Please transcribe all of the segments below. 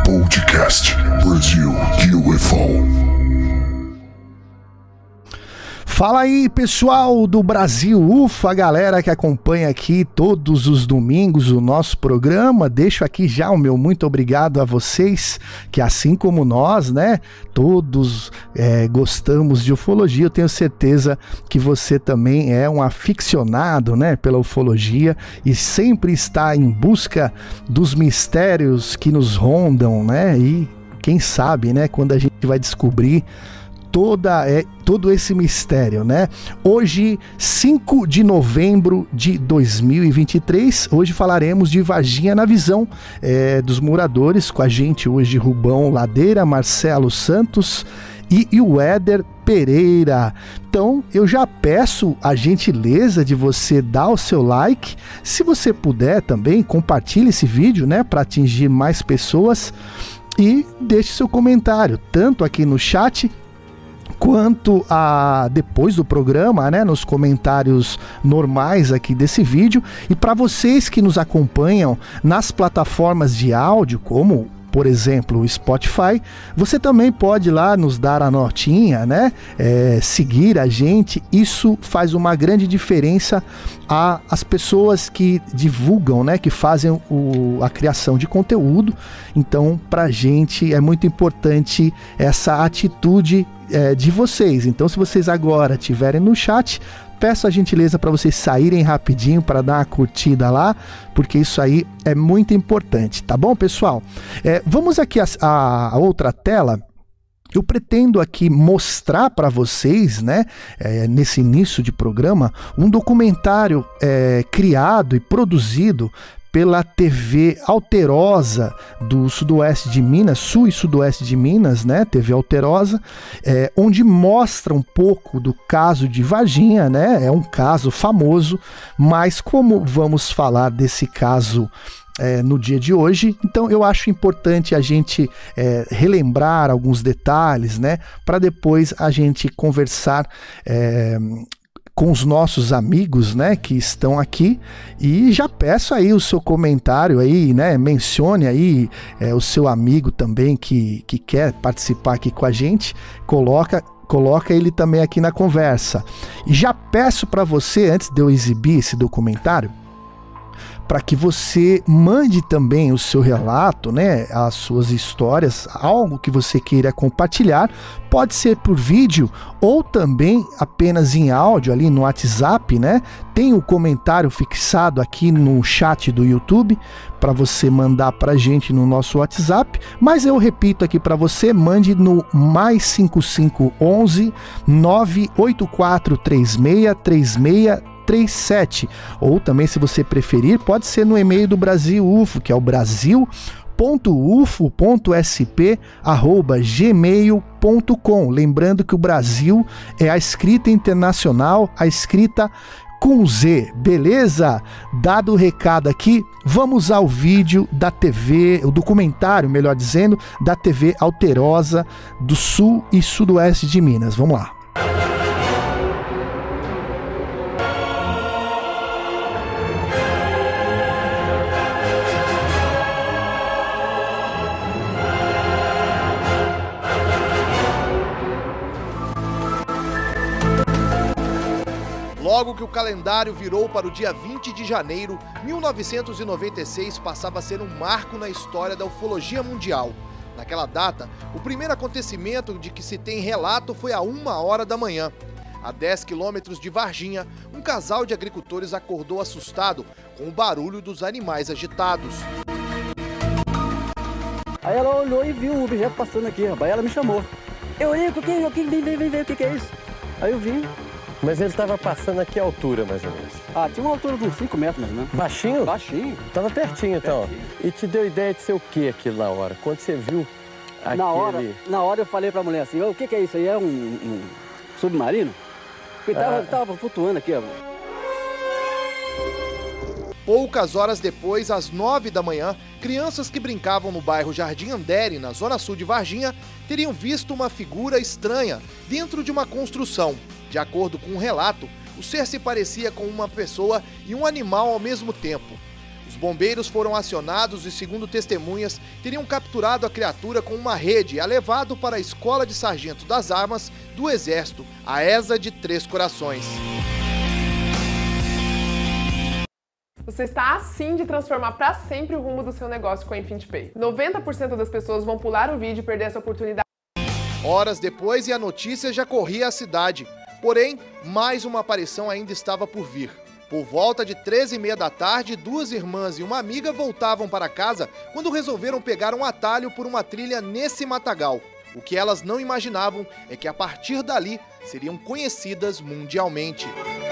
Podcast Brasil UFO. Fala aí, pessoal do Brasil UFO, a galera que acompanha aqui todos os domingos o nosso programa. Deixo aqui já o meu muito obrigado a vocês, que assim como nós, né, todos gostamos de ufologia. Eu tenho certeza que você também é um aficionado, né, pela ufologia e sempre está em busca dos mistérios que nos rondam, né, e quem sabe, né, quando a gente vai descobrir todo esse mistério, né? Hoje, 5 de novembro de 2023, hoje falaremos de Varginha na visão dos moradores. Com a gente hoje, Rubão Ladeira, Marcelo Santos e o Éder Pereira. Então, eu já peço a gentileza de você dar o seu like. Se você puder também, compartilhe esse vídeo, né, para atingir mais pessoas. E deixe seu comentário, tanto aqui no chat, quanto depois do programa, né, nos comentários normais aqui desse vídeo. E para vocês que nos acompanham nas plataformas de áudio, como por exemplo o Spotify, você também pode ir lá nos dar a notinha, né, seguir a gente. Isso faz uma grande diferença às pessoas que divulgam, né, que fazem a criação de conteúdo. Então, pra gente é muito importante essa atitude de vocês. Então, se vocês agora estiverem no chat, peço a gentileza para vocês saírem rapidinho para dar uma curtida lá, porque isso aí é muito importante, tá bom, pessoal? Vamos aqui a outra tela. Eu pretendo aqui mostrar para vocês, né, nesse início de programa, um documentário criado e produzido pela TV Alterosa do Sudoeste de Minas, Sul e Sudoeste de Minas, né, TV Alterosa, onde mostra um pouco do caso de Varginha, né, é um caso famoso, mas como vamos falar desse caso no dia de hoje, então eu acho importante a gente relembrar alguns detalhes, né, para depois a gente conversar com os nossos amigos, né, que estão aqui. E já peço aí o seu comentário aí, né, mencione aí o seu amigo também que quer participar aqui com a gente, coloca ele também aqui na conversa. E já peço para você, antes de eu exibir esse documentário, para que você mande também o seu relato, né, as suas histórias, algo que você queira compartilhar. Pode ser por vídeo ou também apenas em áudio ali no WhatsApp, né? Tem o comentário fixado aqui no chat do YouTube para você mandar para a gente no nosso WhatsApp, mas eu repito aqui para você, mande no mais 5511 984363637, ou também, se você preferir, pode ser no e-mail do Brasil UFO, que é o brasil.ufo.sp@gmail.com. Lembrando que o Brasil é a escrita internacional, a escrita com Z, beleza? Dado o recado aqui, vamos ao vídeo da TV, o documentário, melhor dizendo, da TV Alterosa do Sul e Sudoeste de Minas. Vamos lá. Logo que o calendário virou para o dia 20 de janeiro, 1996 passava a ser um marco na história da ufologia mundial. Naquela data, o primeiro acontecimento de que se tem relato foi a 1h da manhã. A 10 quilômetros de Varginha, um casal de agricultores acordou assustado com o barulho dos animais agitados. Aí ela olhou e viu um objeto passando aqui, rapaz. Aí ela me chamou. Eu olhei, vem, o que é isso? Aí eu vi. Mas ele estava passando a que altura, mais ou menos? Ah, tinha uma altura de uns 5 metros, mais ou menos. Baixinho? Baixinho. Tava pertinho, então. Pertinho. E te deu ideia de ser o que aquilo na hora? Quando você viu aquele... Na hora eu falei pra mulher assim, o que é isso aí? É um submarino? Porque tava flutuando aqui, ó. Poucas horas depois, às 9 da manhã, crianças que brincavam no bairro Jardim Andere, na zona sul de Varginha, teriam visto uma figura estranha dentro de uma construção. De acordo com um relato, o ser se parecia com uma pessoa e um animal ao mesmo tempo. Os bombeiros foram acionados e, segundo testemunhas, teriam capturado a criatura com uma rede e a levado para a Escola de Sargento das Armas do Exército, a ESA de Três Corações. Você está assim de transformar para sempre o rumo do seu negócio com a InfinitePay. 90% das pessoas vão pular o vídeo e perder essa oportunidade. Horas depois e a notícia já corria a cidade. Porém, mais uma aparição ainda estava por vir. Por volta de 13h30 da tarde, duas irmãs e uma amiga voltavam para casa quando resolveram pegar um atalho por uma trilha nesse matagal. O que elas não imaginavam é que a partir dali seriam conhecidas mundialmente.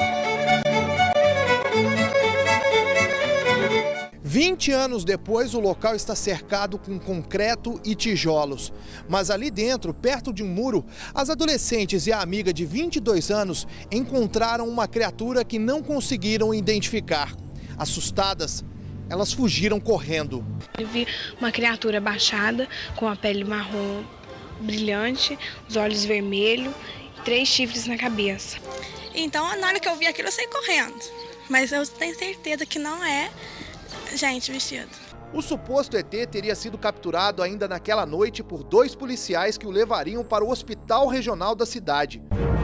20 anos depois, o local está cercado com concreto e tijolos. Mas ali dentro, perto de um muro, as adolescentes e a amiga de 22 anos encontraram uma criatura que não conseguiram identificar. Assustadas, elas fugiram correndo. Eu vi uma criatura baixada, com a pele marrom brilhante, os olhos vermelhos e 3 chifres na cabeça. Então, na hora que eu vi aquilo, eu saí correndo. Mas eu tenho certeza que não é gente vestida. O suposto ET teria sido capturado ainda naquela noite por 2 policiais que o levariam para o hospital regional da cidade.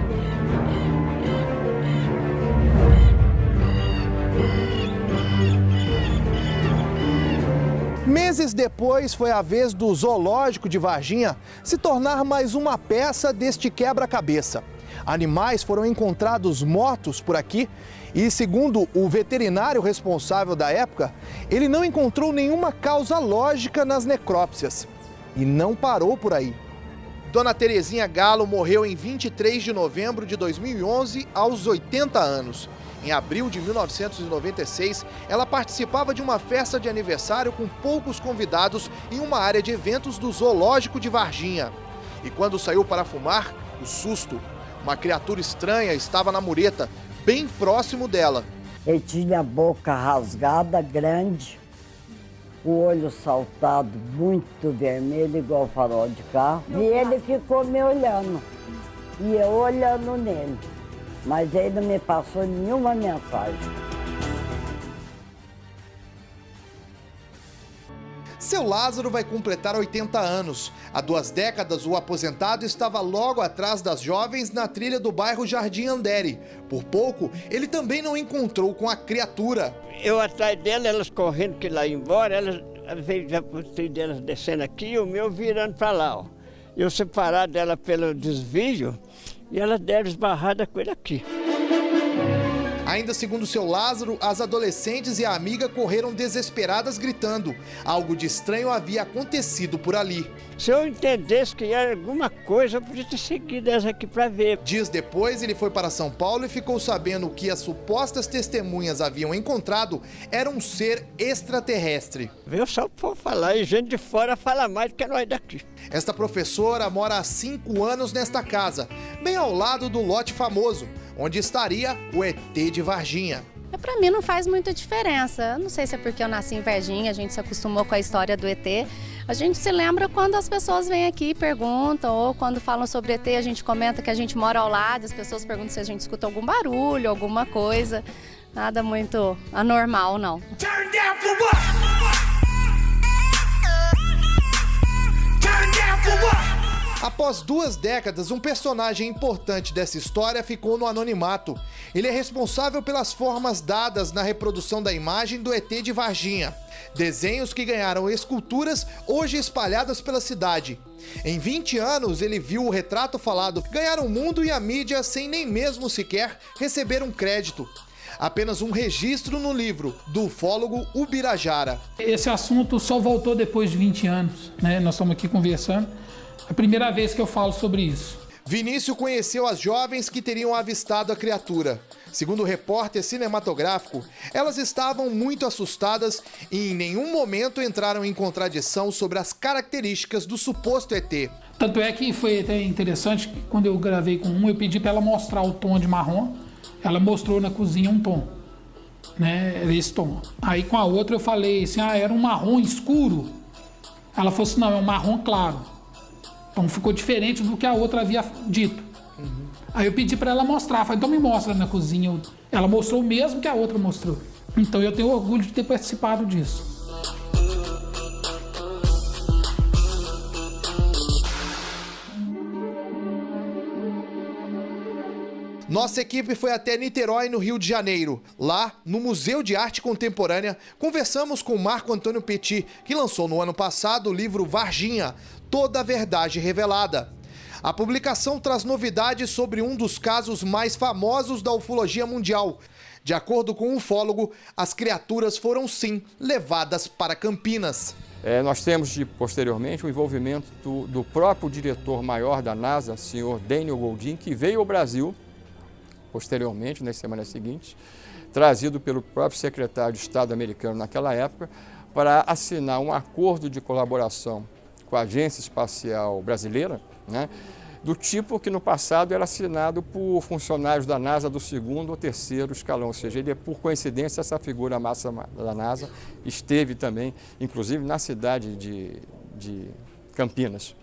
Meses depois, foi a vez do Zoológico de Varginha se tornar mais uma peça deste quebra-cabeça. Animais foram encontrados mortos por aqui e, segundo o veterinário responsável da época, ele não encontrou nenhuma causa lógica nas necrópsias. E não parou por aí. Dona Terezinha Galo morreu em 23 de novembro de 2011, aos 80 anos. Em abril de 1996, ela participava de uma festa de aniversário com poucos convidados em uma área de eventos do Zoológico de Varginha. E quando saiu para fumar, o susto. Uma criatura estranha estava na mureta, bem próximo dela. Ele tinha a boca rasgada, grande, o olho saltado, muito vermelho, igual farol de carro. E ele ficou me olhando, e eu olhando nele. Mas ele não me passou nenhuma mensagem. Seu Lázaro vai completar 80 anos. Há 2 décadas, o aposentado estava logo atrás das jovens na trilha do bairro Jardim Andere. Por pouco, ele também não encontrou com a criatura. Eu atrás dela, elas correndo que lá ia embora, elas veio já o trio delas descendo aqui e o meu virando para lá, ó. Eu separado dela pelo desvio e elas deram esbarrada com ele aqui. Ainda segundo seu Lázaro, as adolescentes e a amiga correram desesperadas gritando. Algo de estranho havia acontecido por ali. Se eu entendesse que era alguma coisa, eu podia ter seguido essa aqui para ver. Dias depois, ele foi para São Paulo e ficou sabendo que as supostas testemunhas haviam encontrado era um ser extraterrestre. Veio só por falar, e gente de fora fala mais do que nós daqui. Esta professora mora há 5 anos nesta casa, bem ao lado do lote famoso, onde estaria o ET de Varginha. Pra mim não faz muita diferença. Não sei se é porque eu nasci em Varginha, a gente se acostumou com a história do ET. A gente se lembra quando as pessoas vêm aqui e perguntam, ou quando falam sobre ET, a gente comenta que a gente mora ao lado, as pessoas perguntam se a gente escuta algum barulho, alguma coisa. Nada muito anormal, não. Turn down for what? Turn down for what? Após 2 décadas, um personagem importante dessa história ficou no anonimato. Ele é responsável pelas formas dadas na reprodução da imagem do ET de Varginha. Desenhos que ganharam esculturas hoje espalhadas pela cidade. Em 20 anos, ele viu o retrato falado ganhar o mundo e a mídia sem nem mesmo sequer receber um crédito. Apenas um registro no livro do ufólogo Ubirajara. Esse assunto só voltou depois de 20 anos, né? Nós estamos aqui conversando. É a primeira vez que eu falo sobre isso. Vinícius conheceu as jovens que teriam avistado a criatura. Segundo o repórter cinematográfico, elas estavam muito assustadas e em nenhum momento entraram em contradição sobre as características do suposto ET. Tanto é que foi até interessante que quando eu gravei com eu pedi para ela mostrar o tom de marrom. Ela mostrou na cozinha um tom, né? Era esse tom. Aí com a outra eu falei assim, era um marrom escuro. Ela falou assim, não, é um marrom claro. Então ficou diferente do que a outra havia dito. Aí eu pedi para ela mostrar, falei, então me mostra na cozinha. Ela mostrou o mesmo que a outra mostrou. Então eu tenho orgulho de ter participado disso. Nossa equipe foi até Niterói, no Rio de Janeiro. Lá, no Museu de Arte Contemporânea, conversamos com Marco Antônio Petit, que lançou no ano passado o livro Varginha, Toda a Verdade Revelada. A publicação traz novidades sobre um dos casos mais famosos da ufologia mundial. De acordo com o ufólogo, as criaturas foram sim levadas para Campinas. Nós temos, posteriormente, o envolvimento do próprio diretor-maior da NASA, senhor Daniel Goldin, que veio ao Brasil posteriormente, nas semanas seguintes, trazido pelo próprio secretário de Estado americano naquela época, para assinar um acordo de colaboração com a Agência Espacial Brasileira, né, do tipo que no passado era assinado por funcionários da NASA do 2º ou 3º escalão, ou seja, ele, por coincidência, essa figura máxima da NASA esteve também, inclusive, na cidade de Campinas.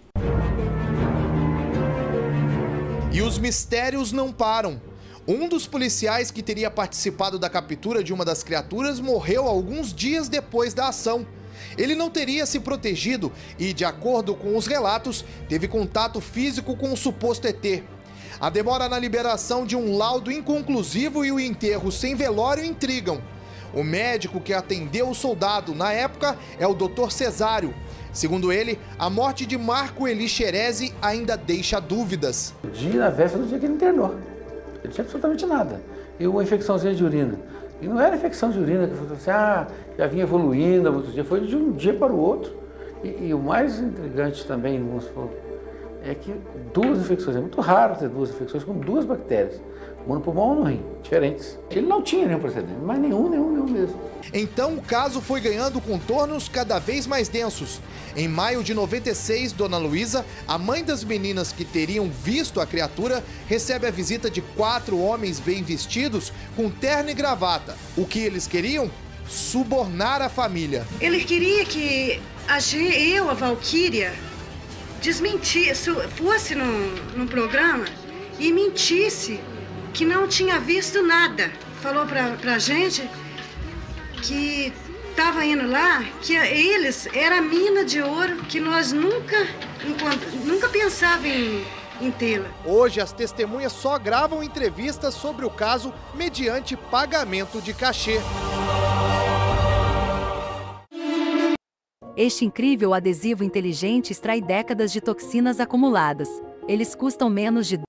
E os mistérios não param. Um dos policiais que teria participado da captura de uma das criaturas morreu alguns dias depois da ação. Ele não teria se protegido e, de acordo com os relatos, teve contato físico com o suposto ET. A demora na liberação de um laudo inconclusivo e o enterro sem velório intrigam. O médico que atendeu o soldado na época é o Dr. Cesário. Segundo ele, a morte de Marco Eli Xerezi ainda deixa dúvidas. Na véspera do dia que ele internou. Ele não tinha absolutamente nada. E uma infecçãozinha de urina. E não era infecção de urina que foi assim, já vinha evoluindo há muitos dias. Foi de um dia para o outro. E o mais intrigante também, vamos supor, é que duas infecções, é muito raro ter duas infecções com duas bactérias. Uma no pulmão ou no rim, diferentes. Ele não tinha nenhum precedente, mas nenhum mesmo. Então o caso foi ganhando contornos cada vez mais densos. Em maio de 96, Dona Luísa, a mãe das meninas que teriam visto a criatura, recebe a visita de 4 homens bem vestidos com terno e gravata. O que eles queriam? Subornar a família. Ele queria que a Valquíria, fosse num programa e mentisse que não tinha visto nada. Falou pra gente que estava indo lá, que eles era a mina de ouro que nós nunca pensava em tê-la. Hoje as testemunhas só gravam entrevistas sobre o caso mediante pagamento de cachê. Este incrível adesivo inteligente extrai décadas de toxinas acumuladas. Eles custam menos de...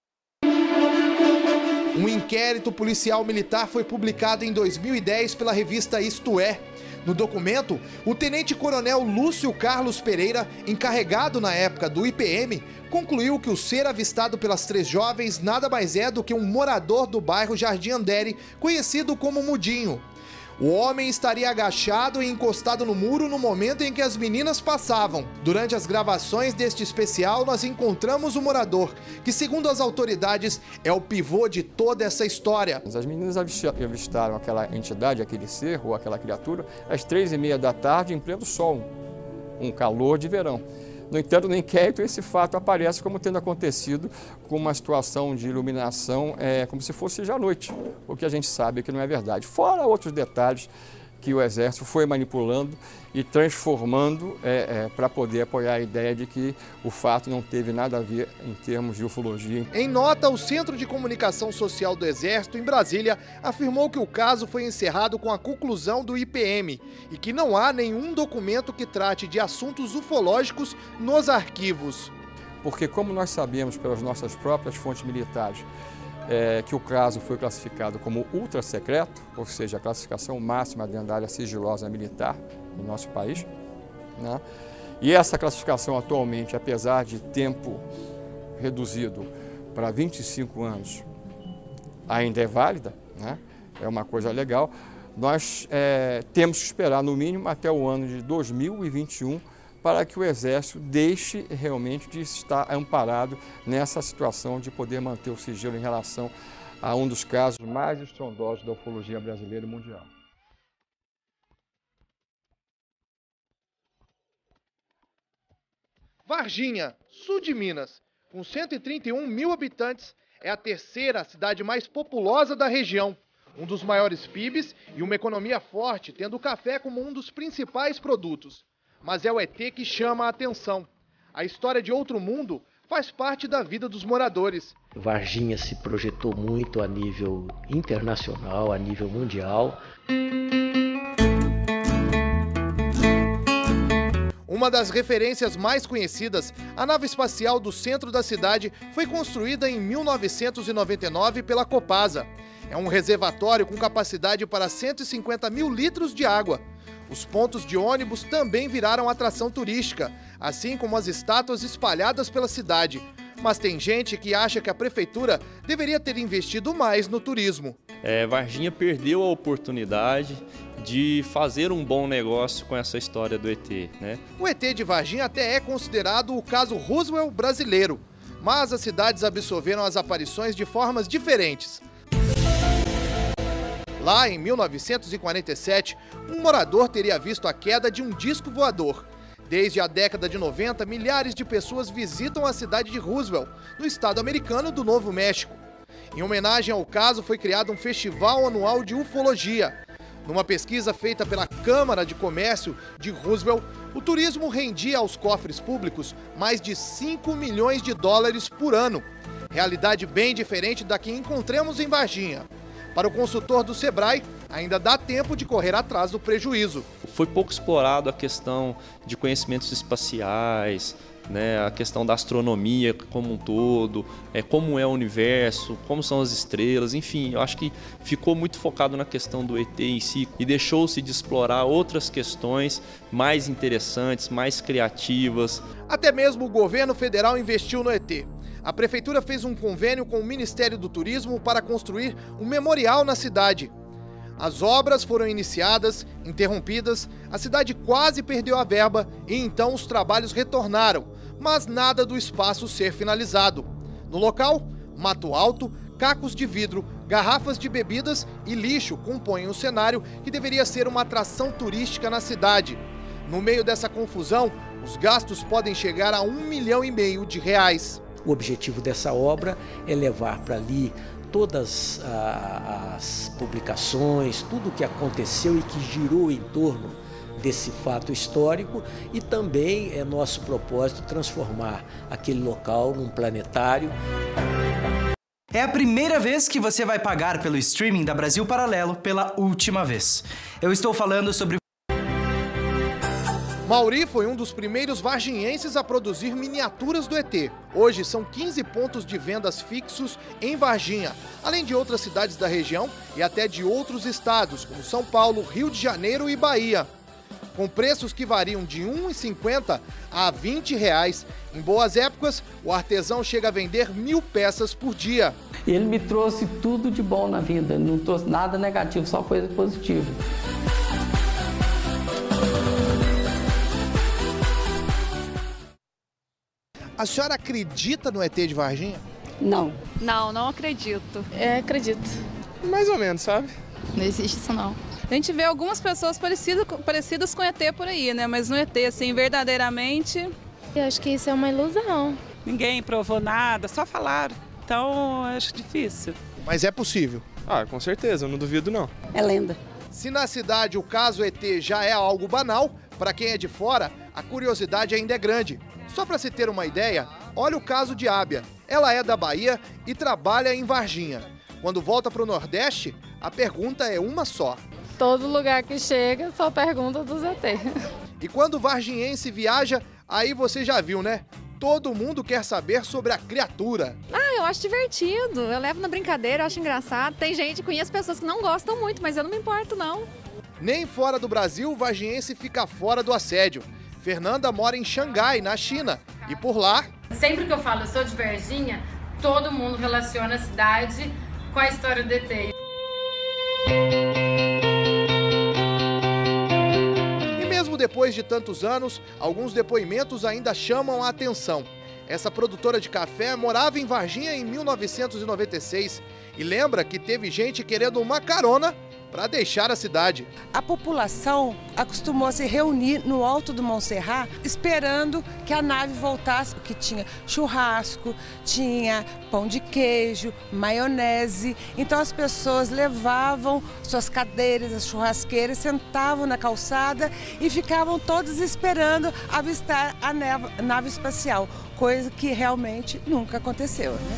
Um inquérito policial militar foi publicado em 2010 pela revista Isto É. No documento, o tenente-coronel Lúcio Carlos Pereira, encarregado na época do IPM, concluiu que o ser avistado pelas 3 jovens nada mais é do que um morador do bairro Jardim Andere, conhecido como Mudinho. O homem estaria agachado e encostado no muro no momento em que as meninas passavam. Durante as gravações deste especial, nós encontramos o morador, que, segundo as autoridades, é o pivô de toda essa história. As meninas avistaram aquela entidade, aquele ser ou aquela criatura, às 3h30 da tarde, em pleno sol, um calor de verão. No entanto, no inquérito, esse fato aparece como tendo acontecido com uma situação de iluminação como se fosse já à noite, o que a gente sabe que não é verdade. Fora outros detalhes que o Exército foi manipulando e transformando para poder apoiar a ideia de que o fato não teve nada a ver em termos de ufologia. Em nota, o Centro de Comunicação Social do Exército, em Brasília, afirmou que o caso foi encerrado com a conclusão do IPM e que não há nenhum documento que trate de assuntos ufológicos nos arquivos. Porque, como nós sabemos pelas nossas próprias fontes militares, que o caso foi classificado como ultra secreto, ou seja, a classificação máxima dentro da área sigilosa militar no nosso país, né? E essa classificação atualmente, apesar de tempo reduzido para 25 anos, ainda é válida, né? É uma coisa legal. Nós temos que esperar no mínimo até o ano de 2021 para que o Exército deixe realmente de estar amparado nessa situação de poder manter o sigilo em relação a um dos casos mais estrondosos da ufologia brasileira e mundial. Varginha, sul de Minas, com 131 mil habitantes, é a terceira cidade mais populosa da região. um dos maiores PIBs e uma economia forte, tendo o café como um dos principais produtos. Mas é o ET que chama a atenção. A história de outro mundo faz parte da vida dos moradores. Varginha se projetou muito a nível internacional, a nível mundial. Uma das referências mais conhecidas, a nave espacial do centro da cidade foi construída em 1999 pela Copasa. É um reservatório com capacidade para 150 mil litros de água. Os pontos de ônibus também viraram atração turística, assim como as estátuas espalhadas pela cidade. Mas tem gente que acha que a prefeitura deveria ter investido mais no turismo. Varginha perdeu a oportunidade de fazer um bom negócio com essa história do ET, né? O ET de Varginha até é considerado o caso Roswell brasileiro, mas as cidades absorveram as aparições de formas diferentes. Lá em 1947, um morador teria visto a queda de um disco voador. Desde a década de 90, milhares de pessoas visitam a cidade de Roswell, no estado americano do Novo México. Em homenagem ao caso, foi criado um festival anual de ufologia. Numa pesquisa feita pela Câmara de Comércio de Roswell, o turismo rendia aos cofres públicos mais de 5 milhões de dólares por ano. Realidade bem diferente da que encontramos em Varginha. Para o consultor do Sebrae, ainda dá tempo de correr atrás do prejuízo. Foi pouco explorado a questão de conhecimentos espaciais, né, a questão da astronomia como um todo, como é o universo, como são as estrelas, enfim, eu acho que ficou muito focado na questão do ET em si e deixou-se de explorar outras questões mais interessantes, mais criativas. Até mesmo o governo federal investiu no ET. A prefeitura fez um convênio com o Ministério do Turismo para construir um memorial na cidade. As obras foram iniciadas, interrompidas, a cidade quase perdeu a verba e então os trabalhos retornaram, mas nada do espaço ser finalizado. No local, mato alto, cacos de vidro, garrafas de bebidas e lixo compõem o cenário que deveria ser uma atração turística na cidade. No meio dessa confusão, os gastos podem chegar a R$1,5 milhão de reais. O objetivo dessa obra é levar para ali todas as publicações, tudo o que aconteceu e que girou em torno desse fato histórico, e também é nosso propósito transformar aquele local num planetário. É a primeira vez que você vai pagar pelo streaming da Brasil Paralelo pela última vez. Eu estou falando sobre... Mauri foi um dos primeiros varginhenses a produzir miniaturas do ET. Hoje são 15 pontos de vendas fixos em Varginha, além de outras cidades da região e até de outros estados, como São Paulo, Rio de Janeiro e Bahia. Com preços que variam de R$ 1,50 a R$ 20. Em boas épocas, o artesão chega a vender 1.000 peças por dia. Ele me trouxe tudo de bom na vida, não trouxe nada negativo, só coisa positiva. A senhora acredita no ET de Varginha? Não. Não acredito. Acredito. Mais ou menos, sabe? Não existe isso, não. A gente vê algumas pessoas parecidas com ET por aí, né? Mas no ET, assim, verdadeiramente... Eu acho que isso é uma ilusão. Ninguém provou nada, só falaram. Então, acho difícil. Mas é possível? Ah, com certeza, eu não duvido não. É lenda. Se na cidade o caso ET já é algo banal, para quem é de fora, a curiosidade ainda é grande. Só para se ter uma ideia, olha o caso de Ábia. Ela é da Bahia e trabalha em Varginha. Quando volta para o Nordeste, a pergunta é uma só. Todo lugar que chega só pergunta dos ET. E quando o varginhense viaja, aí você já viu, né? Todo mundo quer saber sobre a criatura. Eu acho divertido, eu levo na brincadeira, eu acho engraçado. Tem gente, conheço pessoas que não gostam muito, mas eu não me importo, não. Nem fora do Brasil o varginhense fica fora do assédio. Fernanda mora em Xangai, na China, e por lá... Sempre que eu falo eu sou de Varginha, todo mundo relaciona a cidade com a história do ET. E mesmo depois de tantos anos, alguns depoimentos ainda chamam a atenção. Essa produtora de café morava em Varginha em 1996 e lembra que teve gente querendo uma carona para deixar a cidade. A população acostumou a se reunir no alto do Montserrat esperando que a nave voltasse, porque tinha churrasco, tinha pão de queijo, maionese. Então as pessoas levavam suas cadeiras, as churrasqueiras, sentavam na calçada e ficavam todos esperando avistar a nave espacial, coisa que realmente nunca aconteceu, né?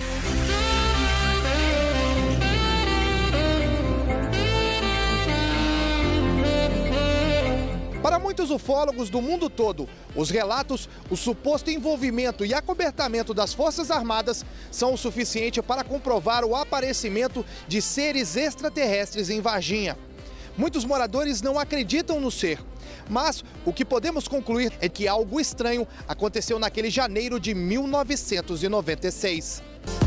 Para muitos ufólogos do mundo todo, os relatos, o suposto envolvimento e acobertamento das Forças Armadas são o suficiente para comprovar o aparecimento de seres extraterrestres em Varginha. Muitos moradores não acreditam no ser, mas o que podemos concluir é que algo estranho aconteceu naquele janeiro de 1996.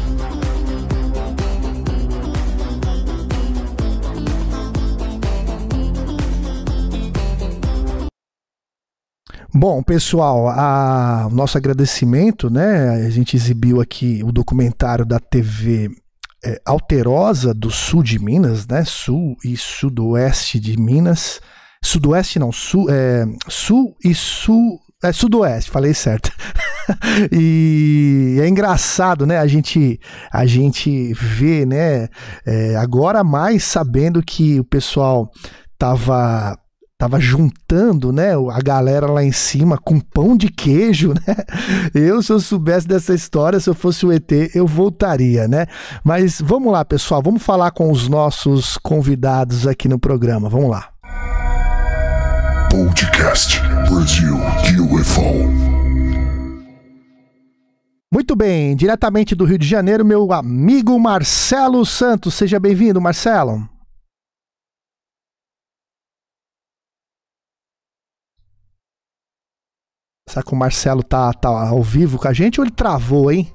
Bom, pessoal, o nosso agradecimento, né? A gente exibiu aqui o documentário da TV Alterosa do sul de Minas, né? Sul e sudoeste de Minas. Sudoeste não, sul e sudoeste, falei certo. E é engraçado, né? A gente vê, né? Agora mais sabendo que o pessoal tava juntando, né, a galera lá em cima com pão de queijo, né? Se eu soubesse dessa história, se eu fosse o ET, eu voltaria, né? Mas vamos lá, pessoal, vamos falar com os nossos convidados aqui no programa. Vamos lá. Podcast Brasil UFO. Muito bem, diretamente do Rio de Janeiro, meu amigo Marcelo Santos. Seja bem-vindo, Marcelo. Será que o Marcelo tá ao vivo com a gente ou ele travou, hein?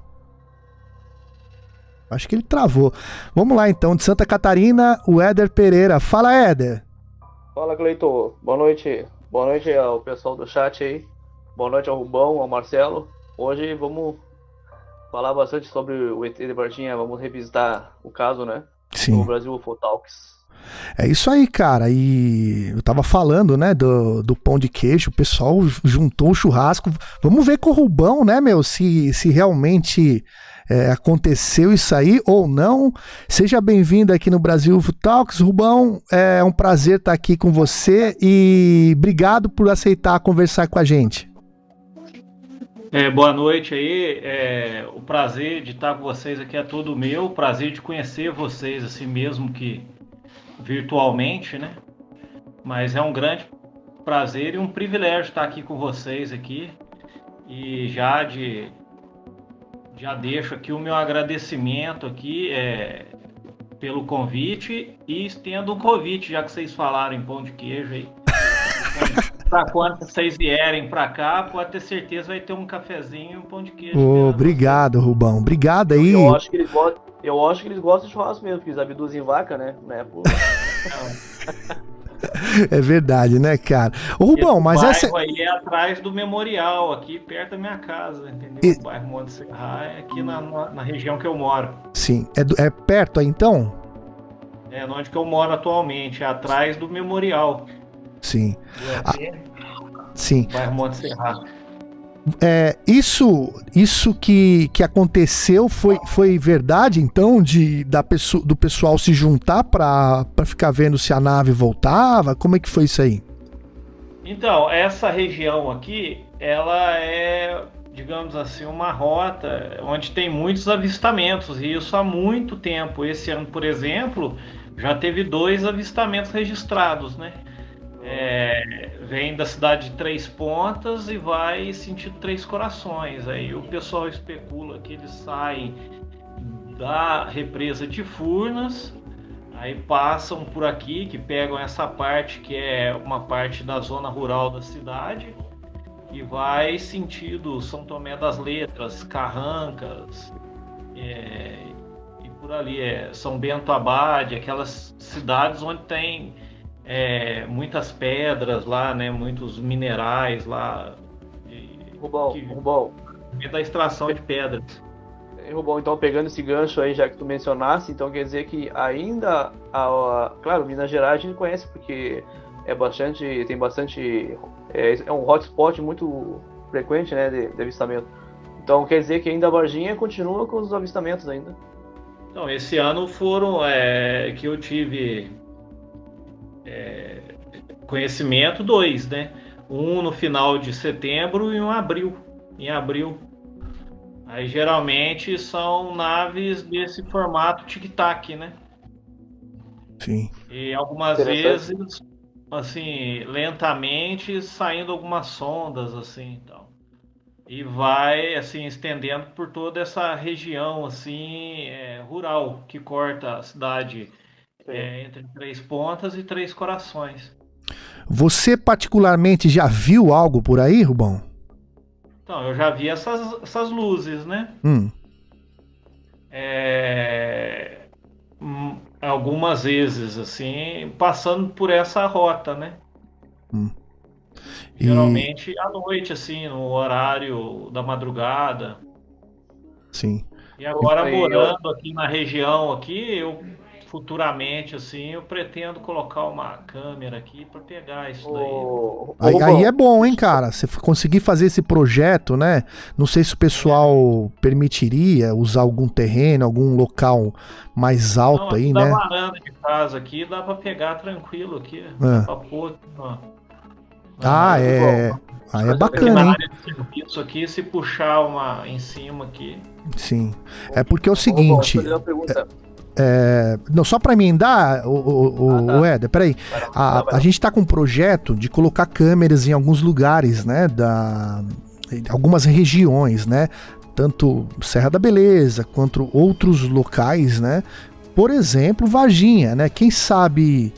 Acho que ele travou. Vamos lá então, de Santa Catarina, o Éder Pereira. Fala, Éder. Fala, Cleiton. Boa noite. Boa noite ao pessoal do chat aí. Boa noite ao Rubão, ao Marcelo. Hoje vamos falar bastante sobre o ET de Varginha. Vamos revisitar o caso, né? Sim. Do Brasil UFO Talks. É isso aí, cara. E eu tava falando, né, do pão de queijo, o pessoal juntou o churrasco. Vamos ver com o Rubão, né, meu, se realmente aconteceu isso aí ou não. Seja bem-vindo aqui no Brasil UFO Talks, Rubão. É um prazer estar aqui com você e obrigado por aceitar conversar com a gente. Boa noite aí. O prazer de estar com vocês aqui é todo meu. O prazer de conhecer vocês, assim mesmo que virtualmente, né? Mas é um grande prazer e um privilégio estar aqui com vocês aqui. E já deixo aqui o meu agradecimento aqui pelo convite e estendo um convite, já que vocês falaram em pão de queijo aí. Para quando vocês vierem para cá, pode ter certeza vai ter um cafezinho e um pão de queijo. Obrigado, Rubão. Obrigado aí. Eu acho que eles gostam de churrasco mesmo, porque eles abduzem vaca, né? É verdade, né, cara? Ô, Rubão, mas essa... O bairro aí é atrás do memorial, aqui perto da minha casa, entendeu? O bairro Monte Serra é aqui na região que eu moro. Sim. É perto aí, então? É onde que eu moro atualmente, é atrás do memorial. Sim. Sim. Bairro Monte Serra. Isso que aconteceu foi verdade, então, do pessoal se juntar para ficar vendo se a nave voltava? Como é que foi isso aí? Então, essa região aqui, ela é, digamos assim, uma rota onde tem muitos avistamentos, e isso há muito tempo. Esse ano, por exemplo, já teve 2 avistamentos registrados, né? Vem da cidade de Três Pontas e vai sentido Três Corações. Aí o pessoal especula que eles saem da represa de Furnas, aí passam por aqui, que pegam essa parte que é uma parte da zona rural da cidade, e vai sentido São Tomé das Letras, Carrancas, e por ali, São Bento Abade, aquelas cidades onde tem muitas pedras lá, né, muitos minerais lá, Rubão, da extração de pedras. Rubão, então pegando esse gancho aí, já que tu mencionasse, então quer dizer que ainda, claro, Minas Gerais a gente conhece porque tem bastante, é um hotspot muito frequente, né, de avistamento. Então quer dizer que ainda a Varginha continua com os avistamentos ainda? Então, esse ano foram que eu tive conhecimento 2, né? Um no final de setembro e um em abril. Aí geralmente são naves desse formato tic-tac, né? Sim. E algumas vezes, assim, lentamente saindo algumas sondas, assim, então. E vai, assim, estendendo por toda essa região, assim, rural, que corta a cidade entre Três Pontas e Três Corações. Você particularmente já viu algo por aí, Rubão? Então, eu já vi essas luzes, né? Algumas vezes, assim, passando por essa rota, né? Geralmente à noite, assim, no horário da madrugada. Sim. E agora, morando aqui na região, aqui, eu futuramente, assim, eu pretendo colocar uma câmera aqui para pegar isso daí. Aí é bom, hein, cara? Você conseguir fazer esse projeto, né? Não sei se o pessoal permitiria usar algum terreno, algum local mais alto aí, né? Da varanda de casa aqui, dá para pegar tranquilo aqui. Dá pra pôr, Aí é bacana, hein? Isso aqui, se puxar uma em cima aqui. Sim. É porque é o seguinte. Não, só para emendar, o Éder, peraí. A gente tá com um projeto de colocar câmeras em alguns lugares, né? Algumas regiões, né? Tanto Serra da Beleza quanto outros locais, né? Por exemplo, Varginha, né? Quem sabe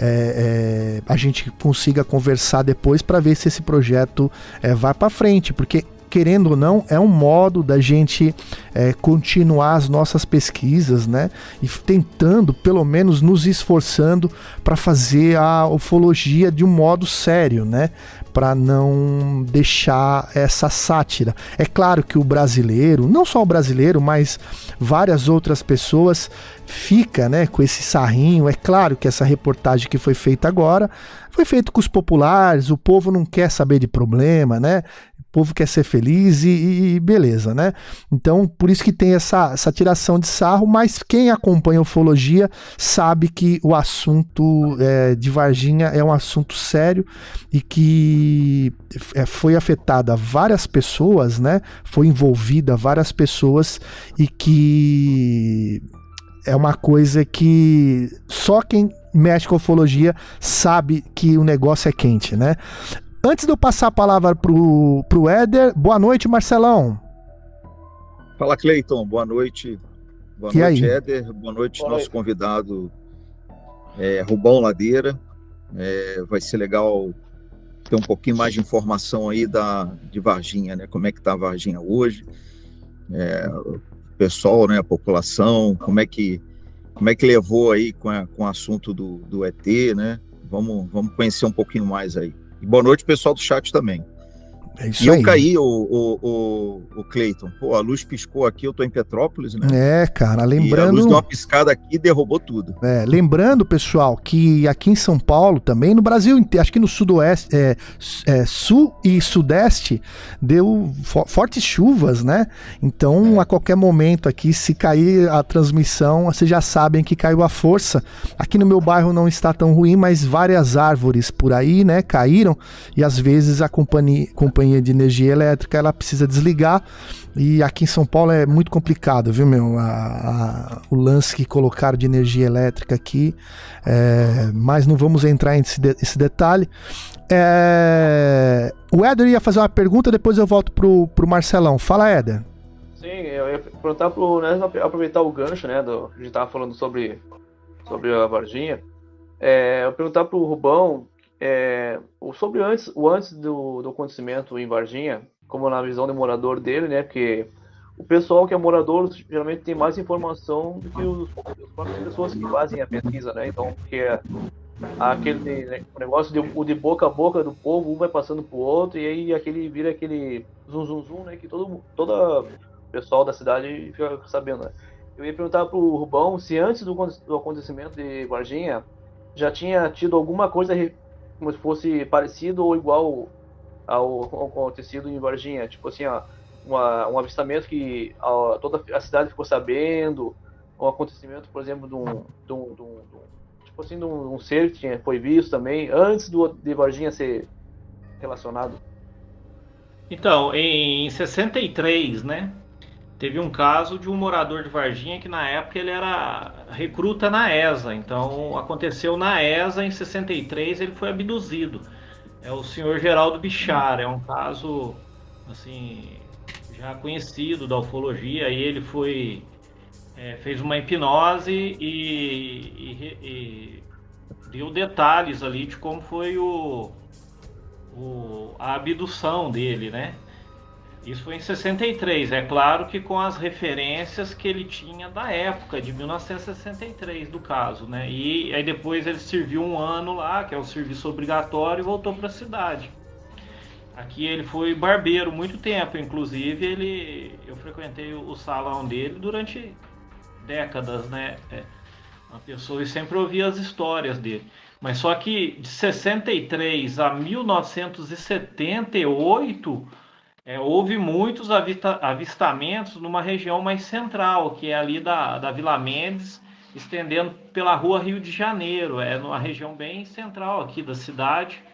a gente consiga conversar depois para ver se esse projeto vai para frente, porque querendo ou não, é um modo da gente continuar as nossas pesquisas, né? E tentando, pelo menos, nos esforçando para fazer a ufologia de um modo sério, né? Para não deixar essa sátira. É claro que o brasileiro, não só o brasileiro, mas várias outras pessoas fica, né, com esse sarrinho. É claro que essa reportagem que foi feita agora foi feita com os populares, o povo não quer saber de problema, né? O povo quer ser feliz e beleza, né? Então, por isso que tem essa tiração de sarro, mas quem acompanha a ufologia sabe que o assunto de Varginha é um assunto sério e que foi afetada várias pessoas, né? Foi envolvida várias pessoas e que é uma coisa que só quem mexe com a ufologia sabe que o negócio é quente, né? Antes de eu passar a palavra pro Éder, boa noite, Marcelão. Fala, Cleiton, boa noite. Boa noite, Éder. Boa noite, nosso convidado Rubão Ladeira. Vai ser legal ter um pouquinho mais de informação aí de Varginha, né? Como é que tá a Varginha hoje? O pessoal, né? A população, como é que levou aí com o assunto do ET, né? Vamos conhecer um pouquinho mais aí. E boa noite, pessoal do chat também. É isso aí. Eu caí, o Cleiton. Pô, a luz piscou aqui, eu tô em Petrópolis, né? Cara, lembrando... E a luz deu uma piscada aqui e derrubou tudo. Lembrando, pessoal, que aqui em São Paulo também, no Brasil inteiro, acho que no sudoeste, sul e sudeste, deu fortes chuvas, né? Então, a qualquer momento aqui, se cair a transmissão, vocês já sabem que caiu a força. Aqui no meu bairro não está tão ruim, mas várias árvores por aí, né, caíram, e às vezes a companhia de energia elétrica, ela precisa desligar, e aqui em São Paulo é muito complicado, viu, meu? O lance que colocaram de energia elétrica aqui, mas não vamos entrar nesse detalhe. O Éder ia fazer uma pergunta, depois eu volto pro Marcelão. Fala, Éder. Sim, eu ia perguntar aproveitar o gancho, né, a gente tava falando sobre a Varginha, eu ia perguntar pro Rubão, sobre o antes do acontecimento em Varginha, como na visão do morador dele, né? Porque o pessoal que é morador geralmente tem mais informação do que as próprias pessoas que fazem a pesquisa, né? Então, porque aquele negócio de boca a boca do povo, um vai passando pro outro, e aí vira aquele zum zum zum, né? Que todo pessoal da cidade fica sabendo, né? Eu ia perguntar pro Rubão se antes do acontecimento de Varginha já tinha tido alguma coisa como se fosse parecido ou igual ao acontecido em Varginha, tipo assim, ó, um avistamento que toda a cidade ficou sabendo, um acontecimento, por exemplo, de um ser que foi visto também antes de Varginha ser relacionado. Então, em 63, né, teve um caso de um morador de Varginha que na época ele era recruta na ESA. Então aconteceu na ESA, em 63 ele foi abduzido. É o senhor Geraldo Bichara, é um caso assim já conhecido da ufologia. E ele fez uma hipnose e deu detalhes ali de como foi a abdução dele, né? Isso foi em 63, é claro que com as referências que ele tinha da época, de 1963 do caso, né? E aí depois ele serviu um ano lá, que é o serviço obrigatório, e voltou para a cidade. Aqui ele foi barbeiro muito tempo, inclusive eu frequentei o salão dele durante décadas, né? Uma pessoa e sempre ouvia as histórias dele. Mas só que de 63 a 1978... houve muitos avistamentos numa região mais central, que é ali da Vila Mendes, estendendo pela rua Rio de Janeiro. É numa região bem central aqui da cidade.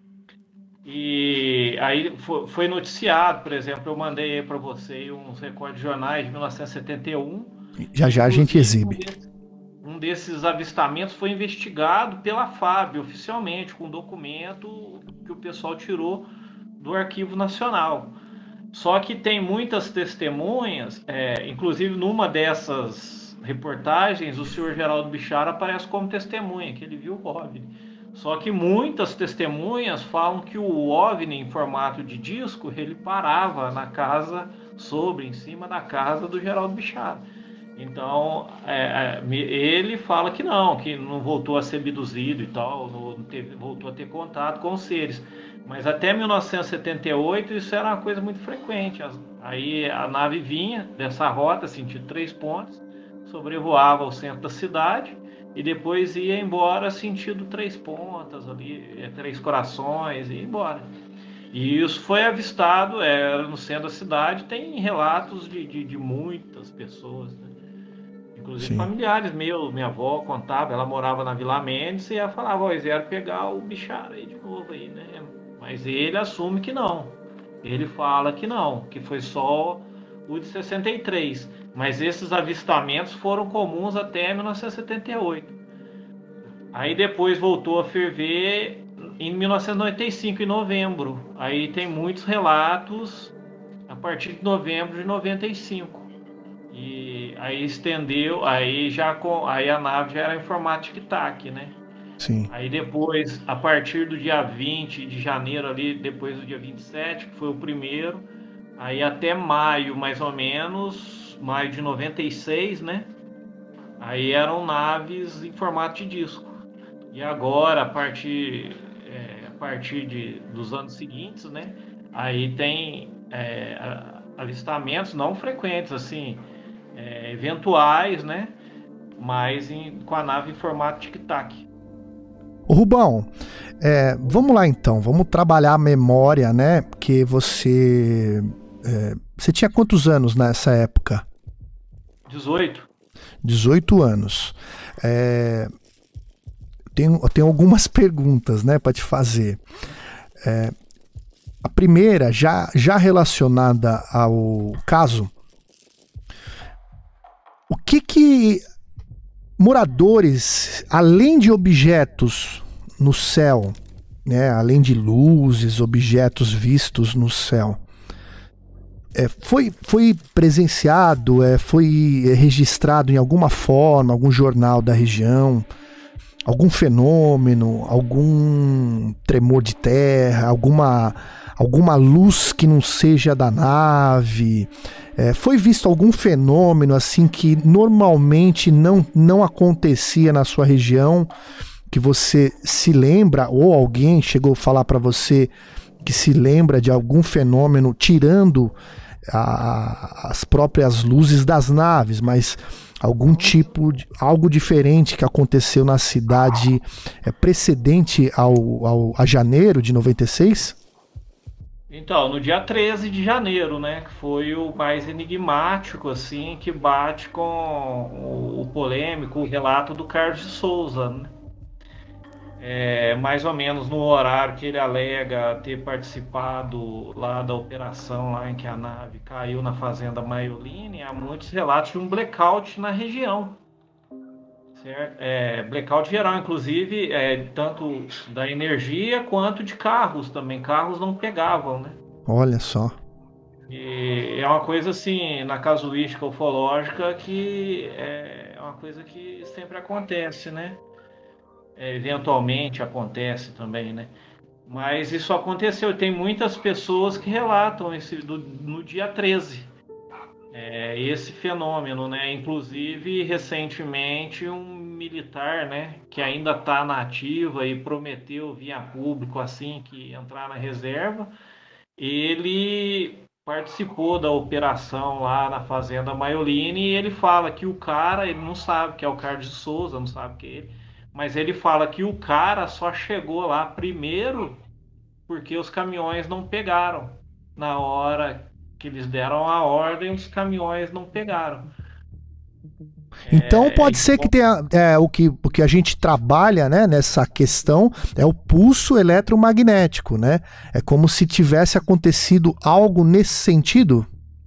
E aí foi noticiado, por exemplo, eu mandei para você uns recortes de jornais de 1971. Já a gente exibe. Um desses avistamentos foi investigado pela FAB, oficialmente, com um documento que o pessoal tirou do Arquivo Nacional. Só que tem muitas testemunhas, inclusive numa dessas reportagens, o senhor Geraldo Bichara aparece como testemunha, que ele viu o OVNI. Só que muitas testemunhas falam que o OVNI em formato de disco, ele parava na casa, em cima da casa do Geraldo Bichara. Então, ele fala que não voltou a ser abduzido e tal, voltou a ter contato com os seres. Mas até 1978 isso era uma coisa muito frequente. Aí a nave vinha dessa rota, sentido 3 pontos, sobrevoava o centro da cidade e depois ia embora sentido 3 pontas, ali, 3 corações, e ia embora. E isso foi avistado no centro da cidade, tem relatos de muitas pessoas, né? Inclusive familiares meus, minha avó contava, ela morava na Vila Mendes e ela falava, eles vieram pegar o Bichara aí de novo aí, né? Mas ele assume que não. Ele fala que não, que foi só o de 63. Mas esses avistamentos foram comuns até 1978. Aí depois voltou a ferver em 1995, em novembro. Aí tem muitos relatos a partir de novembro de 95. E aí estendeu, aí a nave já era em formato tic-tac, né? Sim. Aí depois, a partir do dia 20 de janeiro ali, depois do dia 27, que foi o primeiro, aí até maio, mais ou menos, maio de 96, né? Aí eram naves em formato de disco. E agora, a partir dos anos seguintes, né? Aí tem avistamentos não frequentes, assim, eventuais, né? Mas com a nave em formato tic-tac. Rubão, vamos lá então, vamos trabalhar a memória, né? Porque você tinha quantos anos nessa época? 18. 18 anos. Tenho algumas perguntas, né, para te fazer. A primeira, já relacionada ao caso, o que moradores, além de objetos no céu, né, além de luzes, objetos vistos no céu, foi presenciado, foi registrado em alguma forma, algum jornal da região, algum fenômeno, algum tremor de terra, alguma luz que não seja da nave? Foi visto algum fenômeno assim que normalmente não acontecia na sua região, que você se lembra, ou alguém chegou a falar para você que se lembra de algum fenômeno, tirando as próprias luzes das naves, mas algum tipo de algo diferente que aconteceu na cidade precedente a janeiro de 96? Então, no dia 13 de janeiro, né, que foi o mais enigmático, assim, que bate com o polêmico, o relato do Carlos de Souza, né? Mais ou menos no horário que ele alega ter participado lá da operação lá em que a nave caiu na fazenda Maioline, há muitos relatos de um blackout na região. Certo? Blackout geral, inclusive, tanto da energia quanto de carros também. Carros não pegavam, né? Olha só. E é uma coisa assim, na casuística ufológica, que é uma coisa que sempre acontece, né? Eventualmente acontece também, né? Mas isso aconteceu. Tem muitas pessoas que relatam no dia 13. Esse fenômeno, né? Inclusive, recentemente, um militar, né, que ainda está na ativa e prometeu via público assim que entrar na reserva, ele participou da operação lá na fazenda Maioline e ele fala que o cara, ele não sabe que é o Carlos de Souza, não sabe que é ele, mas ele fala que o cara só chegou lá primeiro porque os caminhões não pegaram. Na hora que eles deram a ordem, os caminhões não pegaram. Então pode ser que tenha o que a gente trabalha, né, nessa questão é o pulso eletromagnético, né? É como se tivesse acontecido algo nesse sentido?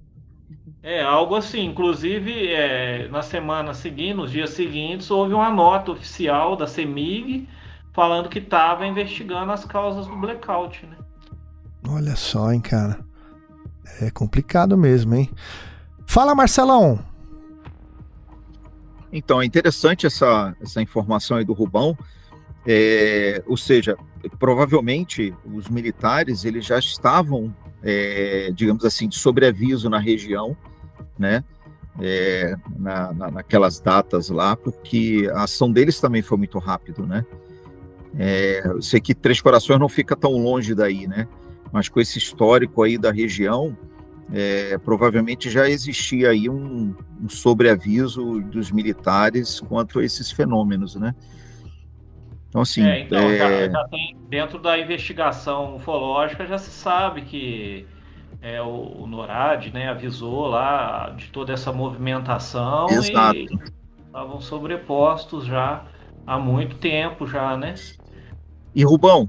Algo assim. Inclusive, na semana seguinte, nos dias seguintes, houve uma nota oficial da CEMIG falando que estava investigando as causas do blackout, né? Olha só, hein, cara. É complicado mesmo, hein? Fala, Marcelão! Então, é interessante essa informação aí do Rubão, ou seja, provavelmente os militares eles já estavam, digamos assim, de sobreaviso na região, né, naquelas datas lá, porque a ação deles também foi muito rápido, né? Eu sei que Três Corações não fica tão longe daí, né? Mas com esse histórico aí da região, provavelmente já existia aí um sobreaviso dos militares quanto a esses fenômenos, né? Então, assim... já tem, dentro da investigação ufológica, já se sabe que o NORAD, né, avisou lá de toda essa movimentação. Exato. E estavam sobrepostos já há muito tempo já, né? E, Rubão,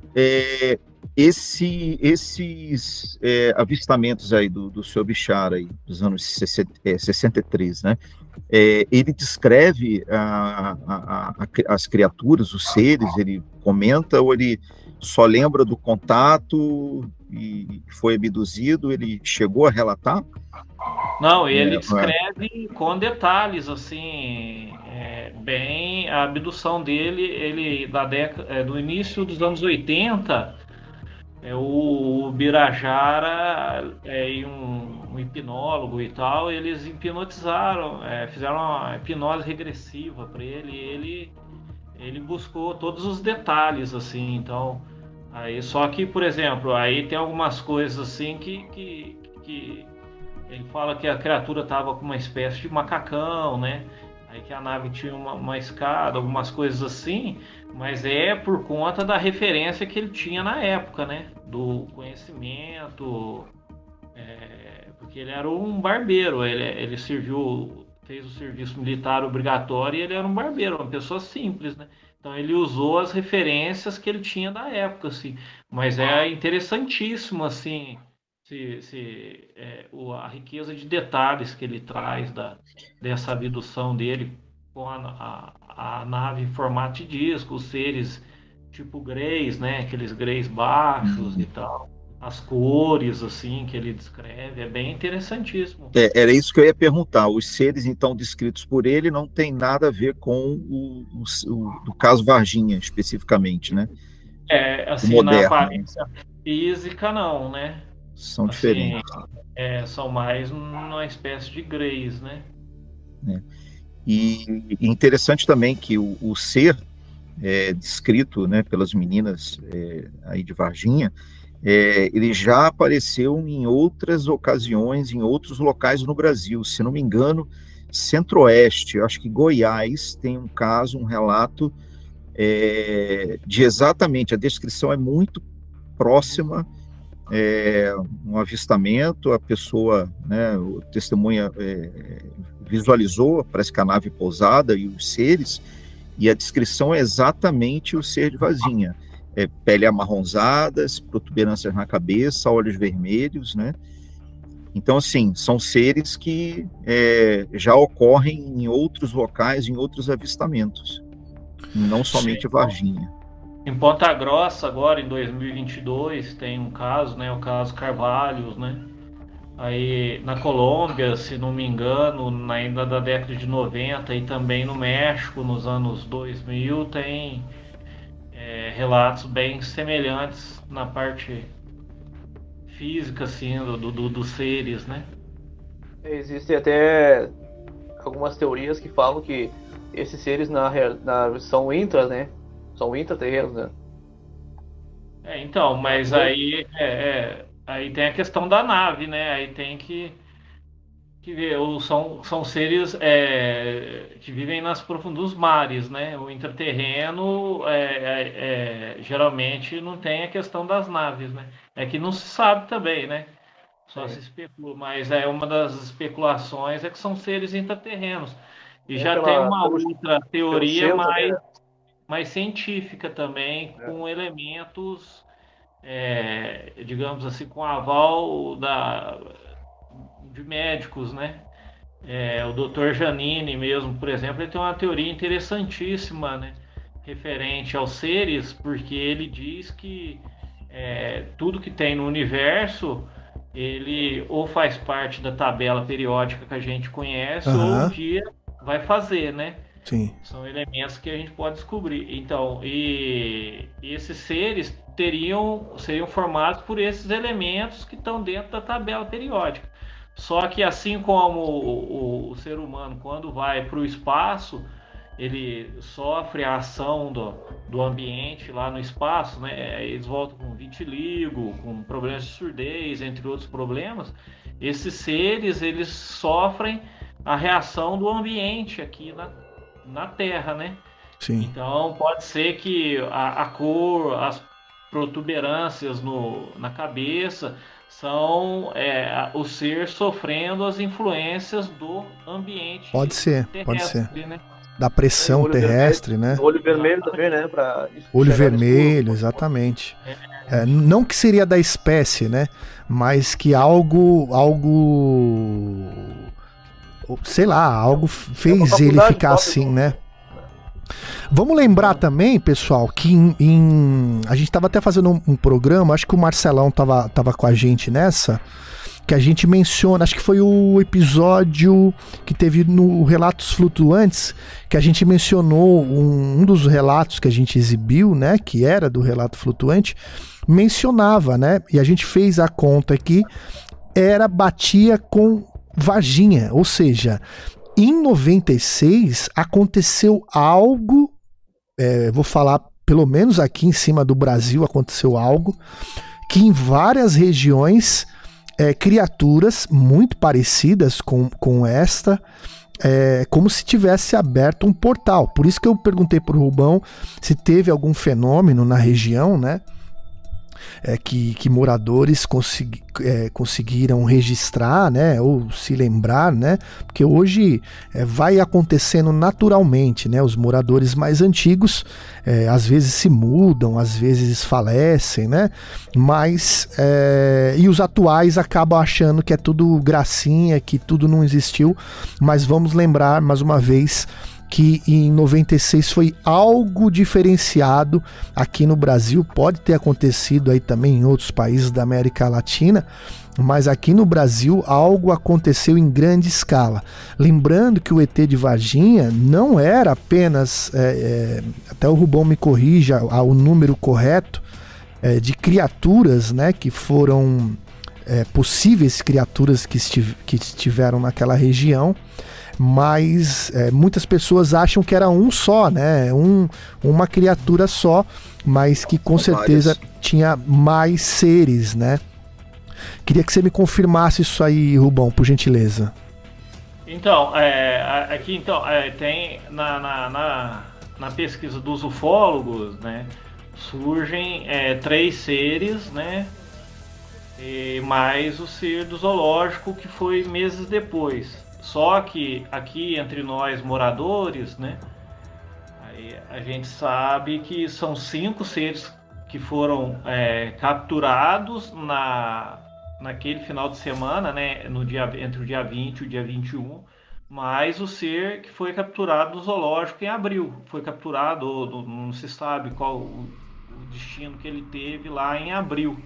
esses avistamentos aí do Sr. Bichara aí, dos anos 63, né? Ele descreve as criaturas, os seres, ele comenta ou ele só lembra do contato e foi abduzido? Ele chegou a relatar? Não, ele descreve com detalhes, assim, bem a abdução dele, ele do início dos anos 80, o Birajara e um hipnólogo e tal, eles hipnotizaram, fizeram uma hipnose regressiva para ele, ele buscou todos os detalhes, assim, então, aí, só que, por exemplo, aí tem algumas coisas assim que ele fala que a criatura estava com uma espécie de macacão, né? Aí que a nave tinha uma escada, algumas coisas assim, mas é por conta da referência que ele tinha na época, né? Do conhecimento, porque ele era um barbeiro, ele fez o serviço militar obrigatório e ele era um barbeiro, uma pessoa simples, né? Então ele usou as referências que ele tinha da época, assim, mas é interessantíssimo, assim, a riqueza de detalhes que ele traz dessa abdução dele com a nave em formato de disco, os seres tipo greys, né, aqueles greys baixos e tal, as cores assim que ele descreve, é bem interessantíssimo. Era isso que eu ia perguntar, os seres então descritos por ele não tem nada a ver com o caso Varginha especificamente, né? Assim, na aparência física não, né? São diferentes. São mais uma espécie de greys, né? E interessante também que o ser descrito, né, pelas meninas aí de Varginha, ele já apareceu em outras ocasiões, em outros locais no Brasil. Se não me engano, Centro-Oeste, acho que Goiás tem um caso, um relato de exatamente, a descrição é muito próxima, um avistamento, a pessoa, né, o testemunha visualizou, parece que a nave pousada e os seres, e a descrição é exatamente o ser de Varginha. Pele amarronzadas, protuberâncias na cabeça, olhos vermelhos, né? Então, assim, são seres que já ocorrem em outros locais, em outros avistamentos, não somente Varginha. Em Ponta Grossa, agora, em 2022, tem um caso, né, o caso Carvalhos, né? Aí, na Colômbia, se não me engano, ainda da década de 90, e também no México, nos anos 2000, tem relatos bem semelhantes na parte física, assim, dos seres, né? Existem até algumas teorias que falam que esses seres são intras, né? São intraterrenos, né? Então, mas aí tem a questão da nave, né? Aí tem que ver, são seres que vivem nas profundezas dos mares, né? O intraterreno geralmente não tem a questão das naves, né? É que não se sabe também, né? Só se especula, mas uma das especulações é que são seres intraterrenos. E já tem uma outra teoria mais científica também, com elementos, digamos assim, com aval de médicos, né? O Dr. Janine mesmo, por exemplo, ele tem uma teoria interessantíssima, né, referente aos seres, porque ele diz que tudo que tem no universo, ele ou faz parte da tabela periódica que a gente conhece, ou um dia vai fazer, né? Sim. São elementos que a gente pode descobrir. Então, e esses seres seriam formados por esses elementos que estão dentro da tabela periódica. Só que assim como o ser humano, quando vai para o espaço, ele sofre a ação do ambiente lá no espaço, né? Eles voltam com vitiligo, com problemas de surdez, entre outros problemas. Esses seres, eles sofrem a reação do ambiente aqui na Terra, né? Sim. Então pode ser que a cor, as protuberâncias na cabeça são o ser sofrendo as influências do ambiente. Pode ser. Né? Da pressão terrestre, vermelho, né? Olho vermelho também, né? Olho vermelho, exatamente. Não que seria da espécie, né? Mas que algo, sei lá, algo fez ele ficar assim, né? Vamos lembrar também, pessoal, que a gente estava até fazendo um programa, acho que o Marcelão tava com a gente nessa, que a gente menciona, acho que foi o episódio que teve no Relatos Flutuantes, que a gente mencionou um dos relatos que a gente exibiu, né, que era do Relato Flutuante, mencionava, né, e a gente fez a conta aqui, batia com Varginha, ou seja, em 96 aconteceu algo, vou falar pelo menos aqui em cima do Brasil aconteceu algo, que em várias regiões criaturas muito parecidas com esta, como se tivesse aberto um portal. Por isso que eu perguntei pro Rubão se teve algum fenômeno na região, né? Que moradores conseguiram registrar, né, ou se lembrar, né, porque hoje vai acontecendo naturalmente, né, os moradores mais antigos às vezes se mudam, às vezes falecem, né, mas e os atuais acabam achando que é tudo gracinha, que tudo não existiu, mas vamos lembrar mais uma vez que em 96 foi algo diferenciado aqui no Brasil, pode ter acontecido aí também em outros países da América Latina, mas aqui no Brasil algo aconteceu em grande escala. Lembrando que o ET de Varginha não era apenas, até o Rubão me corrija o número correto, de criaturas, né, que foram possíveis criaturas que estiveram naquela região. mas muitas pessoas acham que era um só, né? Uma criatura só, mas que com certeza tinha mais seres, né? Queria que você me confirmasse isso aí, Rubão, por gentileza. Então, aqui tem na pesquisa dos ufólogos, né, surgem 3 seres, né, e mais o ser do zoológico, que foi meses depois. Só que aqui entre nós moradores, né, aí a gente sabe que são 5 seres que foram capturados naquele final de semana, né, entre o dia 20 e o dia 21, mais o ser que foi capturado no zoológico em abril. Foi capturado, não se sabe qual o destino que ele teve lá em abril.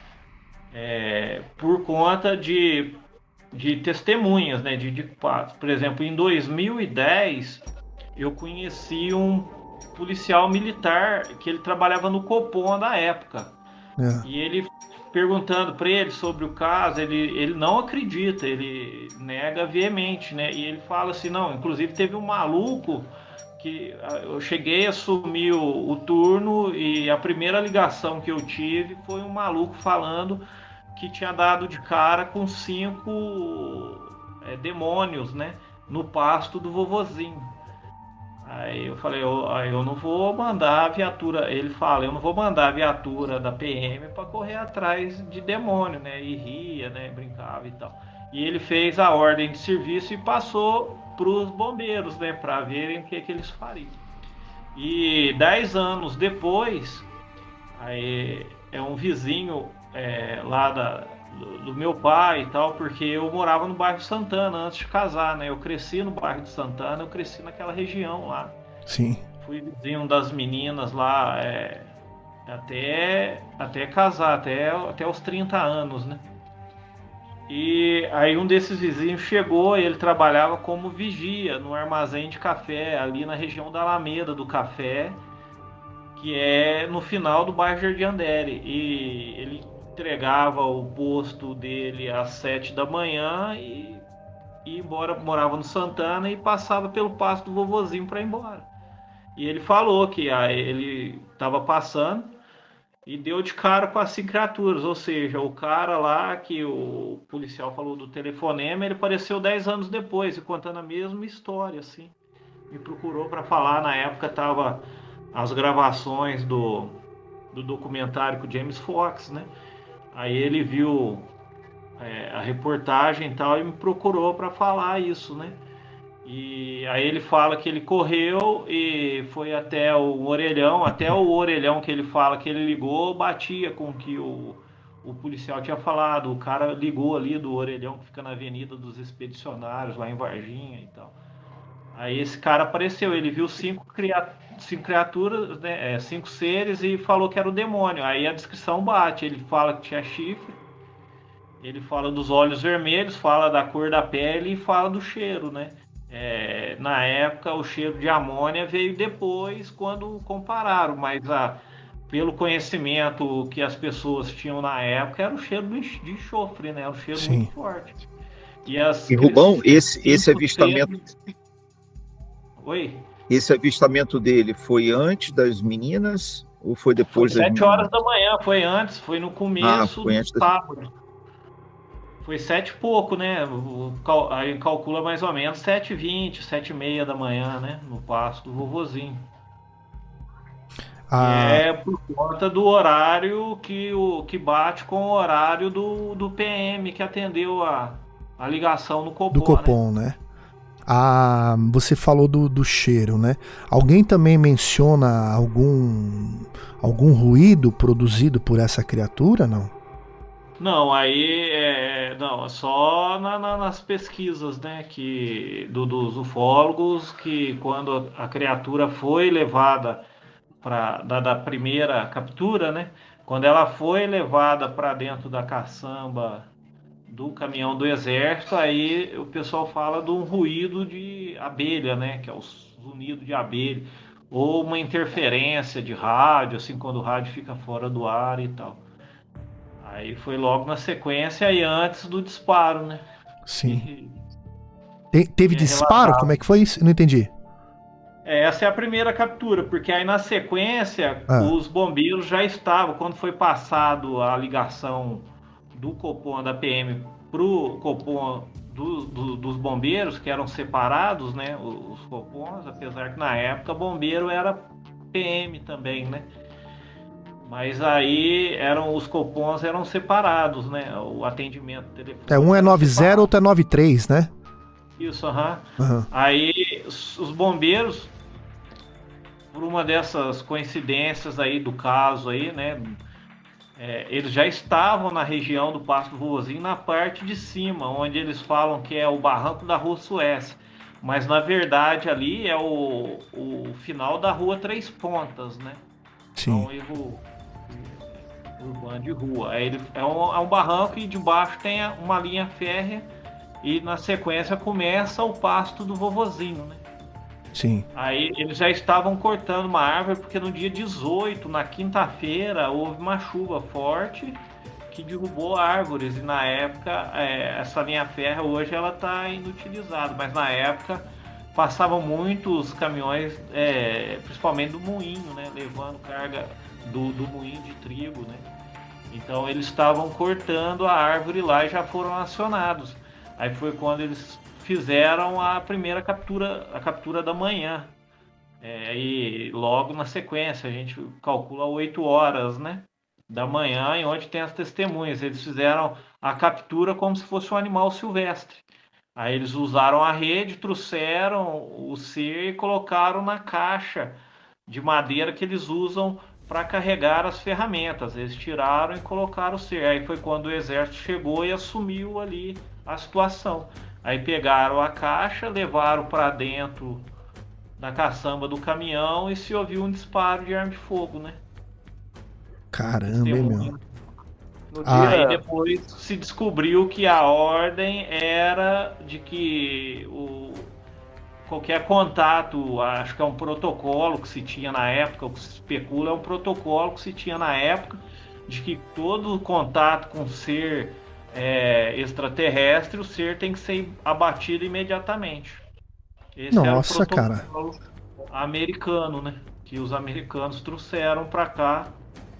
Por conta de testemunhas, né, de fatos. Por exemplo, em 2010, eu conheci um policial militar que ele trabalhava no Copom da época. E ele, perguntando para ele sobre o caso, ele não acredita, ele nega veemente, né? E ele fala assim, não, inclusive teve um maluco que eu cheguei a assumir o turno e a primeira ligação que eu tive foi um maluco falando que tinha dado de cara com 5 demônios, né, no pasto do vovozinho. Aí eu falei, eu não vou mandar a viatura, ele fala, eu não vou mandar a viatura da PM para correr atrás de demônio, né, e ria, né, brincava e tal. E ele fez a ordem de serviço e passou para os bombeiros, né, para verem o que eles fariam. E 10 anos depois, aí é um vizinho lá do meu pai e tal, porque eu morava no bairro Santana antes de casar, né? Eu cresci no bairro de Santana, eu cresci naquela região lá. Sim. Fui vizinho das meninas lá até casar, até os 30 anos, né? E aí um desses vizinhos chegou e ele trabalhava como vigia no armazém de café, ali na região da Alameda do Café, que é no final do bairro Jardim Andere. E ele entregava o posto dele às 7 da manhã e morava no Santana e passava pelo pasto do vovozinho para ir embora. E ele falou que ele estava passando e deu de cara com as 5 criaturas, ou seja, o cara lá que o policial falou do telefonema, ele apareceu 10 anos depois e contando a mesma história, assim. Me procurou para falar, na época tava as gravações do documentário com o James Fox, né? Aí ele viu a reportagem e tal e me procurou para falar isso, né? E aí ele fala que ele correu e foi até o orelhão que ele fala que ele ligou, batia com o que o policial tinha falado. O cara ligou ali do orelhão que fica na Avenida dos Expedicionários, lá em Varginha e tal. Aí esse cara apareceu, ele viu 5 criaturas, né, 5 seres e falou que era o demônio. Aí a descrição bate, ele fala que tinha chifre, ele fala dos olhos vermelhos, fala da cor da pele e fala do cheiro, né? Na época o cheiro de amônia veio depois quando compararam, mas pelo conhecimento que as pessoas tinham na época era o cheiro de enxofre, né? Era um cheiro muito forte. E Rubão, esse avistamento... Oi? Esse avistamento dele foi antes das meninas ou foi depois das meninas? 7 horas da manhã, foi antes, foi no começo do sábado. Foi 7 e pouco, né? Aí calcula mais ou menos 7h20, 7h30 da manhã, né? No pasto do vovozinho. Por conta do horário que bate com o horário do PM que atendeu a ligação no Copom. Do Copom, né? Você falou do cheiro, né? Alguém também menciona algum ruído produzido por essa criatura, não? Não, aí não, só nas pesquisas, né, dos ufólogos, que quando a criatura foi levada da primeira captura, né, quando ela foi levada para dentro da caçamba do caminhão do exército, aí o pessoal fala de um ruído de abelha, né, que é o zunido de abelha, ou uma interferência de rádio, assim, quando o rádio fica fora do ar e tal. Aí foi logo na sequência e antes do disparo, né? Sim. Teve disparo? Relatado. Como é que foi isso? Não entendi. Essa é a primeira captura, porque aí na sequência os bombeiros já estavam, quando foi passado a ligação do Copom da PM pro Copom dos bombeiros, que eram separados, né, os Copons, apesar que na época bombeiro era PM também, né? Mas aí os Copons eram separados, né? O atendimento telefônico. Um é 90, outro é 93, né? Isso, Aí os bombeiros, por uma dessas coincidências aí do caso aí, né? Eles já estavam na região do Passo do Vovozinho, na parte de cima, onde eles falam que é o barranco da Rua Suécia. Mas na verdade ali é o final da Rua Três Pontas, né? Sim. É um erro urbano de rua. É um barranco e debaixo tem uma linha férrea e na sequência começa o pasto do Vovozinho, né? Sim. Aí eles já estavam cortando uma árvore porque no dia 18, na quinta-feira, houve uma chuva forte que derrubou árvores e na época essa linha férrea hoje ela está inutilizada, mas na época passavam muitos caminhões, principalmente do moinho, né, levando carga do moinho de trigo, né? Então eles estavam cortando a árvore lá e já foram acionados. Aí foi quando eles fizeram a primeira captura, a captura da manhã. E logo na sequência, a gente calcula 8 horas, né, da manhã, e onde tem as testemunhas. Eles fizeram a captura como se fosse um animal silvestre. Aí eles usaram a rede, trouxeram o ser e colocaram na caixa de madeira que eles usam para carregar as ferramentas. Eles tiraram e colocaram o ser. Aí foi quando o exército chegou e assumiu ali a situação. Aí pegaram a caixa, levaram para dentro da caçamba do caminhão e se ouviu um disparo de arma de fogo, né? Caramba, hein, meu? No dia aí depois se descobriu que a ordem era de que qualquer contato, acho que é um protocolo que se tinha na época, o que se especula é um protocolo que se tinha na época, de que todo contato com ser extraterrestre, o ser tem que ser abatido imediatamente. Esse Nossa, era o protocolo americano, né? Que os americanos trouxeram para cá.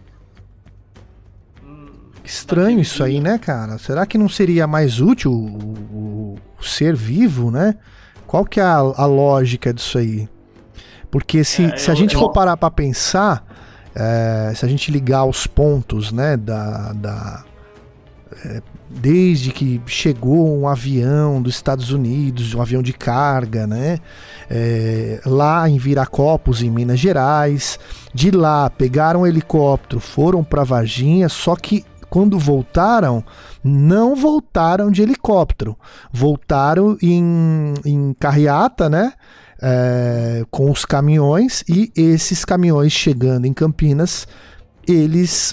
Estranho isso aí, né, cara? Será que não seria mais útil o ser vivo, né? Qual que é a lógica disso aí? Porque se a gente for parar para pensar, se a gente ligar os pontos, né, desde que chegou um avião dos Estados Unidos, um avião de carga, né, lá em Viracopos, em Minas Gerais, de lá pegaram um helicóptero, foram para Varginha, só que quando voltaram, não voltaram de helicóptero, voltaram em carreata, né, com os caminhões, e esses caminhões chegando em Campinas, eles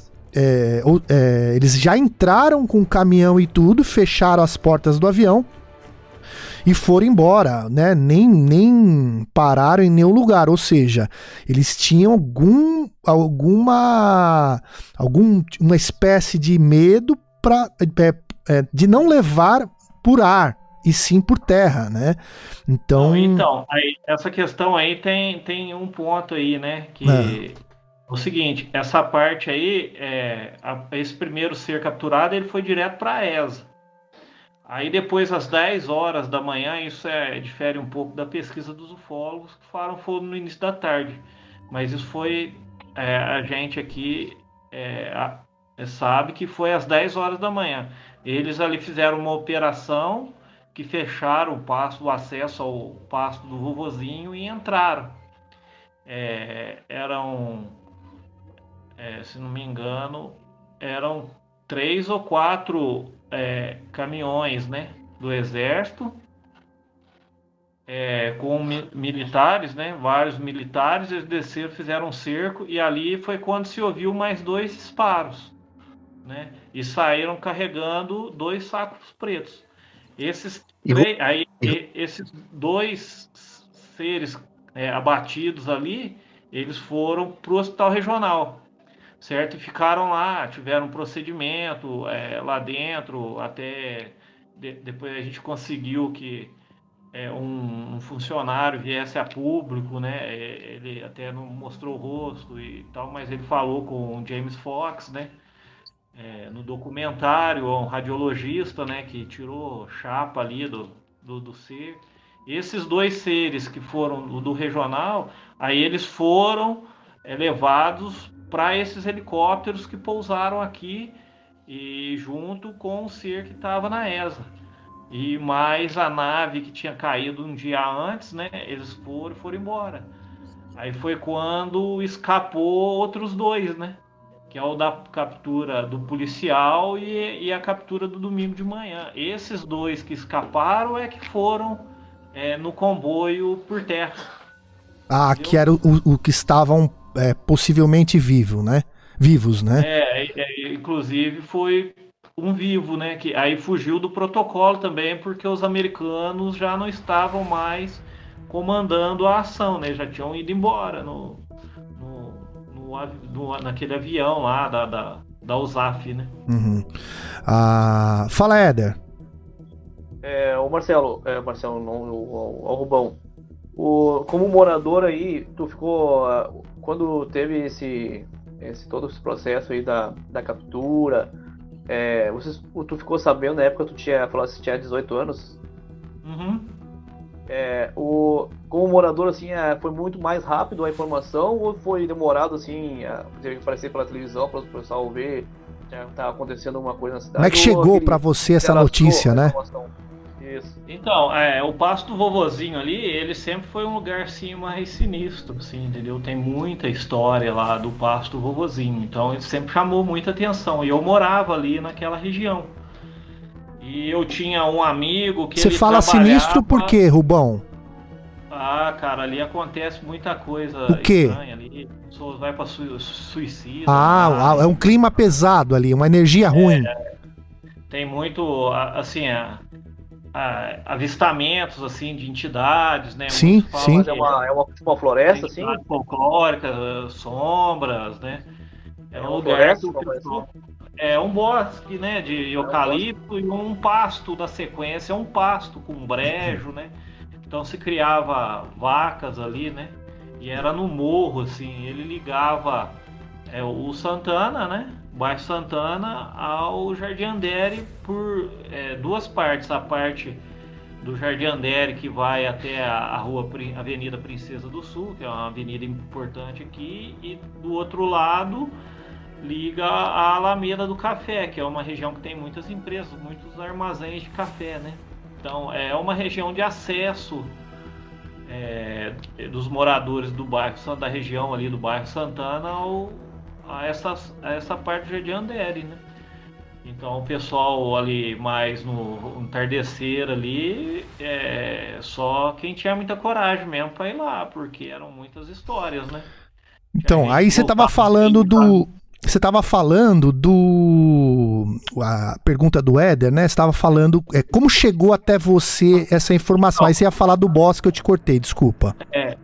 já entraram com o caminhão e tudo, fecharam as portas do avião e foram embora, né? Nem pararam em nenhum lugar, ou seja, eles tinham uma espécie de medo de não levar por ar e sim por terra, né? Então aí, essa questão aí tem um ponto aí, né? Que o seguinte, essa parte aí, esse primeiro ser capturado, ele foi direto para a ESA. Aí depois, às 10 horas da manhã, isso difere um pouco da pesquisa dos ufólogos, que falaram que foi no início da tarde. Mas isso foi, a gente aqui sabe que foi às 10 horas da manhã. Eles ali fizeram uma operação que fecharam o acesso ao pasto do Vovozinho e entraram. Se não me engano, eram 3 ou 4 caminhões, né, do exército, com militares, né, vários militares. Eles desceram, fizeram um cerco, e ali foi quando se ouviu mais 2 disparos, né, e saíram carregando 2 sacos pretos. Esses 2 seres abatidos ali, eles foram para o hospital regional, certo? E ficaram lá, tiveram um procedimento lá dentro, até depois a gente conseguiu que um funcionário viesse a público, né? Ele até não mostrou o rosto e tal, mas ele falou com o James Fox, né? No documentário, um radiologista, né? Que tirou chapa ali do ser. Esses 2 seres que foram do regional, aí eles foram levados para esses helicópteros que pousaram aqui e junto com o ser que estava na ESA. E mais a nave que tinha caído um dia antes, né? Eles foram embora. Aí foi quando escapou outros 2, né? Que é o da captura do policial e a captura do domingo de manhã. Esses 2 que escaparam é que foram no comboio por terra. Ah, entendeu? Que era o que estavam possivelmente vivos, né? Inclusive foi um vivo, né? Que aí fugiu do protocolo também, porque os americanos já não estavam mais comandando a ação, né? Já tinham ido embora naquele avião lá da USAF, né? Uhum. Fala, Éder. O Marcelo, o Rubão. Como morador aí, tu ficou quando teve todo esse processo aí da captura, tu ficou sabendo na época, falou que tinha 18 anos. Uhum. Como morador, assim, foi muito mais rápido a informação ou foi demorado, assim, teve que aparecer pela televisão para o pessoal ver que tá acontecendo alguma coisa na cidade? Como é que chegou para você essa notícia, né? Isso. Então, o Pasto do Vovozinho ali, ele sempre foi um lugar, assim, mais sinistro, assim, entendeu? Tem muita história lá do Pasto do Vovozinho, então ele sempre chamou muita atenção, e eu morava ali naquela região. E eu tinha um amigo que Você fala sinistro por quê, Rubão? Cara, ali acontece muita coisa o quê? Estranha ali, a pessoa vai pra suicídio. É um clima pesado ali, uma energia ruim. Tem muito, assim, avistamentos, assim, de entidades, né? Sim. É uma floresta, assim? Folclóricas, sombras, né? Um lugar floresta, um bosque, né, de eucalipto e um pasto da sequência, um pasto com brejo, né? Então se criava vacas ali, né? E era no morro, assim, ele ligava o Santana, né? O bairro Santana ao Jardim Andere por 2 partes. A parte do Jardim Andere que vai até a Avenida Princesa do Sul, que é uma avenida importante aqui, e do outro lado liga a Alameda do Café, que é uma região que tem muitas empresas, muitos armazéns de café, né? Então é uma região de acesso dos moradores do bairro, da região ali do bairro Santana a essa parte do Jardim Andere, né? Então o pessoal ali mais no entardecer ali, só quem tinha muita coragem mesmo para ir lá, porque eram muitas histórias, né? Então, aí você estava falando a pergunta do Éder, né? Você estava falando como chegou até você essa informação. Aí você ia falar do boss que eu te cortei, desculpa.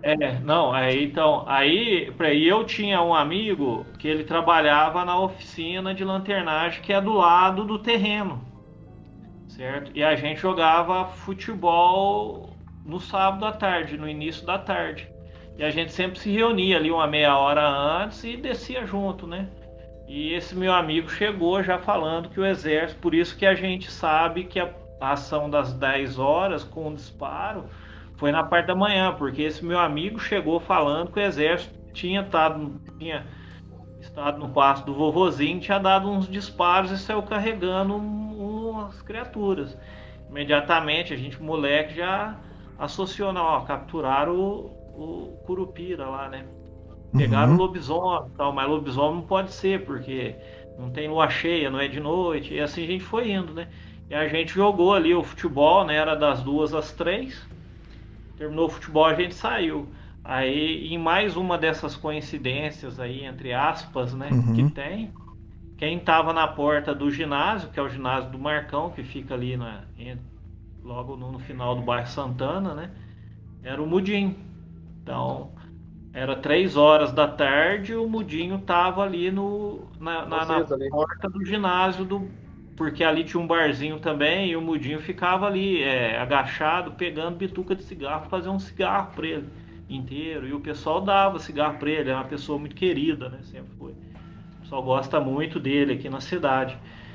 Aí eu tinha um amigo que ele trabalhava na oficina de lanternagem que é do lado do terreno, certo? E a gente jogava futebol no sábado à tarde, no início da tarde. E a gente sempre se reunia ali uma meia hora antes e descia junto, né? E esse meu amigo chegou já falando que o exército, por isso que a gente sabe que a ação das 10 horas com o disparo foi na parte da manhã, porque esse meu amigo chegou falando que o exército tinha estado no pasto do Vovozinho, tinha dado uns disparos e saiu carregando umas criaturas. Imediatamente a gente, moleque, já associou, capturaram o Curupira lá, né? Pegaram o lobisomem e tal, mas lobisomem não pode ser, porque não tem lua cheia, não é de noite, e assim a gente foi indo, né? E a gente jogou ali o futebol, né? Era das 2 às 3, terminou o futebol, a gente saiu. Aí, em mais uma dessas coincidências aí, entre aspas, né, que tem, quem tava na porta do ginásio, que é o ginásio do Marcão, que fica ali logo no final do bairro Santana, né, era o Mudinho. Então, era 3 horas da tarde, o Mudinho tava ali na porta do ginásio porque ali tinha um barzinho também, e o Mudinho ficava ali agachado, pegando bituca de cigarro, fazer um cigarro para ele inteiro, e o pessoal dava cigarro para ele, é uma pessoa muito querida, né, sempre foi. O pessoal gosta muito dele aqui na cidade.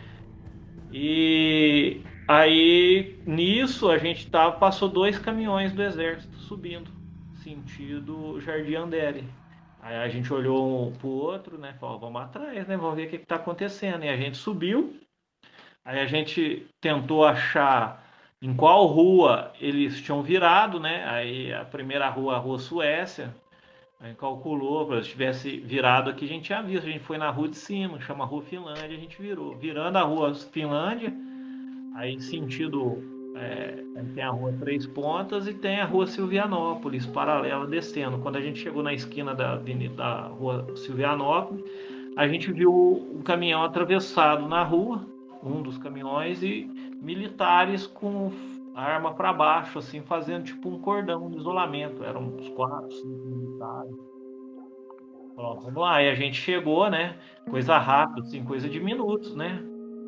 E aí, nisso, a gente passou 2 caminhões do exército subindo, sentido Jardim Andere. Aí a gente olhou um pro outro, né, falou, vamos atrás, né, vamos ver o que tá acontecendo. E a gente subiu, aí a gente tentou achar em qual rua eles tinham virado, né, aí a primeira rua, a Rua Suécia, a gente calculou, para se tivesse virado aqui, a gente tinha visto, a gente foi na rua de cima, chama Rua Finlândia, a gente virou. Virando a Rua Finlândia, aí sentido, tem a Rua Três Pontas e tem a Rua Silvianópolis, paralela, descendo. Quando a gente chegou na esquina da Rua Silvianópolis, a gente viu um caminhão atravessado na rua, um dos caminhões, e militares com a arma para baixo, assim, fazendo tipo um cordão de isolamento. Eram uns 4, 5 militares. Falou, vamos lá. E a gente chegou, né? Coisa rápida, assim, coisa de minutos, né?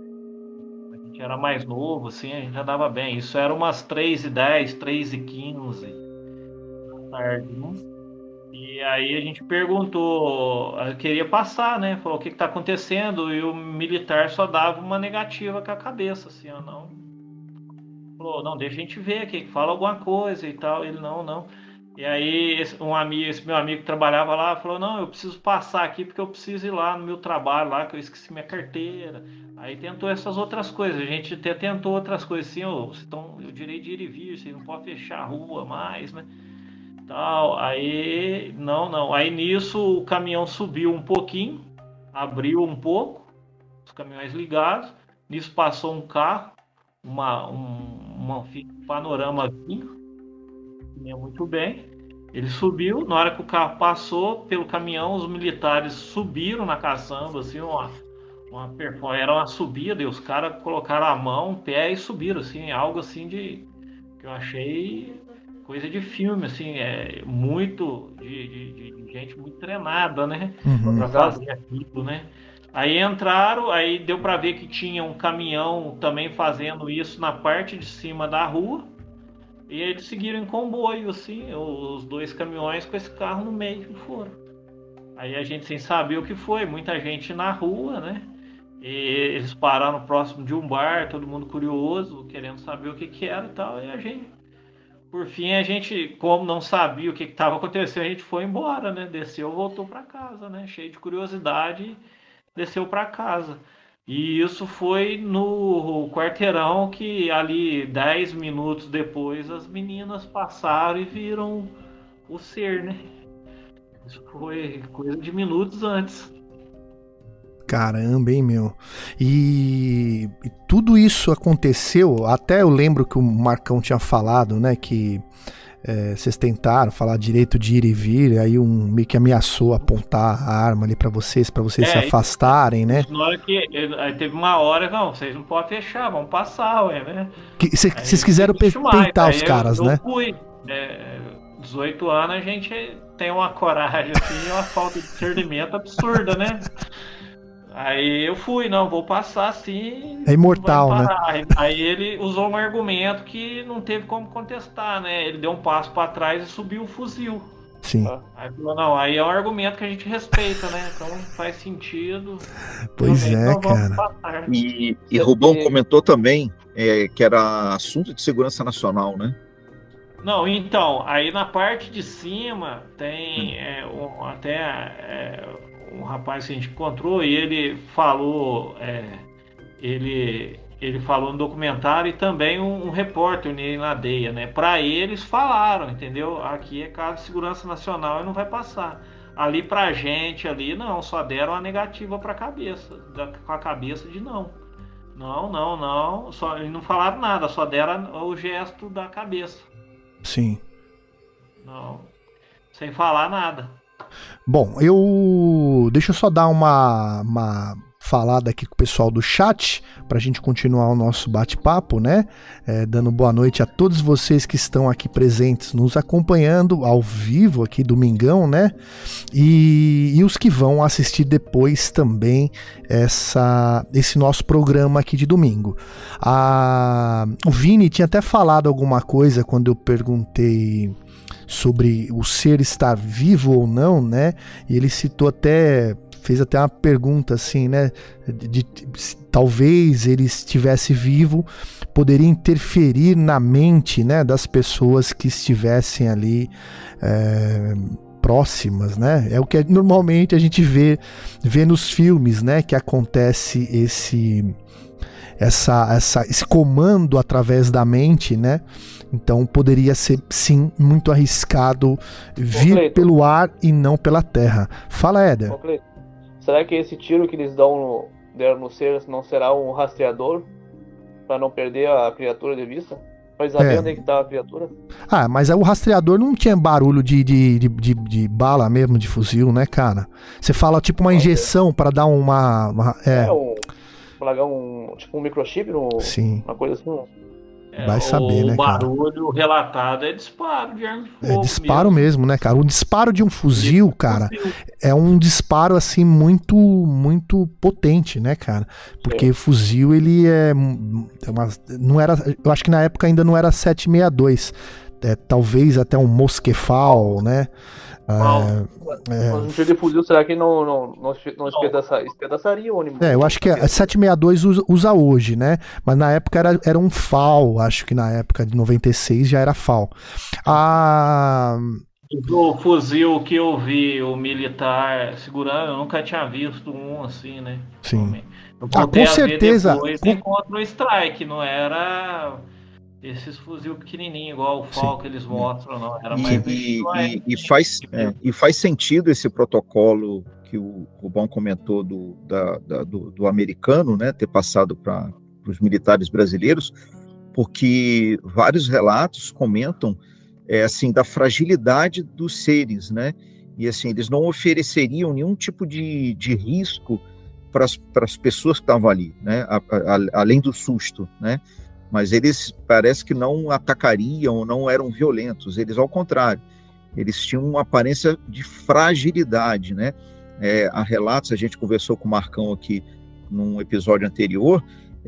A gente era mais novo, assim, a gente já dava bem. Isso era umas 3h10, 3h15 da tarde, né? E aí a gente perguntou, queria passar, né? Falou, o que tá acontecendo? E o militar só dava uma negativa com a cabeça, assim, ó, não. Falou, não, deixa a gente ver aqui, fala alguma coisa e tal. Ele, não. E aí esse meu amigo que trabalhava lá falou, não, eu preciso passar aqui porque eu preciso ir lá no meu trabalho lá, que eu esqueci minha carteira. Aí tentou essas outras coisas, a gente até tentou outras coisas assim, vocês estão o direito de ir e vir, vocês não podem fechar a rua mais, né? Tal. Aí, não. Aí nisso o caminhão subiu um pouquinho, abriu um pouco, os caminhões ligados, nisso passou um carro, um panoramazinho, ia muito bem. Ele subiu, na hora que o carro passou pelo caminhão, os militares subiram na caçamba, assim, era uma subida, e os caras colocaram a mão, o pé e subiram, assim, algo assim que eu achei coisa de filme, assim, muito de gente muito treinada, né, pra fazer aquilo, né. Aí entraram, aí deu para ver que tinha um caminhão também fazendo isso na parte de cima da rua, e eles seguiram em comboio, assim, os 2 caminhões com esse carro no meio que foram. Aí a gente sem saber o que foi, muita gente na rua, né, e eles pararam próximo de um bar, todo mundo curioso, querendo saber o que era e tal, e a gente, por fim, como não sabia o que estava acontecendo, a gente foi embora, né, desceu, voltou para casa, né, cheio de curiosidade, desceu para casa. E isso foi no quarteirão que ali 10 minutos depois as meninas passaram e viram o ser, né? Isso foi coisa de minutos antes. Caramba, hein, meu? E tudo isso aconteceu, até eu lembro que o Marcão tinha falado, né, que vocês tentaram falar direito de ir e vir, aí meio que ameaçou apontar a arma ali pra vocês se afastarem, né? Na hora aí teve uma hora, não, vocês não podem fechar, vamos passar, né? Vocês quiseram tentar os caras, né? Eu fui, 18 anos a gente tem uma coragem, assim, uma falta de discernimento absurda, né? Aí eu fui, não, vou passar assim. É imortal, né? Aí ele usou um argumento que não teve como contestar, né? Ele deu um passo para trás e subiu o fuzil. Sim. Aí falou, não, aí é um argumento que a gente respeita, né? Então faz sentido. Pois também, então cara. Passar. E Rubão comentou também que era assunto de segurança nacional, né? Não, então, aí na parte de cima tem um rapaz que a gente encontrou e ele falou, ele falou no documentário, e também um repórter nele na DEIA, né? Para eles falaram, entendeu? Aqui é caso de segurança nacional e não vai passar. Ali pra gente, ali não, só deram a negativa pra cabeça, com a cabeça de não. Não, só, eles não falaram nada, só deram o gesto da cabeça. Sim. Não, sem falar nada. Bom, deixa eu só dar falada aqui com o pessoal do chat, para a gente continuar o nosso bate-papo, né? Dando boa noite a todos vocês que estão aqui presentes, nos acompanhando ao vivo aqui, domingão, né? E os que vão assistir depois também esse nosso programa aqui de domingo. O Vini tinha até falado alguma coisa quando eu perguntei sobre o ser estar vivo ou não, né? E ele fez até uma pergunta assim, né? Talvez ele estivesse vivo, poderia interferir na mente, né, das pessoas que estivessem ali próximas, né? É o que normalmente a gente vê nos filmes, né? Que acontece esse comando através da mente, né? Então poderia ser, sim, muito arriscado vir pelo ar e não pela terra. Fala, Éder. Será que esse tiro que eles deram no ser não será um rastreador para não perder a criatura de vista? Mas saber onde é que tá a criatura? Mas o rastreador não tinha barulho de bala mesmo, de fuzil, né, cara? Você fala tipo uma injeção para dar tipo um microchip, sim, uma coisa assim. Vai saber, né, cara? O barulho relatado é disparo de arma de fogo. É disparo mesmo, né, cara? O disparo de um fuzil, cara, é um disparo, assim, muito, muito potente, né, cara? Porque fuzil, ele não era... Eu acho que na época ainda não era 7.62. Talvez até um Mosquefal, né? Mas um tiro de fuzil, será que não espedaçaria o ônibus? Eu acho que a 762 usa hoje, né? Mas na época era um FAL, acho que na época de 96 já era FAL. O fuzil que eu vi o militar segurando, eu nunca tinha visto um assim, né? Sim. Com certeza. Depois encontra o Strike, não era esses fuzil pequenininho igual o FAL que eles mostram, não. Era mais e faz sentido esse protocolo que o Rubão comentou do americano, né, ter passado para os militares brasileiros, porque vários relatos comentam assim, da fragilidade dos seres, né? E assim, eles não ofereceriam nenhum tipo de risco para as pessoas que estavam ali, né? Além do susto, né? Mas eles parece que não atacariam, não eram violentos, eles ao contrário, eles tinham uma aparência de fragilidade, né? Há relatos, a gente conversou com o Marcão aqui num episódio anterior,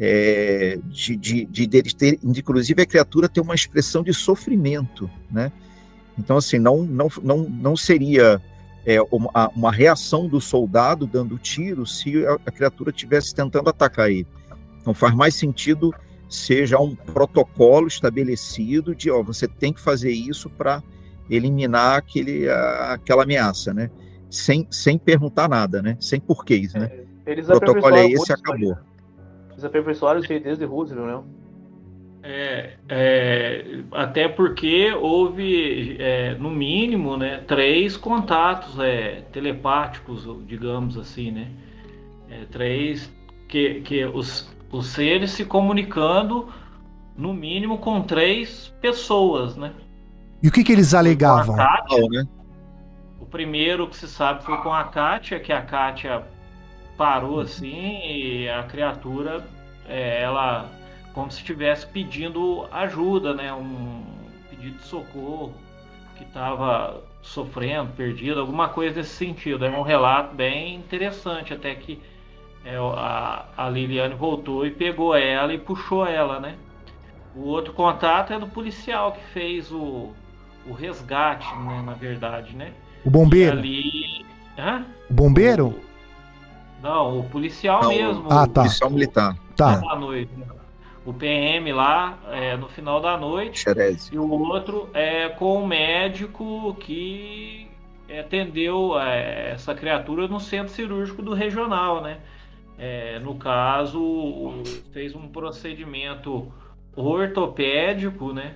deles ter, inclusive a criatura ter uma expressão de sofrimento, né? Então assim, não seria uma reação do soldado dando tiro se a criatura estivesse tentando atacar ele. Então faz mais sentido seja um protocolo estabelecido de você tem que fazer isso para eliminar aquela ameaça, né? Sem perguntar nada, né? Sem porquês, né? O protocolo é esse e acabou. Eles aperfeiçoaram isso desde Roosevelt, né? Até porque houve, no mínimo, né, 3 contatos telepáticos, digamos assim, né? 3 que os seres se comunicando, no mínimo, com 3 pessoas, né? E o que eles alegavam? O primeiro que se sabe foi com a Kátia, que a Kátia parou assim e a criatura, ela como se estivesse pedindo ajuda, né? Um pedido de socorro, que estava sofrendo, perdido, alguma coisa nesse sentido. É um relato bem interessante, até que a Liliane voltou e pegou ela e puxou ela, né? O outro contato é do policial que fez o resgate, né, na verdade, né? O bombeiro? O bombeiro? Não, o policial mesmo. Tá. O policial militar. Tá. Da noite, né? O PM lá, no final da noite. Xerez. E o outro com o médico que atendeu essa criatura no centro cirúrgico do regional, né? No caso, fez um procedimento ortopédico, né,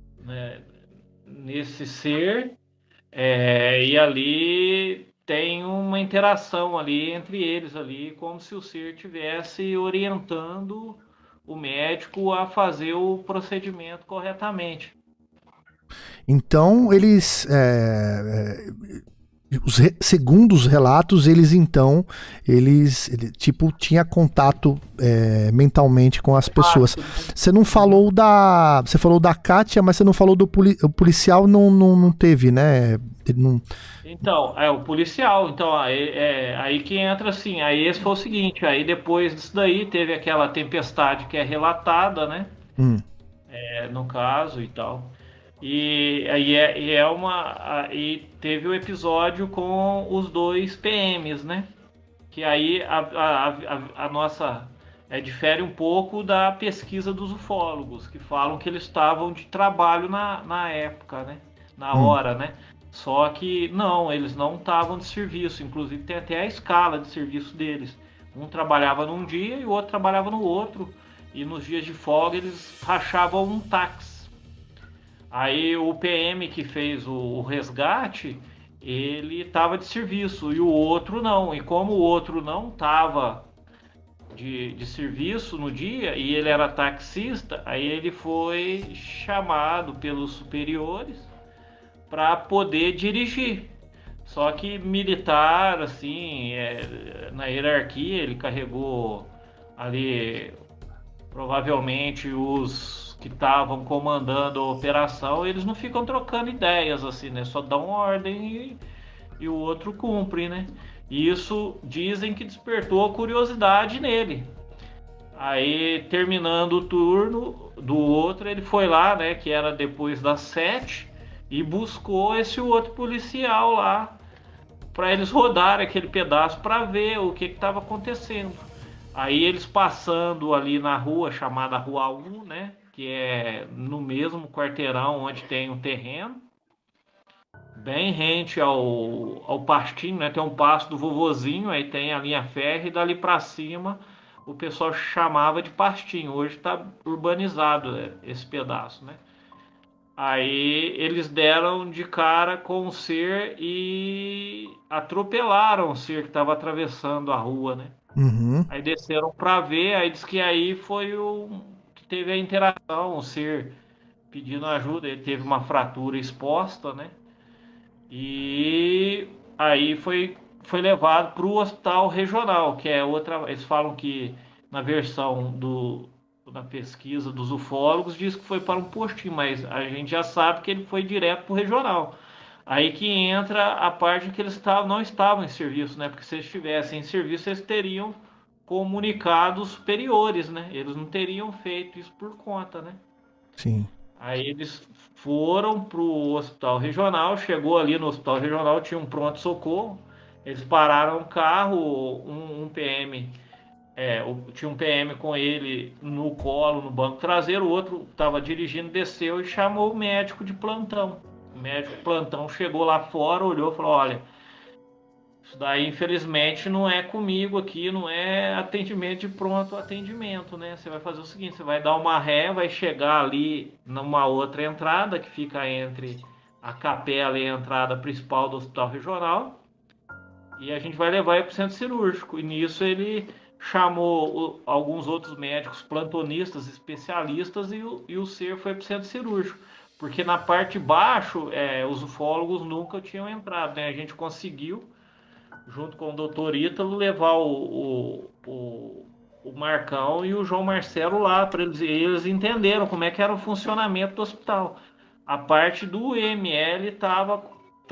nesse ser, e ali tem uma interação ali entre eles ali, como se o ser estivesse orientando o médico a fazer o procedimento corretamente. Então eles segundo os relatos, eles tipo, tinha contato mentalmente com as pessoas. Você não falou você falou da Kátia, mas você não falou do o policial, não teve, né? Ele não... Então, o policial, então, aí que entra assim, aí esse foi o seguinte, aí depois disso daí teve aquela tempestade que é relatada, né? No caso e tal. E teve o episódio com os 2 PMs, né? Que aí a nossa difere um pouco da pesquisa dos ufólogos, que falam que eles estavam de trabalho na época, né? Na hora, né? Só que não, eles não estavam de serviço, inclusive tem até a escala de serviço deles. Um trabalhava num dia e o outro trabalhava no outro, e nos dias de folga eles rachavam um táxi. Aí o PM que fez o resgate, ele estava de serviço e o outro não. E como o outro não estava de serviço no dia e ele era taxista, aí ele foi chamado pelos superiores para poder dirigir. Só que militar, assim, na hierarquia, ele carregou ali provavelmente os que estavam comandando a operação, eles não ficam trocando ideias, assim, né? Só dão ordem e o outro cumpre, né? E isso dizem que despertou a curiosidade nele. Aí, terminando o turno do outro, ele foi lá, né? Que era depois das 7, e buscou esse outro policial lá para eles rodarem aquele pedaço para ver o que estava acontecendo. Aí eles passando ali na rua chamada Rua 1, né? Que é no mesmo quarteirão onde tem um terreno, bem rente ao pastinho, né? Tem um pasto do vovozinho, aí tem a linha férrea e dali para cima o pessoal chamava de pastinho. Hoje está urbanizado esse pedaço, né? Aí eles deram de cara com o ser e atropelaram o ser que estava atravessando a rua, né? Aí desceram para ver, aí diz que aí foi que teve a interação, o ser pedindo ajuda, ele teve uma fratura exposta, né? E aí foi levado para o hospital regional, que é outra. Eles falam que na versão na pesquisa dos ufólogos diz que foi para um postinho, mas a gente já sabe que ele foi direto para o regional. Aí que entra a parte que eles não estavam em serviço, né? Porque se eles estivessem em serviço, eles teriam comunicado os superiores, né? Eles não teriam feito isso por conta, né? Sim. Aí eles foram para o hospital regional, chegou ali no hospital regional, tinha um pronto-socorro, eles pararam o carro, um PM... tinha um PM com ele no colo, no banco traseiro, o outro estava dirigindo, desceu e chamou o médico de plantão. O médico de plantão chegou lá fora, olhou e falou: olha, isso daí infelizmente não é comigo aqui, não é atendimento de pronto atendimento, né? Você vai fazer o seguinte, você vai dar uma ré, vai chegar ali numa outra entrada que fica entre a capela e a entrada principal do hospital regional, e a gente vai levar ele para o centro cirúrgico. E nisso ele chamou alguns outros médicos plantonistas, especialistas, e o ser foi para o centro cirúrgico, porque na parte de baixo os ufólogos nunca tinham entrado, né? A gente conseguiu, junto com o doutor Ítalo, levar o Marcão e o João Marcelo lá, para eles entenderam como é que era o funcionamento do hospital. A parte do EML estava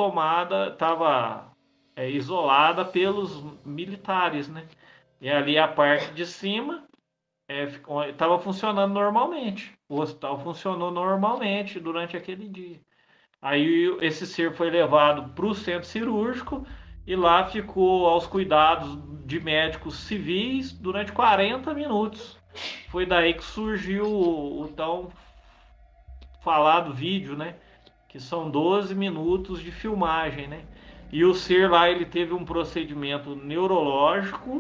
isolada pelos militares, né? E ali a parte de cima estava funcionando normalmente. O hospital funcionou normalmente durante aquele dia. Aí esse ser foi levado para o centro cirúrgico e lá ficou aos cuidados de médicos civis durante 40 minutos. Foi daí que surgiu o tão falado vídeo, né? Que são 12 minutos de filmagem, né? E o ser lá, ele teve um procedimento neurológico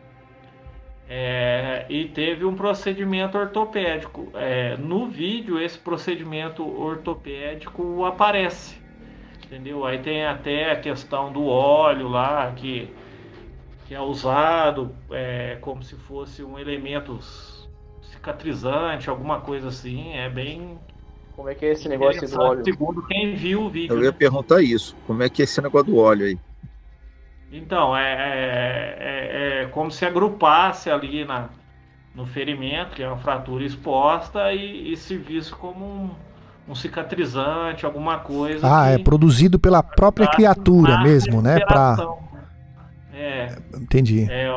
e teve um procedimento ortopédico. No vídeo, esse procedimento ortopédico aparece, entendeu? Aí tem até a questão do óleo lá, que é usado como se fosse um elemento cicatrizante, alguma coisa assim. É bem Como é que é esse negócio do óleo? Segundo quem viu o vídeo. Eu ia perguntar isso. Como é que é esse negócio do óleo aí? Então, é como se agrupasse ali no ferimento, que é uma fratura exposta, e servisse como um cicatrizante, alguma coisa. É produzido pela própria criatura mesmo, né? Entendi. É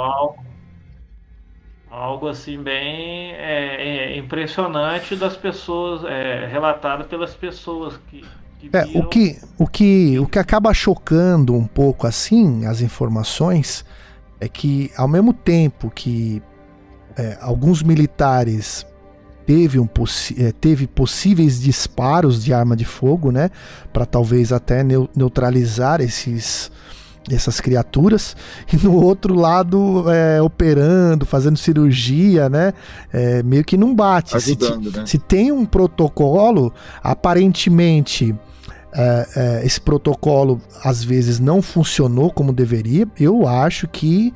algo assim bem impressionante das pessoas, relatado pelas pessoas que viram. O que acaba chocando um pouco assim as informações é que, ao mesmo tempo que alguns militares teve possíveis disparos de arma de fogo, né, para talvez até neutralizar essas criaturas, e no outro lado operando, fazendo cirurgia, né, meio que não bate. Ajudando, né? Se tem um protocolo, aparentemente esse protocolo às vezes não funcionou como deveria. Eu acho que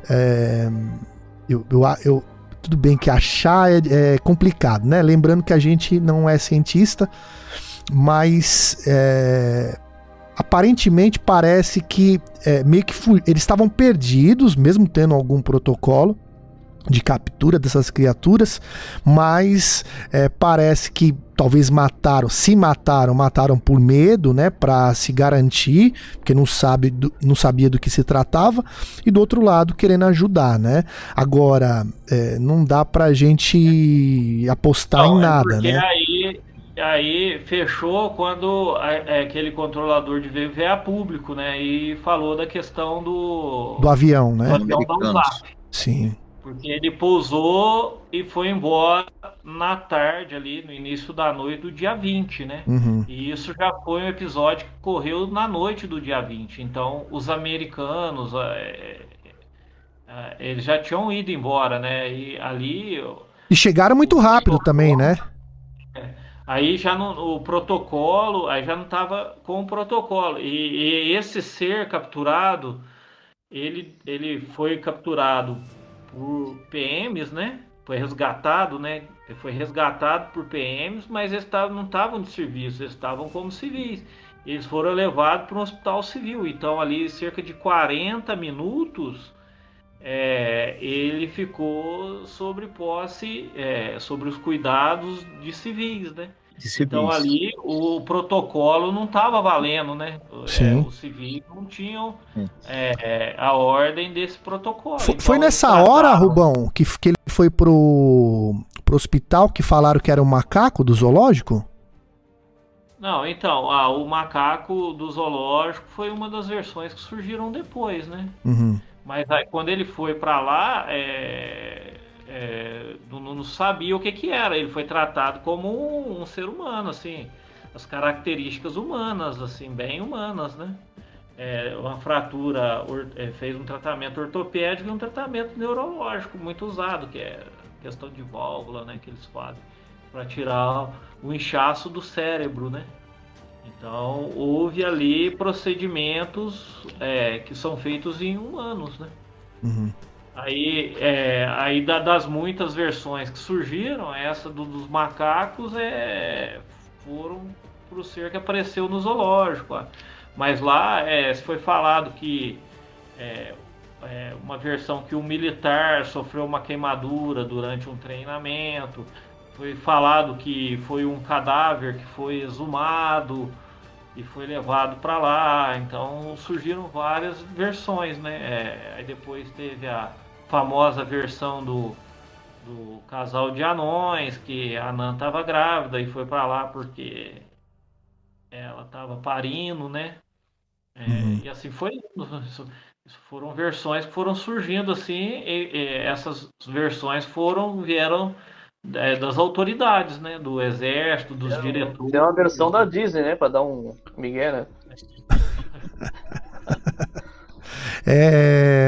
tudo bem que achar é complicado, né? Lembrando que a gente não é cientista, mas aparentemente parece que meio que eles estavam perdidos, mesmo tendo algum protocolo de captura dessas criaturas, mas parece que talvez mataram por medo, né, para se garantir, porque não sabia do que se tratava, e do outro lado querendo ajudar, né? Agora, não dá pra gente apostar em nada, né? Aí fechou quando aquele controlador de voo veio a público, né, e falou da questão do avião, né? Do avião da USAF. Sim. Porque ele pousou e foi embora na tarde ali, no início da noite do dia 20, né? Uhum. E isso já foi um episódio que ocorreu na noite do dia 20. Então, os americanos, eles já tinham ido embora, né? E ali... E chegaram muito rápido também, né? Aí já o protocolo, aí já não estava com o protocolo. E esse ser capturado, ele foi capturado por PMs, né? Foi resgatado, né? Foi resgatado por PMs, mas eles não estavam de serviço, eles estavam como civis. Eles foram levados para um hospital civil. Então, ali, cerca de 40 minutos, ele ficou sobre posse, sobre os cuidados de civis, né? Então, ali, o protocolo não estava valendo, né? Os civis não tinham a ordem desse protocolo. Foi nessa hora, Rubão, que ele foi pro hospital, que falaram que era um macaco do zoológico? Não, então, o macaco do zoológico foi uma das versões que surgiram depois, né? Uhum. Mas aí, quando ele foi para lá, não sabia o que era. Ele foi tratado como um ser humano, assim, as características humanas, assim, bem humanas, né? Uma fratura, fez um tratamento ortopédico e um tratamento neurológico muito usado, que é questão de válvula, né, que eles fazem para tirar o inchaço do cérebro, né? Então houve ali procedimentos que são feitos em humanos, né? Uhum. Aí das muitas versões que surgiram, essa dos macacos foram para o ser que apareceu no zoológico. Mas lá foi falado que uma versão que um militar sofreu uma queimadura durante um treinamento. Foi falado que foi um cadáver que foi exumado e foi levado para lá. Então surgiram várias versões, né? Aí depois teve a famosa versão do casal de anões, que a anã estava grávida e foi para lá porque ela estava parindo, né? E assim foi. Foram versões que foram surgindo assim, e essas versões vieram das autoridades, né? Do exército, dos diretores. Tem uma versão da Disney, né? Para dar um migué, né?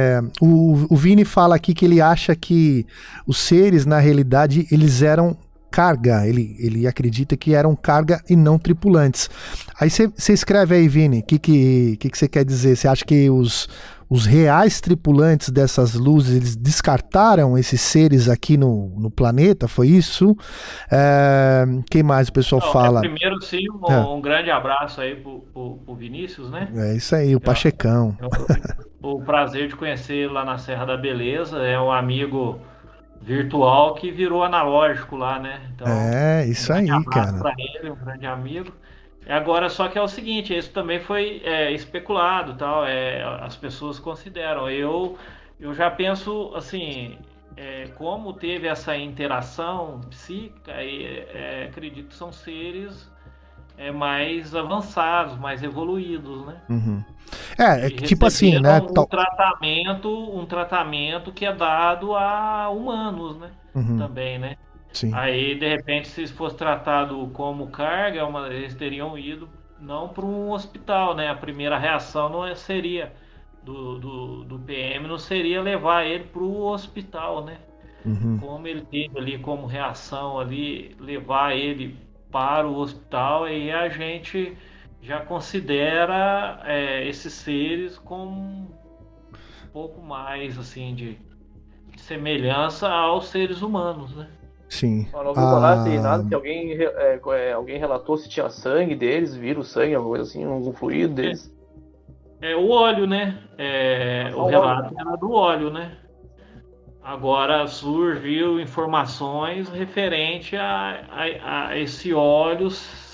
O Vini fala aqui que ele acha que os seres, na realidade, eles eram carga, ele acredita que eram carga e não tripulantes. Aí você escreve aí, Vini, o que você quer dizer? Você acha que os reais tripulantes dessas luzes, eles descartaram esses seres aqui no planeta, foi isso? Quem mais o pessoal fala? Primeiro, sim, um grande abraço aí pro Vinícius, né? É isso aí, o Pachecão. O prazer de conhecer lá na Serra da Beleza, é um amigo virtual que virou analógico lá, né? Então, isso aí, cara. Para ele, um grande amigo. Agora, só que é o seguinte, isso também foi especulado, tal, as pessoas consideram. Eu já penso, assim, como teve essa interação psíquica, acredito que são seres mais avançados, mais evoluídos, né? Uhum. Tipo assim, né? Um tratamento que é dado a humanos, né? Uhum. Também, né? Sim. Aí, de repente, se fosse tratado como carga, eles teriam ido não para um hospital, né? A primeira reação não seria do PM, não seria levar ele para o hospital, né? Uhum. Como ele teve ali como reação ali, levar ele para o hospital, aí a gente já considera esses seres como um pouco mais assim de semelhança aos seres humanos, né? Sim. Não ouviu falar assim, nada que alguém relatou se tinha sangue deles, viram sangue, alguma coisa assim, algum fluido deles. O óleo, né? O relato era do óleo, né? Agora surgiu informações referente a esse óleo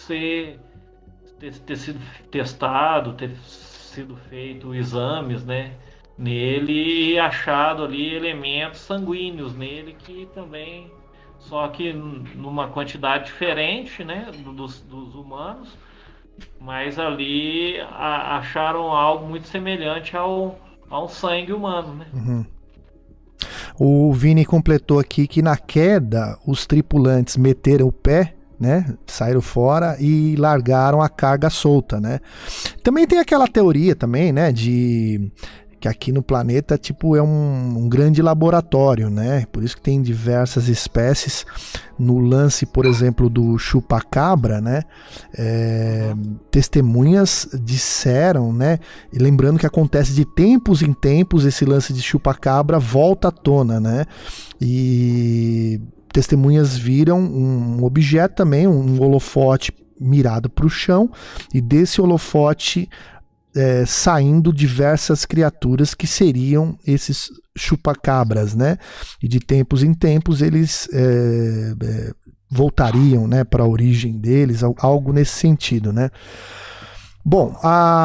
ter sido testado, ter sido feito exames, né? Nele e achado ali elementos sanguíneos nele que também, só que numa quantidade diferente, né, dos humanos, mas ali acharam algo muito semelhante ao sangue humano, né? Uhum. O Vini completou aqui que na queda os tripulantes meteram o pé, né, saíram fora e largaram a carga solta, né? Também tem aquela teoria também, né, de que aqui no planeta tipo é um grande laboratório, né? Por isso que tem diversas espécies. No lance, por exemplo, do chupacabra, né? Testemunhas disseram, né? E lembrando que acontece de tempos em tempos, esse lance de chupacabra volta à tona, né? E testemunhas viram um objeto também, um holofote mirado para o chão, e desse holofote saindo diversas criaturas que seriam esses chupacabras, né? E de tempos em tempos eles voltariam, né, para a origem deles, algo nesse sentido, né? Bom,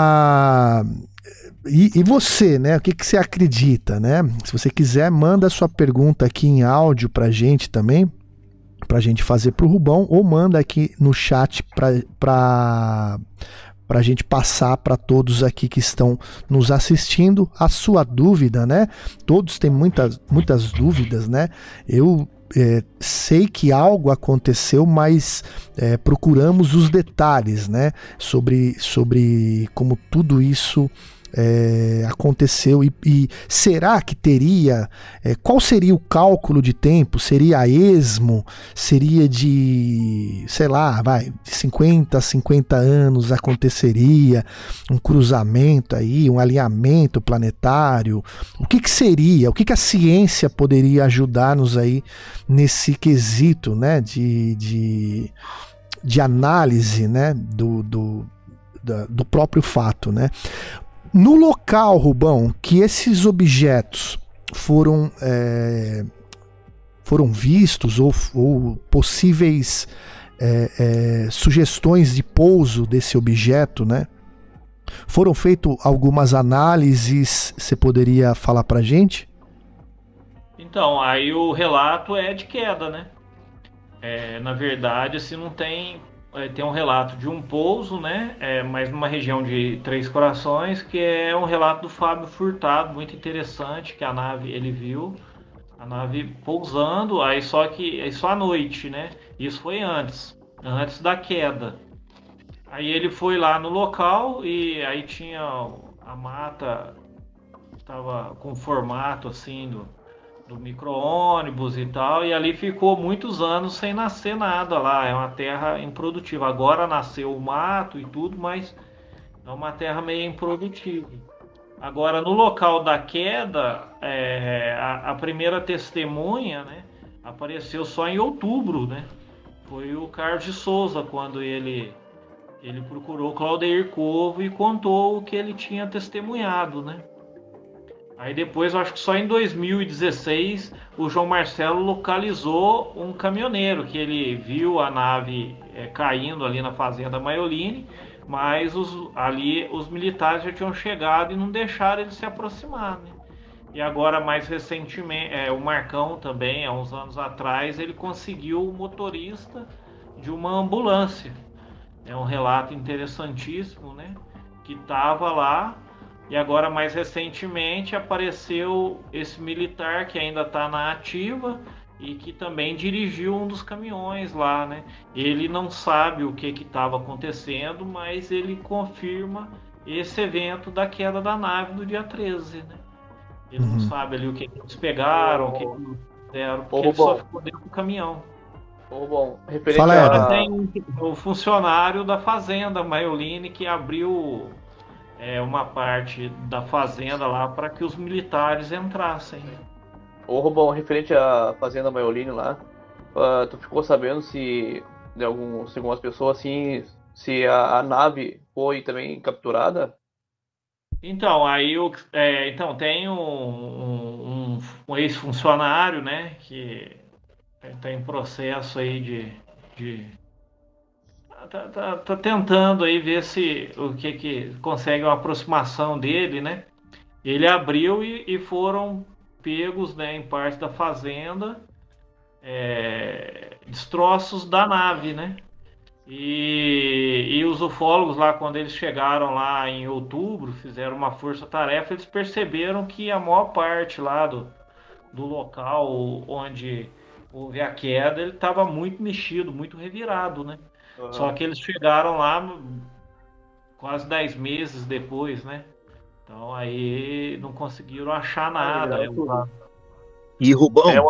e você, né? O que você acredita, né? Se você quiser, manda a sua pergunta aqui em áudio pra gente também, pra gente fazer pro Rubão, ou manda aqui no chat pra gente passar para todos aqui que estão nos assistindo a sua dúvida, né? Todos têm muitas dúvidas, né? Eu sei que algo aconteceu, mas procuramos os detalhes, né? Sobre como tudo isso aconteceu e será que teria, qual seria o cálculo de tempo? Seria a esmo? Seria de, sei lá, de 50 a 50 anos aconteceria um cruzamento aí, um alinhamento planetário? O que seria? O que a ciência poderia ajudar-nos aí nesse quesito, né, de análise, né, do próprio fato, né? No local, Rubão, que esses objetos foram vistos ou possíveis sugestões de pouso desse objeto, né? Foram feitas algumas análises, você poderia falar pra gente? Então, aí o relato é de queda, né? Na verdade, assim, não tem um relato de um pouso, né? Mas numa região de Três Corações, que é um relato do Fábio Furtado, muito interessante, que a nave ele viu, a nave pousando, aí só à noite, né? Isso foi antes da queda. Aí ele foi lá no local e aí tinha a mata, estava com formato assim micro-ônibus e tal, e ali ficou muitos anos sem nascer nada lá, é uma terra improdutiva. Agora nasceu o mato e tudo, mas é uma terra meio improdutiva. Agora, no local da queda, a primeira testemunha, né, apareceu só em outubro, né? Foi o Carlos de Souza, quando ele procurou Claudeir Covo e contou o que ele tinha testemunhado, né? Aí depois, eu acho que só em 2016, o João Marcelo localizou um caminhoneiro, que ele viu a nave caindo ali na fazenda Maioline, mas ali os militares já tinham chegado e não deixaram ele se aproximar, né? E agora, mais recentemente, o Marcão também, há uns anos atrás, ele conseguiu o motorista de uma ambulância. É um relato interessantíssimo, né? Que estava lá. E agora, mais recentemente, apareceu esse militar que ainda está na ativa e que também dirigiu um dos caminhões lá, né? Ele não sabe o que estava acontecendo, mas ele confirma esse evento da queda da nave do dia 13, né? Ele não sabe ali o que eles pegaram, o que eles fizeram, porque ele só ficou dentro do caminhão. Bom, referente Agora tem o funcionário da fazenda Maioline que abriu uma parte da fazenda lá para que os militares entrassem. Ô Rubão, referente à fazenda Maioline lá, tu ficou sabendo se algumas pessoas assim, se a nave foi também capturada? Então, aí tem um ex-funcionário, né, que está em processo aí tá tentando aí ver se o que consegue uma aproximação dele, né? Ele abriu e foram pegos, né, em parte da fazenda, destroços da nave, né? E os ufólogos lá, quando eles chegaram lá em outubro, fizeram uma força-tarefa, eles perceberam que a maior parte lá do local onde houve a queda, ele estava muito mexido, muito revirado, né? Uhum. Só que eles chegaram lá quase 10 meses depois, né? Então aí não conseguiram achar nada. E Rubão,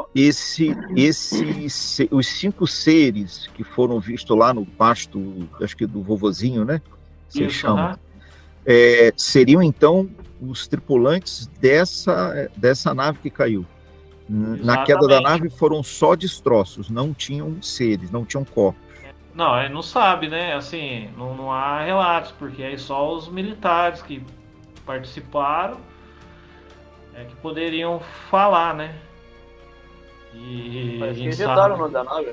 os 5 seres que foram vistos lá no pasto, acho que do vovozinho, né? Você chama. Seriam então os tripulantes dessa nave que caiu. Exatamente. Na queda da nave foram só destroços, não tinham seres, não tinham corpos. Não, não sabe, né? Assim, não há relatos, porque aí só os militares que participaram que poderiam falar, né? Mas que ejetaram o nome da nave?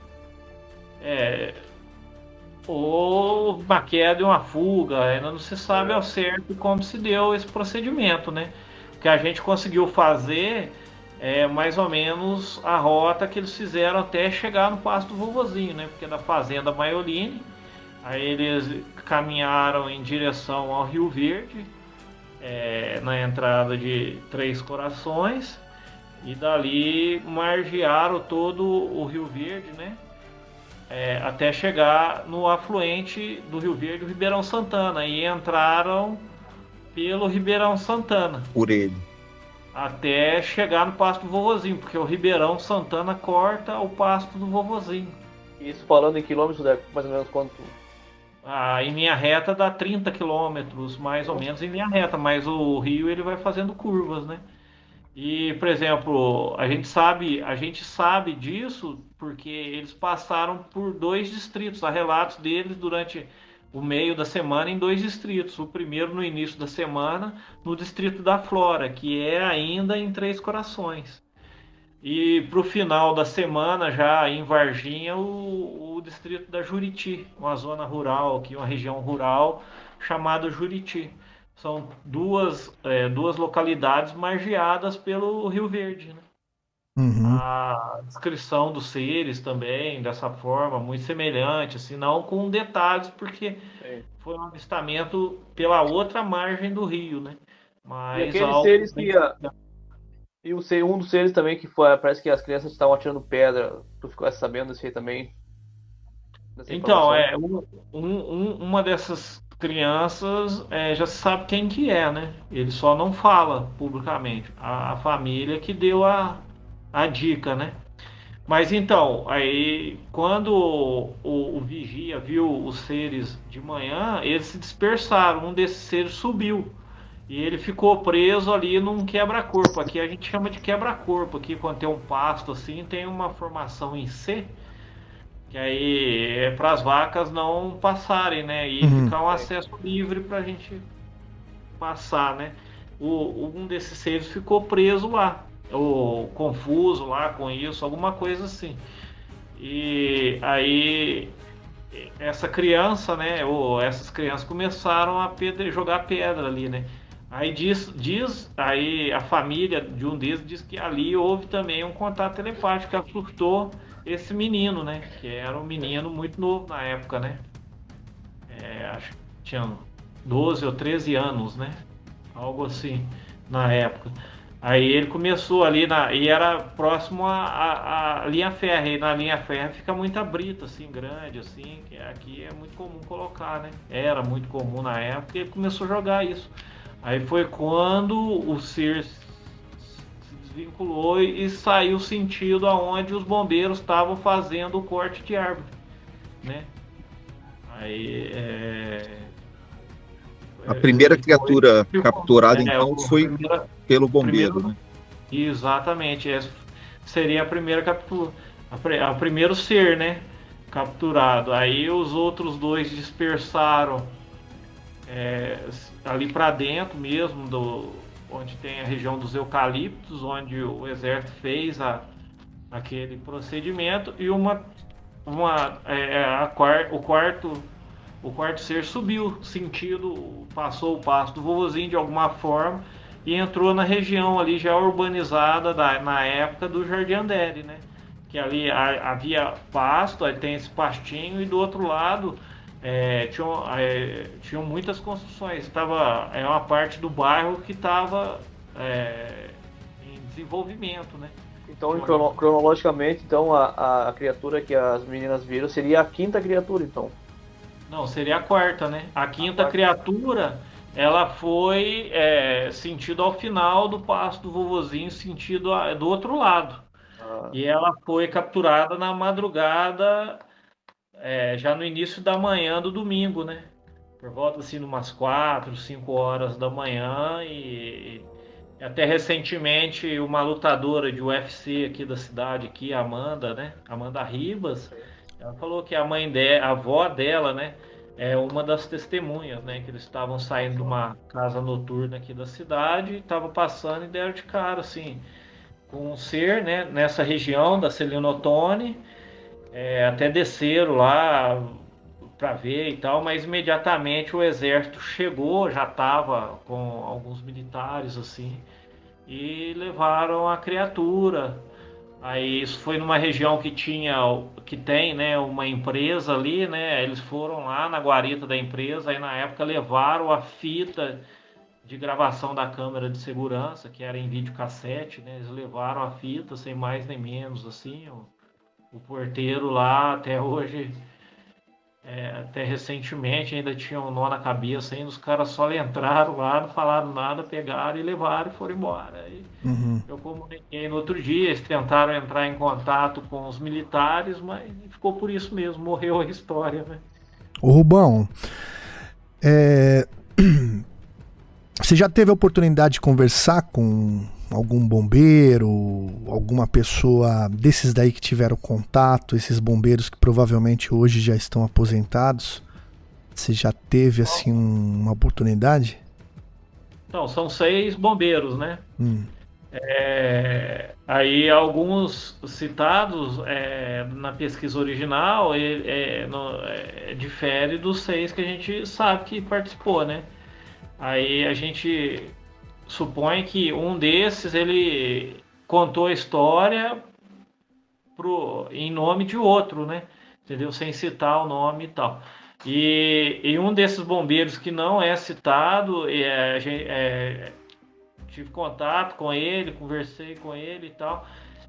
Ou uma queda e uma fuga, ainda não se sabe ao certo como se deu esse procedimento, né? O que a gente conseguiu fazer mais ou menos a rota que eles fizeram até chegar no pasto do vovozinho, né? Porque da fazenda Maioline, aí eles caminharam em direção ao Rio Verde, na entrada de Três Corações, e dali margearam todo o Rio Verde, né? Até chegar no afluente do Rio Verde, o Ribeirão Santana, e entraram pelo Ribeirão Santana. Por ele. Até chegar no pasto do vovozinho, porque o Ribeirão Santana corta o pasto do vovozinho. Isso falando em quilômetros, mais ou menos quanto? Em linha reta dá 30 quilômetros, mais ou menos em linha reta, mas o rio ele vai fazendo curvas, né? E, por exemplo, a gente sabe disso porque eles passaram por 2 distritos, há relatos deles durante o meio da semana em 2 distritos. O primeiro no início da semana, no distrito da Flora, que é ainda em Três Corações. E para o final da semana, já em Varginha, o distrito da Juriti, uma zona rural, aqui, uma região rural chamada Juriti. São duas localidades margeadas pelo Rio Verde, né? Uhum. A descrição dos seres também, dessa forma, muito semelhante, assim, não com detalhes, porque foi um avistamento pela outra margem do rio, né? Mas e aqueles seres que... E um dos seres também que foi, parece que as crianças estavam atirando pedra, tu ficou sabendo disso aí também? Então, uma dessas crianças já se sabe quem que é, né? Ele só não fala publicamente. A família que deu a a dica, né? Mas então, aí quando o vigia viu os seres de manhã, eles se dispersaram, um desses seres subiu. E ele ficou preso ali num quebra-corpo. Aqui a gente chama de quebra-corpo. Aqui quando tem um pasto assim, tem uma formação em C, que aí é para as vacas não passarem, né? E ficar um acesso livre para a gente passar, né? Um desses seres ficou preso lá, ou confuso lá com isso, alguma coisa assim. E aí essa criança, né? Ou essas crianças começaram a jogar pedra ali, né? Aí aí a família de um deles diz que ali houve também um contato telepático que assustou esse menino, né? Que era um menino muito novo na época, né? Acho que tinha 12 ou 13 anos, né? Algo assim, na época. Aí ele começou ali, e era próximo à linha férrea, e na linha férrea fica muita brita, assim, grande, assim, que aqui é muito comum colocar, né? Era muito comum na época, e ele começou a jogar isso. Aí foi quando o ser se desvinculou e saiu sentido aonde os bombeiros estavam fazendo o corte de árvore, né? Aí a primeira criatura capturada então foi pelo bombeiro, né? Exatamente, essa seria a primeira captura, o primeiro ser, né, capturado. Aí os outros dois dispersaram ali para dentro mesmo, onde tem a região dos eucaliptos, onde o exército fez aquele procedimento, e o quarto ser subiu passou o passo do vovozinho de alguma forma e entrou na região ali já urbanizada na época do Jardim Andere, né? Que ali havia pasto, aí tem esse pastinho, e do outro lado tinham muitas construções. É uma parte do bairro que estava em desenvolvimento, né? Então, cronologicamente, então, a criatura que as meninas viram seria a quinta criatura, então? Não, seria a quarta, né? A quinta criatura, ela foi sentido ao final do passo do vovozinho, sentido do outro lado. E ela foi capturada na madrugada, já no início da manhã do domingo, né? Por volta assim, umas 4, 5 horas da manhã. E até recentemente uma lutadora de UFC aqui da cidade, aqui, a Amanda, né? Amanda Ribas, ela falou que a avó dela, né? É uma das testemunhas, né? Que eles estavam saindo de uma casa noturna aqui da cidade, estavam passando e deram de cara, assim, com um ser, né? Nessa região da Celina Ottoni, até desceram lá para ver e tal, mas imediatamente o exército chegou, já estava com alguns militares, assim, e levaram a criatura. Aí isso foi numa região que tem, né, uma empresa ali, né? Eles foram lá na guarita da empresa, aí na época levaram a fita de gravação da câmera de segurança, que era em videocassete, né? Eles levaram a fita, sem mais nem menos, assim. O porteiro lá, até hoje, até recentemente, ainda tinha um nó na cabeça, ainda os caras só entraram lá, não falaram nada, pegaram e levaram e foram embora. Aí, eu comuniquei no outro dia, eles tentaram entrar em contato com os militares, mas ficou por isso mesmo, morreu a história, né? Ô Rubão, você já teve a oportunidade de conversar com algum bombeiro, alguma pessoa desses daí que tiveram contato, esses bombeiros que provavelmente hoje já estão aposentados? Você já teve, assim, uma oportunidade? Então, são 6 bombeiros, né? Aí alguns citados na pesquisa original difere dos 6 que a gente sabe que participou, né? Aí a gente supõe que um desses ele contou a história em nome de outro, né? Entendeu? Sem citar o nome e tal. E um desses bombeiros que não é citado, tive contato com ele, conversei com ele e tal,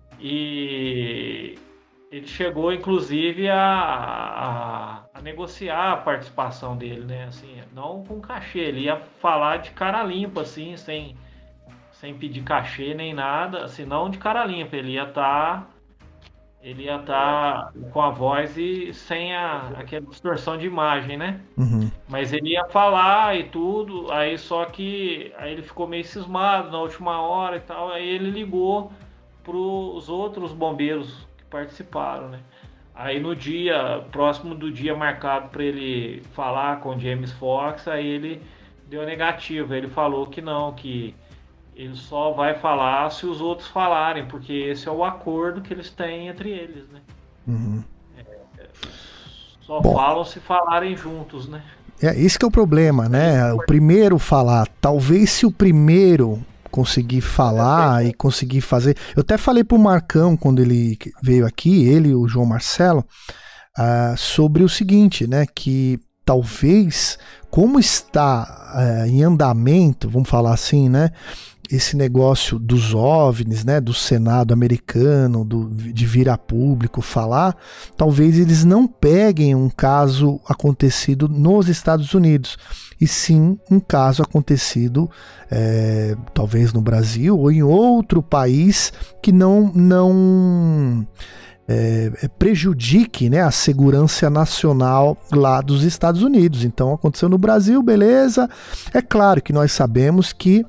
e ele chegou inclusive a negociar a participação dele, né? Assim, não com cachê, ele ia falar de cara limpa, assim, sem sem pedir cachê nem nada, assim, não de cara limpa, ele ia estar com a voz e sem aquela distorção de imagem, né? Mas ele ia falar e tudo, aí só que aí ele ficou meio cismado na última hora e tal, aí ele ligou para os outros bombeiros que participaram, né? Aí no dia, próximo do dia marcado para ele falar com o James Fox, aí ele deu negativo, ele falou que não, que ele só vai falar se os outros falarem, porque esse é o acordo que eles têm entre eles, né? Só falam se falarem juntos, né? Esse que é o problema, né? O primeiro falar, talvez se o primeiro conseguir falar e conseguir fazer... Eu até falei pro Marcão, quando ele veio aqui, ele e o João Marcelo, sobre o seguinte, né? Que talvez, como está em andamento, vamos falar assim, né? Esse negócio dos OVNIs, né, do Senado americano, de vir a público falar, talvez eles não peguem um caso acontecido nos Estados Unidos, e sim um caso acontecido talvez no Brasil ou em outro país que não prejudique, né, a segurança nacional lá dos Estados Unidos. Então aconteceu no Brasil, beleza. É claro que nós sabemos que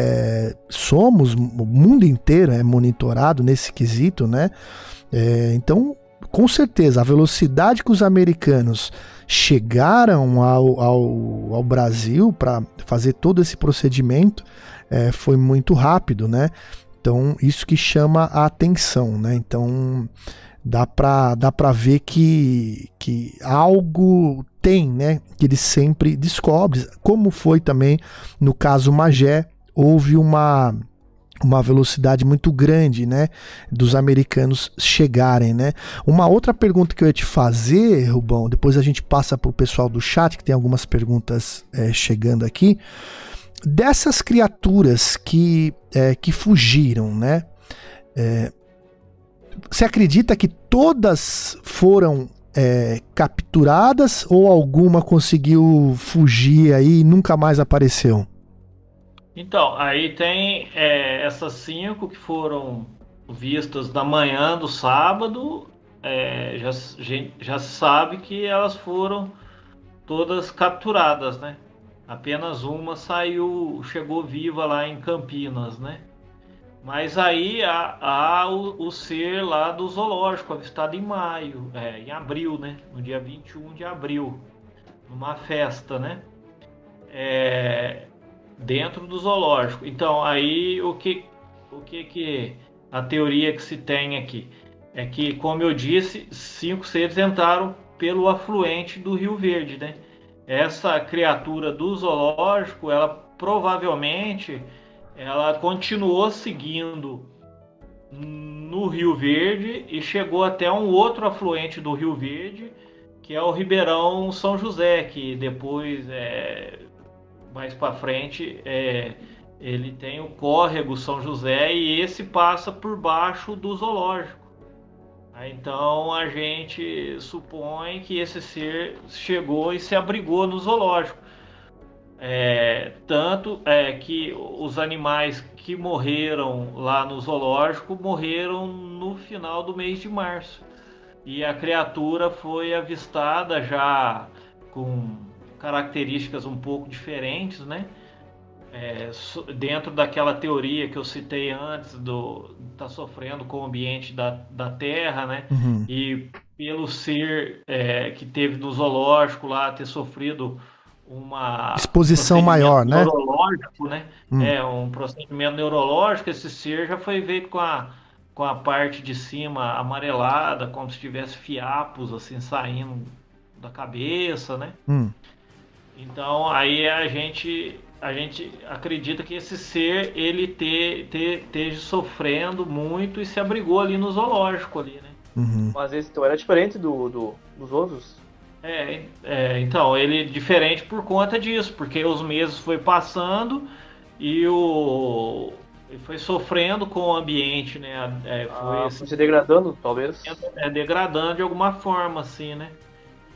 o mundo inteiro é monitorado nesse quesito, né? Então, com certeza, a velocidade que os americanos chegaram ao Brasil para fazer todo esse procedimento foi muito rápido, né? Então, isso que chama a atenção, né? Então, dá pra ver que algo tem, né? Que ele sempre descobre, como foi também no caso Magé, houve uma velocidade muito grande, né, dos americanos chegarem, né? Uma outra pergunta que eu ia te fazer, Rubão, depois a gente passa para o pessoal do chat, que tem algumas perguntas chegando aqui, dessas criaturas que fugiram, né? Você acredita que todas foram capturadas ou alguma conseguiu fugir aí e nunca mais apareceu? Então, aí tem essas 5 que foram vistas na manhã do sábado, já se sabe que elas foram todas capturadas, né? Apenas uma chegou viva lá em Campinas, né? Mas aí há o ser lá do zoológico, avistado em abril, né? No dia 21 de abril, numa festa, né? Dentro do zoológico. Então, aí o que a teoria que se tem aqui é que, como eu disse, 5 seres entraram pelo afluente do Rio Verde, né? Essa criatura do zoológico, ela provavelmente continuou seguindo no Rio Verde e chegou até um outro afluente do Rio Verde, que é o Ribeirão São José, que depois mais para frente ele tem o córrego São José e esse passa por baixo do zoológico. Então a gente supõe que esse ser chegou e se abrigou no zoológico. Tanto que os animais que morreram lá no zoológico morreram no final do mês de março. E a criatura foi avistada já com características um pouco diferentes, né? Dentro daquela teoria que eu citei antes do tá sofrendo com o ambiente da Terra, né? Uhum. E pelo ser que teve no zoológico lá ter sofrido uma exposição maior, né? Neurológico, né? Um procedimento neurológico. Esse ser já foi feito com a parte de cima amarelada, como se tivesse fiapos assim saindo da cabeça, né? Então aí a gente acredita que esse ser ele esteja sofrendo muito e se abrigou ali no zoológico ali, né? Uhum. Mas esse então era diferente dos outros? Então ele é diferente por conta disso, porque os meses foi passando e ele foi sofrendo com o ambiente, né? Foi se degradando, talvez? Degradando de alguma forma, assim, né?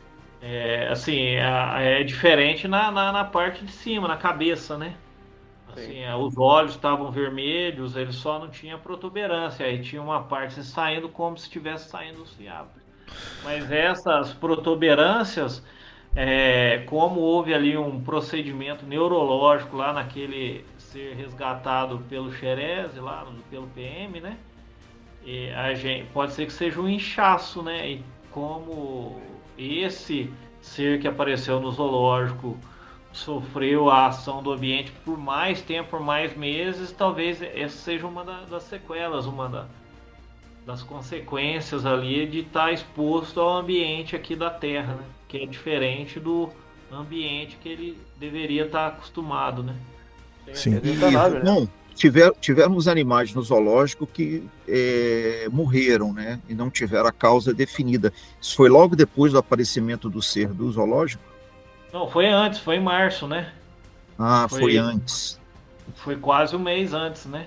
É diferente na parte de cima, na cabeça, né? Assim, os olhos estavam vermelhos, ele só não tinha protuberância, aí tinha uma parte saindo como se estivesse saindo os fiapos. Mas essas protuberâncias, como houve ali um procedimento neurológico lá naquele ser resgatado pelo Xerez, lá pelo PM, né? E pode ser que seja um inchaço, né? E como esse ser que apareceu no zoológico sofreu a ação do ambiente por mais tempo, por mais meses, talvez essa seja uma das sequelas, uma das consequências ali de estar exposto ao ambiente aqui da Terra, né? Que é diferente do ambiente que ele deveria estar acostumado, né? Sim. Bom, tivemos animais no zoológico que morreram, né? E não tiveram a causa definida. Isso foi logo depois do aparecimento do ser do zoológico? Não, foi antes, foi em março, né? Ah, foi antes. Foi quase um mês antes, né?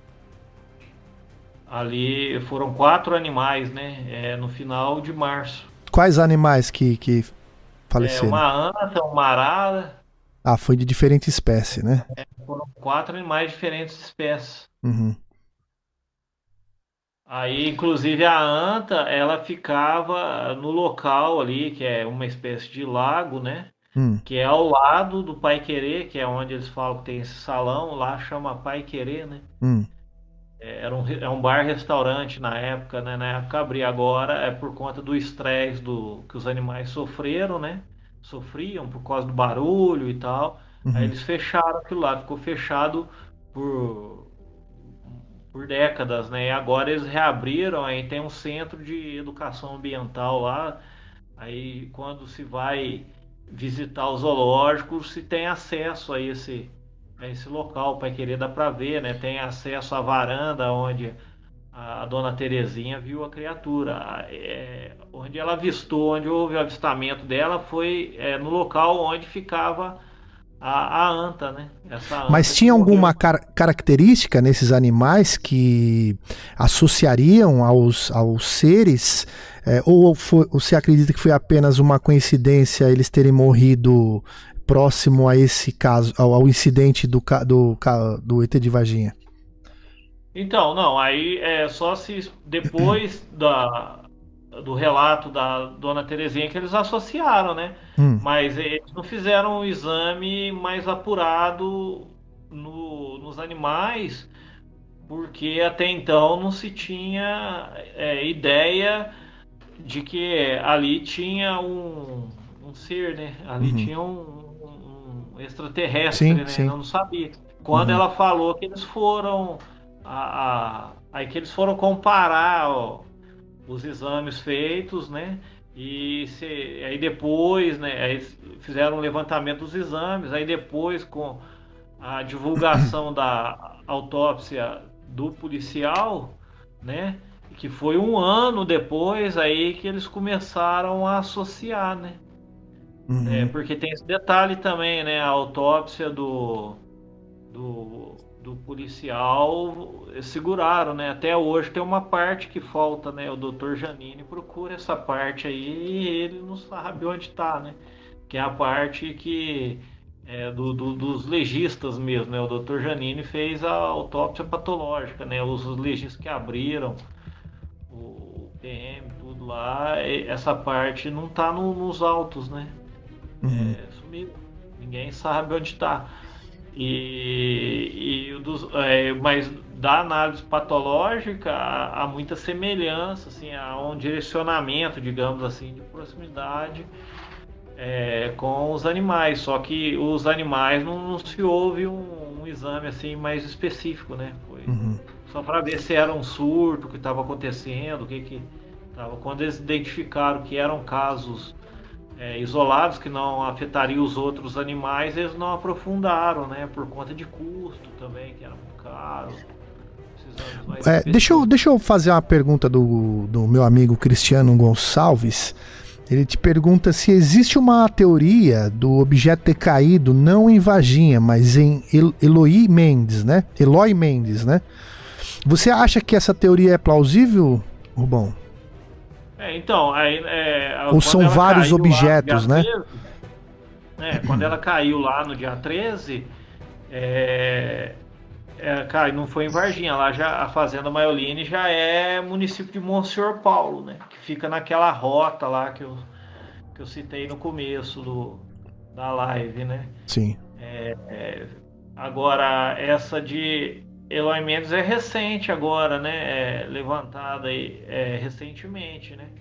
Ali foram 4 animais, né? No final de março. Quais animais que faleceram? Uma anta, uma arara. Ah, foi de diferente espécie, né? Foram 4 animais de diferentes espécies. Uhum. Aí, inclusive, a anta, ela ficava no local ali, que é uma espécie de lago, né? Que é ao lado do Paiquerê, que é onde eles falam que tem esse salão, lá chama Paiquerê, né? É um bar-restaurante na época, né? Na época abria, agora é por conta do estresse que os animais sofreram, né? Sofriam por causa do barulho e tal. Aí eles fecharam aquilo lá, ficou fechado por décadas, né? E agora eles reabriram, aí tem um centro de educação ambiental lá. Aí quando se vai visitar o zoológico, se tem acesso a esse local, para querer dar para ver, né? Tem acesso à varanda onde a dona Terezinha viu a criatura. Onde ela avistou, onde houve o avistamento dela foi no local onde ficava a anta, né? Essa anta. Mas tinha alguma característica nesses animais que associariam aos seres? Ou você acredita que foi apenas uma coincidência eles terem morrido próximo a esse caso, ao incidente do ET de Varginha? Então, não, aí só se depois do relato da dona Terezinha que eles associaram, né? Mas eles não fizeram um exame mais apurado nos animais, porque até então não se tinha ideia de que ali tinha um ser, né? Ali tinha um extraterrestre, sim, né? Sim. Eu não sabia. Quando ela falou que eles foram aí que eles foram comparar os exames feitos, né? E aí depois, né? Aí fizeram um levantamento dos exames. Aí depois, com a divulgação da autópsia do policial, né? Que foi 1 ano depois aí que eles começaram a associar, né? Porque tem esse detalhe também, né? A autópsia do policial seguraram, né? Até hoje tem uma parte que falta, né? O Dr. Janine procura essa parte aí e ele não sabe onde está, né? Que é a parte que dos legistas mesmo, né? O Dr. Janine fez a autópsia patológica, né? Os legistas que abriram o PM, tudo lá, essa parte não está nos autos, né? Sumiu. Ninguém sabe onde está. Mas da análise patológica há muita semelhança, assim, há um direcionamento, digamos assim, de proximidade com os animais. Só que os animais não se houve um exame assim mais específico, né? Foi só para ver se era um surto que estava acontecendo, o que estava. Quando eles identificaram que eram casos isolados que não afetariam os outros animais, eles não aprofundaram, né? Por conta de custo também, que era muito caro. Deixa eu fazer uma pergunta do meu amigo Cristiano Gonçalves. Ele te pergunta se existe uma teoria do objeto ter caído não em Varginha, mas em Eloy Mendes, né? Você acha que essa teoria é plausível, Rubão? Então, ou são vários objetos, né? Quando ela caiu lá no dia 13, Cara, não foi em Varginha, lá já a Fazenda Maioline já é município de Monsenhor Paulo, né? Que fica naquela rota lá que eu citei no começo da live, né? Sim. Agora, essa de Eloy Mendes é recente agora, né? Levantada aí recentemente, né?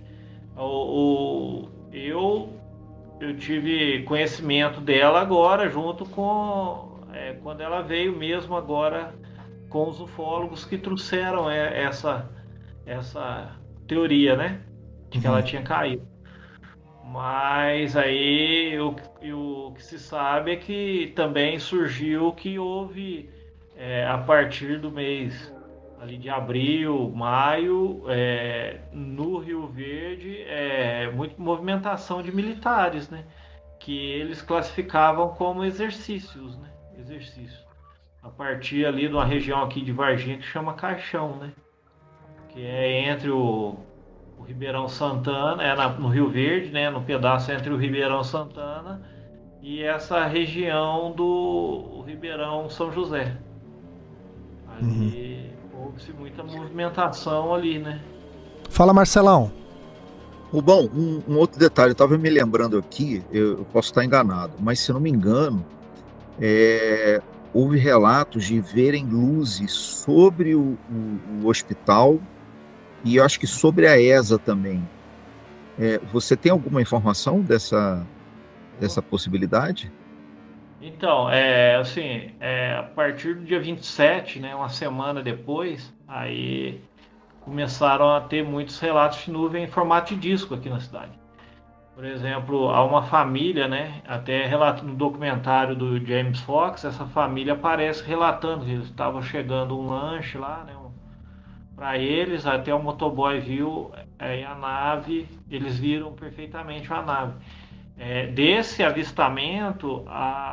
Eu tive conhecimento dela agora, junto com quando ela veio mesmo agora com os ufólogos que trouxeram essa teoria, né? De que ela tinha caído. Mas aí o que se sabe é que também surgiu que houve, a partir do mês ali de abril, maio, no Rio Verde, muita movimentação de militares, né? Que eles classificavam como exercícios, né? A partir ali de uma região aqui de Varginha que chama Caixão, né? Que é entre o Ribeirão Santana, no Rio Verde, né? No pedaço entre o Ribeirão Santana e essa região do Ribeirão São José. Ali houve-se muita movimentação ali, né? Fala, Marcelão. Bom, um outro detalhe, eu estava me lembrando aqui, eu posso estar enganado, mas se não me engano, houve relatos de verem luzes sobre o hospital e eu acho que sobre a ESA também. Você tem alguma informação dessa possibilidade? Então, assim, a partir do dia 27, né, uma semana depois, aí começaram a ter muitos relatos de nuvem em formato de disco aqui na cidade. Por exemplo, há uma família, né, até relato no documentário do James Fox, essa família aparece relatando que eles estavam chegando um lanche lá, né, para eles, até o motoboy viu a nave, eles viram perfeitamente a nave. Desse avistamento,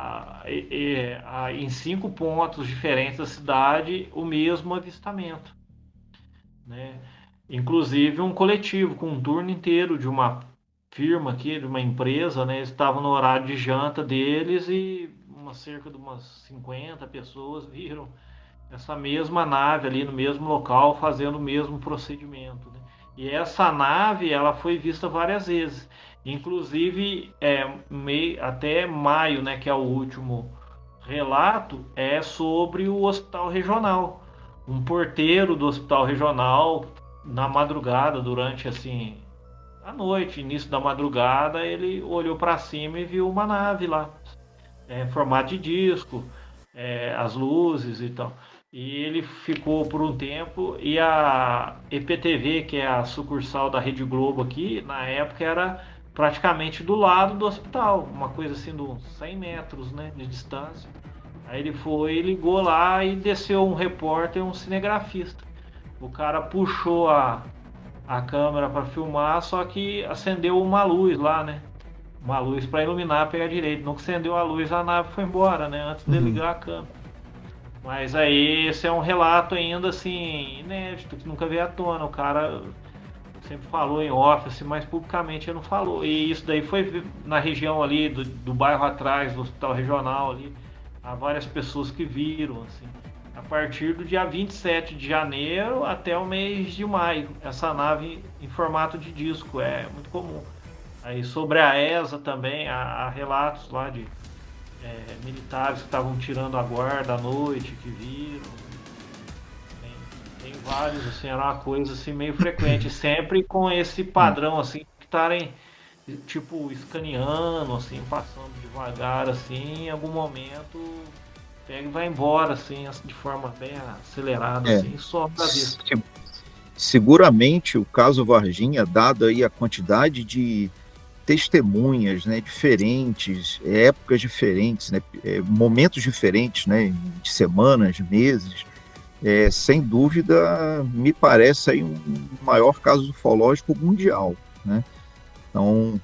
em 5 pontos diferentes da cidade, o mesmo avistamento, né? Inclusive um coletivo com um turno inteiro de uma firma aqui, de uma empresa, né? Eles estavam no horário de janta deles e cerca de umas 50 pessoas viram essa mesma nave ali no mesmo local fazendo o mesmo procedimento, né? E essa nave, ela foi vista várias vezes. Inclusive, até maio, né, que é o último relato, é sobre o hospital regional. Um porteiro do hospital regional, na madrugada, durante assim, a noite, início da madrugada, ele olhou para cima e viu uma nave lá, formato de disco, as luzes e tal. E ele ficou por um tempo, e a EPTV, que é a sucursal da Rede Globo aqui, na época era praticamente do lado do hospital, uma coisa assim de uns 100 metros, né, de distância. Aí ele foi, ligou lá e desceu um repórter, um cinegrafista. O cara puxou a câmera para filmar, só que acendeu uma luz lá, né? Uma luz para iluminar, pegar direito. Não acendeu a luz, a nave foi embora, né? Antes de ligar a câmera. Mas aí esse é um relato ainda assim, inédito, que nunca veio à tona. O cara sempre falou em off, assim, mas publicamente ele não falou. E isso daí foi na região ali do bairro atrás do hospital regional ali. Há várias pessoas que viram, assim, a partir do dia 27 de janeiro até o mês de maio. Essa nave em formato de disco é muito comum. Aí sobre a ESA também, há relatos lá de militares que estavam tirando a guarda à noite, que viram. Tem vários, assim, era uma coisa assim meio frequente, sempre com esse padrão assim, que estarem tipo escaneando, assim, passando devagar, assim, em algum momento pega e vai embora, assim, de forma bem acelerada, assim, e sobe da vista. Seguramente o caso Varginha, dado aí a quantidade de testemunhas, né, diferentes, épocas diferentes, né, momentos diferentes, né, de semanas, meses, sem dúvida me parece aí um maior caso ufológico mundial, né? Então,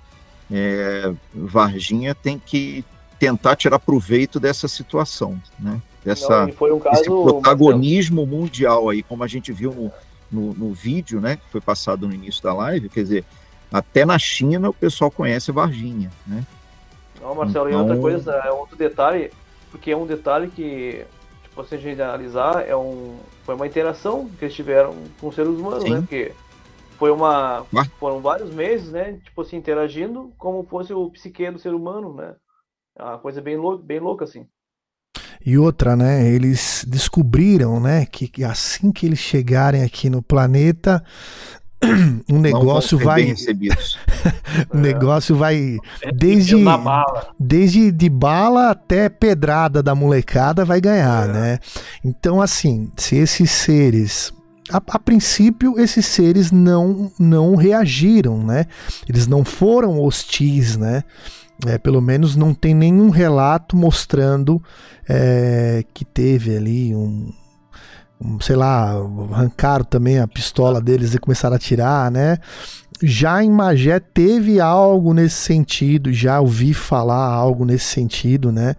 Varginha tem que tentar tirar proveito dessa situação, né? Esse protagonismo mundial aí, como a gente viu no vídeo, né, que foi passado no início da live, quer dizer, até na China o pessoal conhece Varginha, né? Não, Marcelo, então... e outra coisa, outro detalhe, porque é um detalhe que, tipo, se a gente analisar, foi uma interação que eles tiveram com os seres humanos, né? Porque foram vários meses, né? Tipo assim, interagindo como fosse o psique do ser humano, né? É uma coisa bem louca, assim. E outra, né? Eles descobriram, né? Que assim que eles chegarem aqui no planeta, o negócio vai. O negócio vai. Desde de bala até pedrada da molecada vai ganhar, né? Então, assim, se esses seres. A princípio, esses seres não reagiram, né? Eles não foram hostis, né? Pelo menos não tem nenhum relato mostrando que teve ali sei lá, arrancaram também a pistola deles e começaram a atirar, né? Já em Magé teve algo nesse sentido, já ouvi falar algo nesse sentido, né?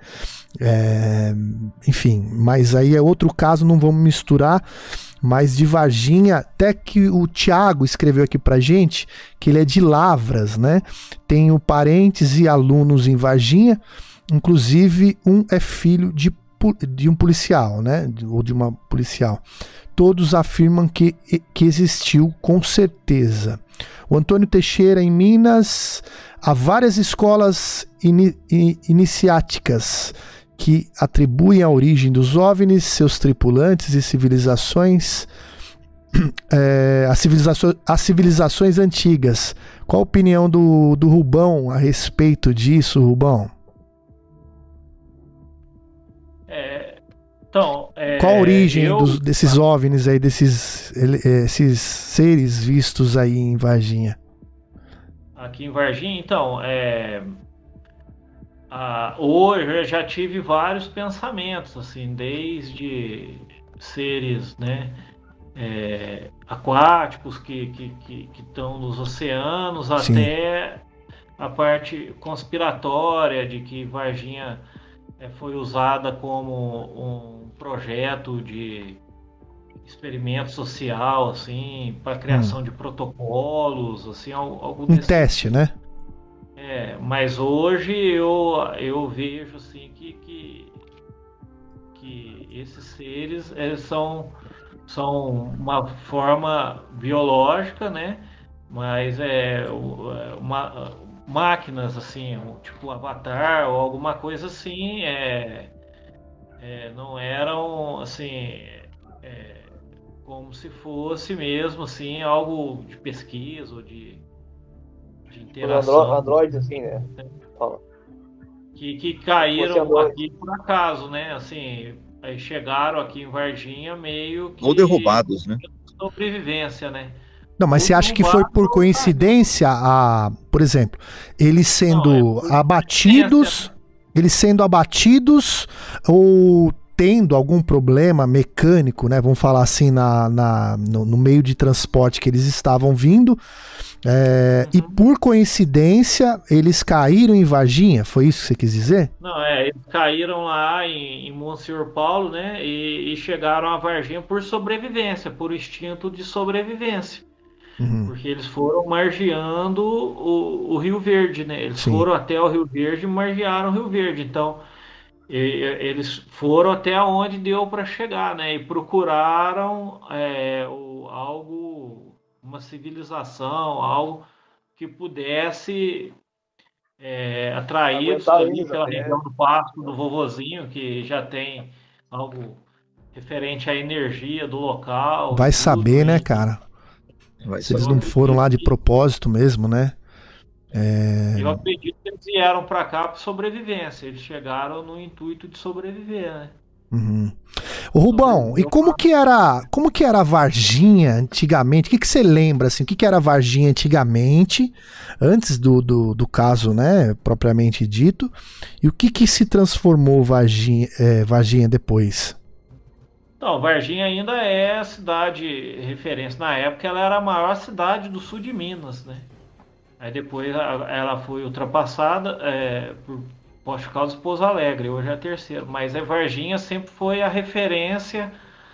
Enfim, mas aí é outro caso, não vamos misturar. Mas de Varginha, até que o Thiago escreveu aqui pra gente, que ele é de Lavras, né? Tenho parentes e alunos em Varginha, inclusive um é filho de um policial, né? Ou de uma policial. Todos afirmam que existiu com certeza. O Antônio Teixeira, em Minas, há várias escolas iniciáticas que atribuem a origem dos OVNIs, seus tripulantes e civilizações, as civilizações antigas. Qual a opinião do Rubão a respeito disso, Rubão? Qual a origem desses OVNIs aí, esses seres vistos aí em Varginha? Aqui em Varginha, então, hoje eu já tive vários pensamentos, assim, desde seres, né, aquáticos que estão nos oceanos, sim, até a parte conspiratória de que Varginha foi usada como um projeto de experimento social, assim, para criação de protocolos, assim, algo desse teste, né? Mas hoje eu vejo assim que esses seres são uma forma biológica, né? Mas máquinas assim, tipo Avatar ou alguma coisa assim, não eram assim, como se fosse mesmo assim algo de pesquisa ou de interação. Android, assim, né? Que caíram aqui por acaso, né? Assim, aí chegaram aqui em Varginha meio que... Ou derrubados, né? Sobrevivência, né? Não, mas você acha que foi por coincidência, por exemplo, eles sendo abatidos, ou tendo algum problema mecânico, né? Vamos falar assim, no meio de transporte que eles estavam vindo, e por coincidência eles caíram em Varginha, foi isso que você quis dizer? Não, eles caíram lá em Monsenhor Paulo, né? E chegaram a Varginha por sobrevivência, por instinto de sobrevivência. Porque eles foram margeando o Rio Verde, né? Eles foram até o Rio Verde e margearam o Rio Verde. Então, eles foram até onde deu para chegar, né? E procuraram uma civilização, algo que pudesse atrair ali pela região do Pasto, do Vovozinho, que já tem algo referente à energia do local. Vai saber, né, cara? Se eles não foram lá de propósito mesmo, né? Eu acredito que eles vieram para cá por sobrevivência. Eles chegaram no intuito de sobreviver, né? Ô Rubão, e como que era a Varginha antigamente? O que você lembra, assim? O que era a Varginha antigamente, antes do caso, né, propriamente dito? E o que se transformou Varginha depois? Então, Varginha ainda é a cidade referência. Na época ela era a maior cidade do sul de Minas, né? Aí depois ela foi ultrapassada por Posto Caldas e Pouso Alegre, hoje é a terceira. Mas Varginha sempre foi a referência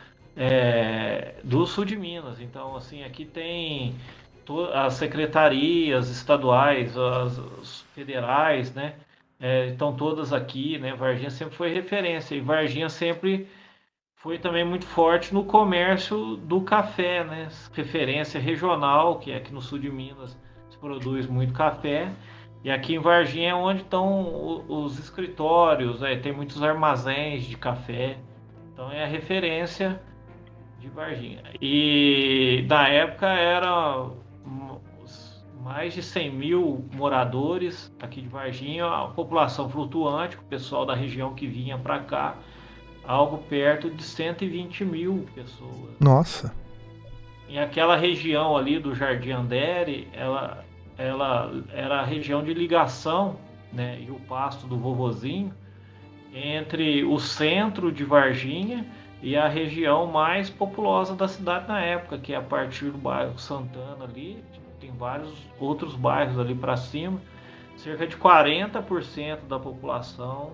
do sul de Minas. Então, assim, aqui tem as secretarias estaduais, as federais, né? estão todas aqui, né? Varginha sempre foi referência, e Varginha sempre foi também muito forte no comércio do café, né? Referência regional, que aqui no sul de Minas se produz muito café, e aqui em Varginha é onde estão os escritórios, né? Tem muitos armazéns de café, então é a referência de Varginha. E na época eram mais de 100 mil moradores aqui de Varginha, a população flutuante, o pessoal da região que vinha para cá, algo perto de 120 mil pessoas. Nossa! E aquela região ali do Jardim Andere, ela era a região de ligação, né, e o pasto do Vovozinho, entre o centro de Varginha e a região mais populosa da cidade na época, que é a partir do bairro Santana ali, tem vários outros bairros ali para cima, cerca de 40% da população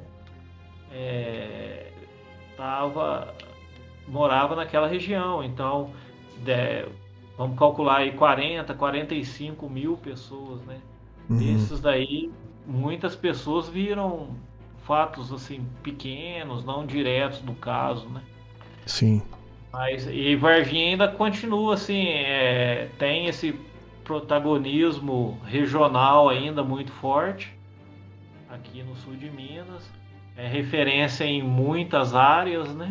morava naquela região. Então, vamos calcular aí 45 mil pessoas, né? Desses daí, muitas pessoas viram fatos assim pequenos, não diretos do caso, né? Sim. Mas e Varginha ainda continua assim, tem esse protagonismo regional ainda muito forte aqui no sul de Minas, é referência em muitas áreas, né?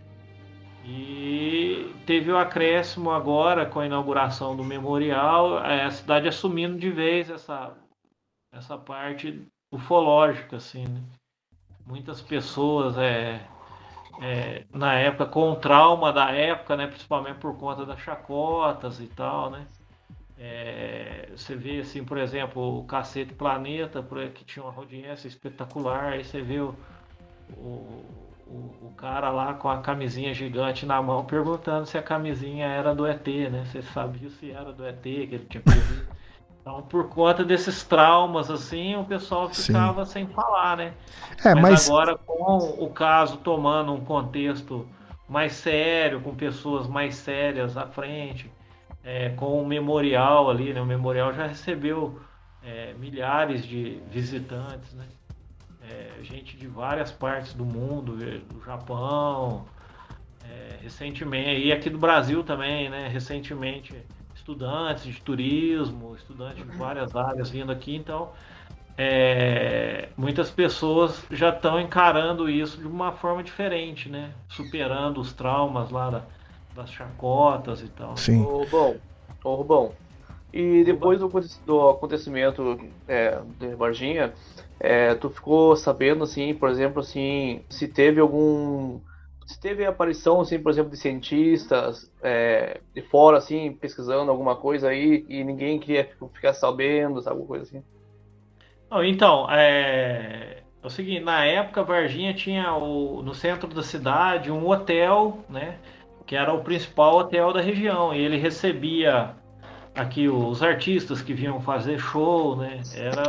E teve o acréscimo agora com a inauguração do memorial, a cidade assumindo de vez essa parte ufológica, assim, né? Muitas pessoas na época com o trauma da época, né, principalmente por conta das chacotas e tal, né? Você vê assim, por exemplo, o Cacete Planeta, que tinha uma audiência espetacular, aí você vê o cara lá com a camisinha gigante na mão perguntando se a camisinha era do ET, né? Você sabia se era do ET que ele tinha perdido. Então, por conta desses traumas, assim, o pessoal ficava sem falar, né? Mas agora, com o caso tomando um contexto mais sério, com pessoas mais sérias à frente, com o memorial ali, né? O memorial já recebeu milhares de visitantes, né? Gente de várias partes do mundo, do Japão, recentemente, e aqui do Brasil também, né? Recentemente, estudantes de turismo, estudantes de várias áreas vindo aqui, então muitas pessoas já estão encarando isso de uma forma diferente, né? Superando os traumas lá das chacotas e tal. Sim. Rubão, e depois do acontecimento de Varginha, tu ficou sabendo, assim, por exemplo, assim, se teve a aparição, assim, por exemplo, de cientistas de fora, assim, pesquisando alguma coisa aí e ninguém queria ficar sabendo, sabe, alguma coisa assim? Não, então, é o seguinte, na época Varginha tinha no centro da cidade um hotel, né, que era o principal hotel da região, e ele recebia aqui os artistas que vinham fazer show, né, era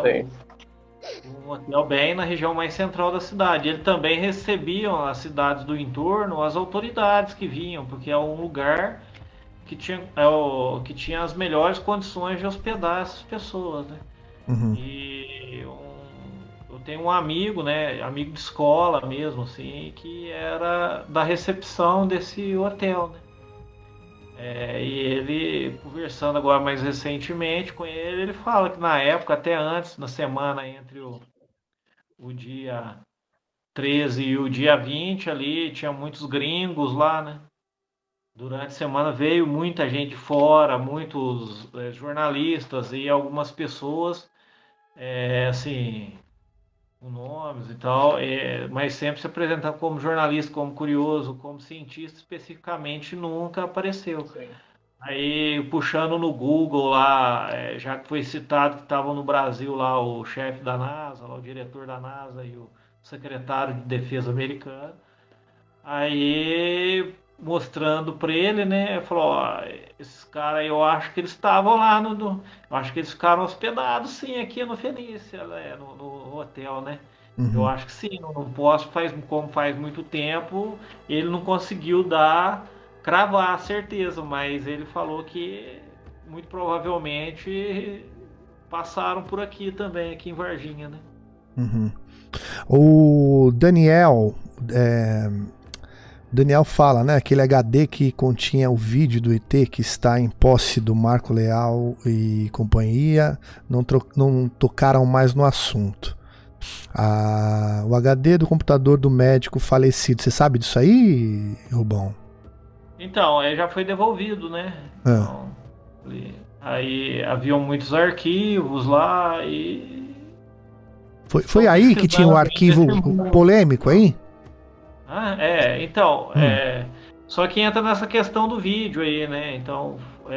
um hotel bem na região mais central da cidade. Ele também recebiam as cidades do entorno, as autoridades que vinham, porque é um lugar que tinha as melhores condições de hospedar essas pessoas, né? Uhum. E eu tenho um amigo, né, amigo de escola mesmo, assim, que era da recepção desse hotel, né? E ele, conversando agora mais recentemente com ele fala que na época, até antes, na semana entre o dia 13 e o dia 20 ali, tinha muitos gringos lá, né? Durante a semana veio muita gente de fora, muitos jornalistas e algumas pessoas, assim, com nomes e tal, mas sempre se apresentando como jornalista, como curioso, como cientista, especificamente nunca apareceu. Sim. Aí, puxando no Google lá, já que foi citado que estavam no Brasil lá o chefe da NASA, lá, o diretor da NASA e o secretário de Defesa americano, aí mostrando para ele, né, falou, esses caras aí, eu acho que eles estavam lá eu acho que eles ficaram hospedados sim aqui no Fenícia, né, no hotel, né. Uhum. Eu acho que sim, não posso, como faz muito tempo, ele não conseguiu cravar a certeza, mas ele falou que muito provavelmente passaram por aqui também, aqui em Varginha, né. Uhum. O Daniel fala, né? Aquele HD que continha o vídeo do ET que está em posse do Marco Leal e companhia, não tocaram mais no assunto. O HD do computador do médico falecido, você sabe disso aí, Rubão? Então, já foi devolvido, né? Então, aí haviam muitos arquivos lá e... Foi aí que tinha o arquivo polêmico aí? Então, só que entra nessa questão do vídeo aí, né? Então,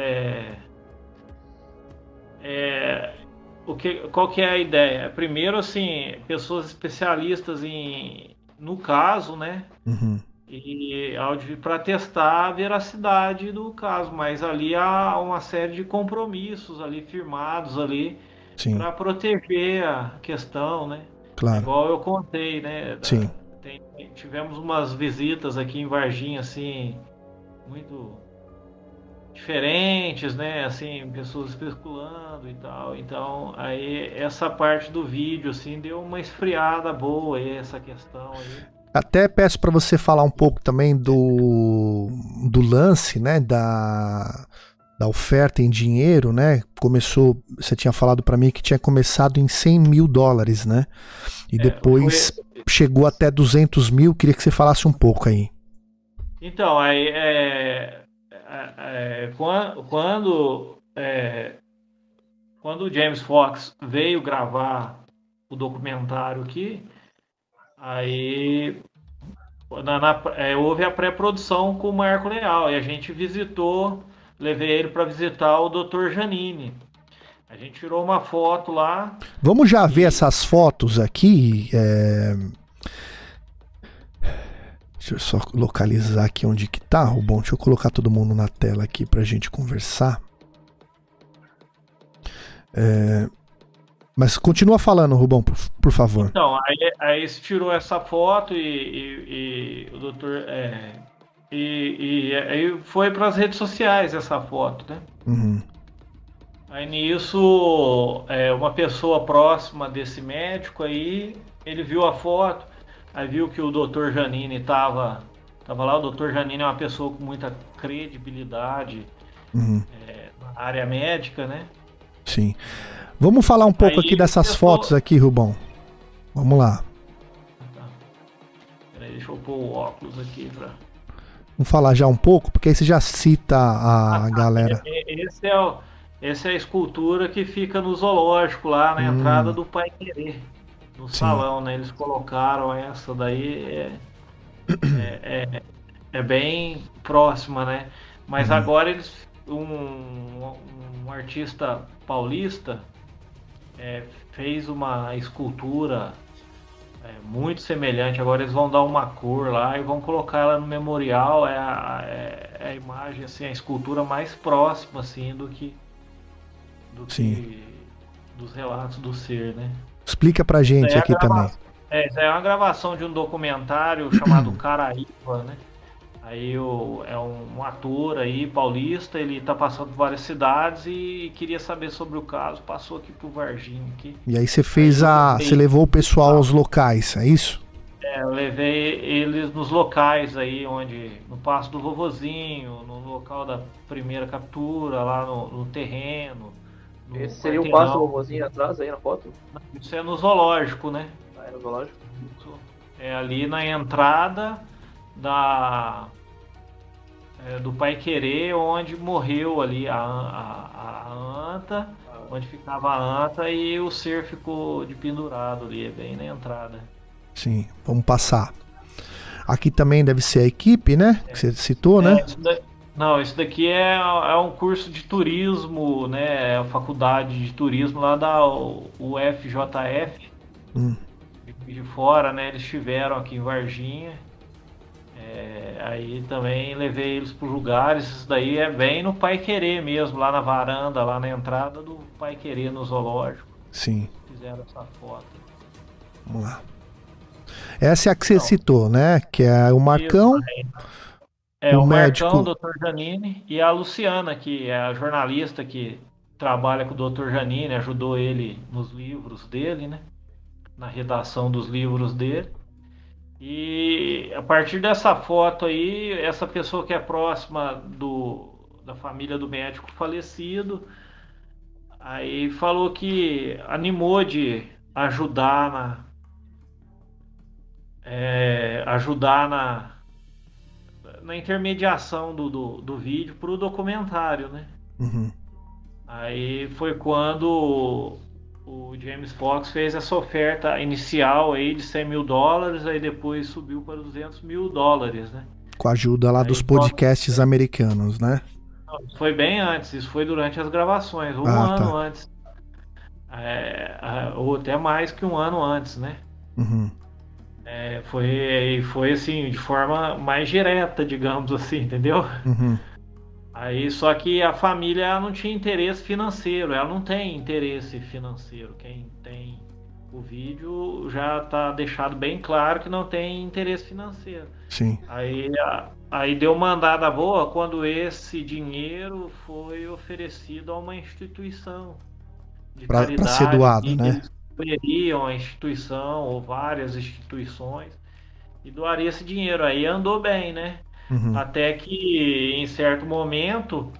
qual que é a ideia? Primeiro, assim, pessoas especialistas no caso, né? Uhum. E para testar a veracidade do caso, mas ali há uma série de compromissos ali firmados ali para proteger a questão, né? Claro. Igual eu contei, né? Sim. Tivemos umas visitas aqui em Varginha, assim, muito diferentes, né? Assim, pessoas especulando e tal. Então, aí essa parte do vídeo, assim, deu uma esfriada boa aí, essa questão aí. Até peço para você falar um pouco também do lance, né? Da oferta em dinheiro, né? Começou, você tinha falado para mim que tinha começado em $100 mil, né? E depois chegou até 200 mil. Queria que você falasse um pouco aí. Então, aí quando o James Fox veio gravar o documentário aqui, aí houve a pré-produção com o Marco Leal e a gente levei ele para visitar o Dr. Janine. A gente tirou uma foto lá. Vamos já ver essas fotos aqui. Deixa eu só localizar aqui onde que tá, Rubão. Deixa eu colocar todo mundo na tela aqui pra gente conversar. Mas continua falando, Rubão, por favor. Então, aí se tirou essa foto e o doutor... aí foi para as redes sociais essa foto, né? Uhum. Aí nisso, uma pessoa próxima desse médico aí, ele viu a foto, aí viu que o Dr. Janine tava lá. O Dr. Janine é uma pessoa com muita credibilidade na área médica, né? Sim. Vamos falar um pouco aqui dessas fotos aqui, Rubão. Vamos lá. Tá. Peraí, deixa eu pôr o óculos aqui pra... Vamos falar já um pouco, porque aí você já cita a galera. Essa é a escultura que fica no zoológico lá na entrada do Pai Querer, no salão, né? Eles colocaram essa daí, é bem próxima, né? Mas agora um artista paulista fez uma escultura muito semelhante. Agora eles vão dar uma cor lá e vão colocar ela no memorial. É a imagem, assim, a escultura mais próxima, assim, do que dos relatos do ser, né? Explica pra gente aqui também. Isso é uma gravação de um documentário chamado Caraíba, né? Aí é um ator aí, paulista, ele tá passando por várias cidades e queria saber sobre o caso, passou aqui pro Varginha aqui. E aí você você levou o pessoal aos locais, é isso? Eu levei eles nos locais aí, no Passo do Vovozinho, no local da primeira captura, lá no terreno. Esse seria o Passo do Vovozinho atrás aí na foto? Isso é no zoológico, né? É no zoológico? É ali na entrada do Pai Querer, onde morreu ali a anta, onde ficava a anta e o ser ficou de pendurado ali, bem na entrada. Sim, vamos passar. Aqui também deve ser a equipe, né? Que você citou, né? Isso daqui é um curso de turismo, né? É a faculdade de turismo lá da UFJF, de fora, né? Eles estiveram aqui em Varginha. Aí também levei eles para os lugares. Isso daí é bem no Pai Querer mesmo, lá na varanda, lá na entrada do Pai Querer, no zoológico. Sim. Fizeram essa foto. Vamos lá. Essa é a que você citou, né? Que é o Marcão. O médico... Marcão, o Dr. Janine, e a Luciana, que é a jornalista que trabalha com o Dr. Janine, ajudou ele nos livros dele, né? na redação dos livros dele. E a partir dessa foto aí, essa pessoa que é próxima da família do médico falecido, aí falou que animou de ajudar na intermediação do vídeo para o documentário, né? Uhum. Aí foi quando o James Fox fez essa oferta inicial aí de $100 mil, aí depois subiu para $200 mil, né? Com a ajuda lá dos podcasts americanos, né? Foi bem antes, isso foi durante as gravações, um ano antes. Ou até mais que um ano antes, né? Uhum. Foi assim, de forma mais direta, digamos assim, entendeu? Uhum. Aí, só que a família ela não tinha interesse financeiro, ela não tem interesse financeiro. Quem tem o vídeo já está deixado bem claro que não tem interesse financeiro. Sim. Aí deu mandada boa quando esse dinheiro foi oferecido a uma instituição de caridade. Para ser doado, né? Eles escolheriam a instituição ou várias instituições e doaria esse dinheiro. Aí andou bem, né? Uhum. Até que em certo momento,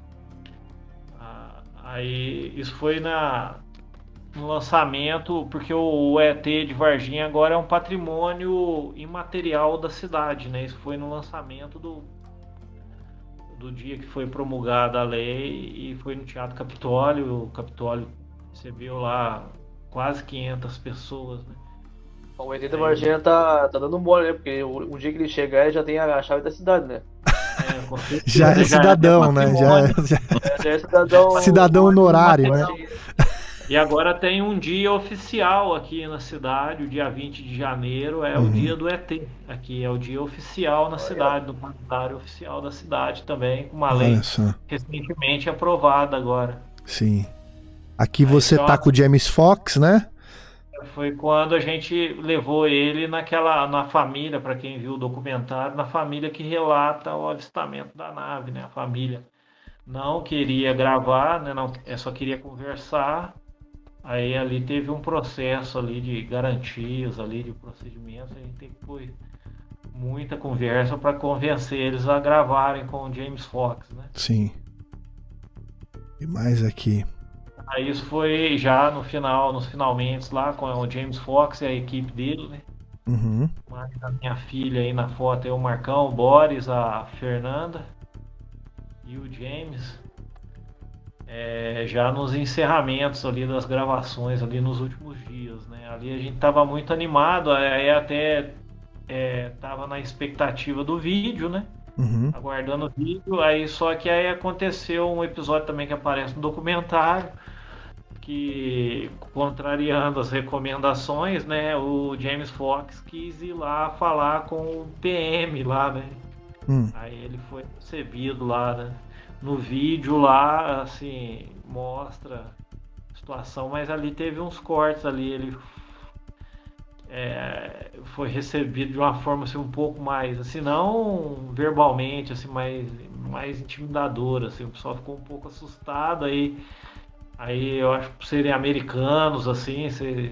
aí isso foi no lançamento, porque o ET de Varginha agora é um patrimônio imaterial da cidade, né? Isso foi no lançamento do dia que foi promulgada a lei e foi no Teatro Capitólio. O Capitólio recebeu lá quase 500 pessoas, né? O ET da Varginha tá dando mole, né? Porque o dia que ele chegar, ele já tem a chave da cidade, né? Já é cidadão, né? Já é cidadão. Cidadão honorário, né? E agora tem um dia oficial aqui na cidade, o dia 20 de janeiro é o dia do ET. Aqui é o dia oficial na cidade, do calendário oficial da cidade também, com uma lei recentemente aprovada agora. Sim. Aqui você tá com o James Fox, né? Foi quando a gente levou ele na família, para quem viu o documentário, na família que relata o avistamento da nave, né? A família não queria gravar, né? Só queria conversar. Aí ali teve um processo ali de garantias, ali de procedimentos. A gente tem que pôr muita conversa para convencer eles a gravarem com o James Fox, né? Sim. E mais aqui. Aí isso foi já nos finalmente lá com o James Fox e a equipe dele, né? Uhum. A minha filha aí na foto é o Marcão, o Boris, a Fernanda e o James. Já nos encerramentos ali das gravações ali nos últimos dias, né? Ali a gente tava muito animado, aí até tava na expectativa do vídeo, né? Uhum. Aguardando o vídeo, aí só que aí aconteceu um episódio também que aparece no documentário, que, contrariando as recomendações, né, o James Fox quis ir lá falar com o PM lá, né? Aí ele foi recebido lá, né? No vídeo lá, assim, mostra a situação, mas ali teve uns cortes ali, ele foi recebido de uma forma assim, um pouco mais, assim, não verbalmente, assim, mais intimidadora, assim, o pessoal ficou um pouco assustado, aí eu acho que por serem americanos, assim,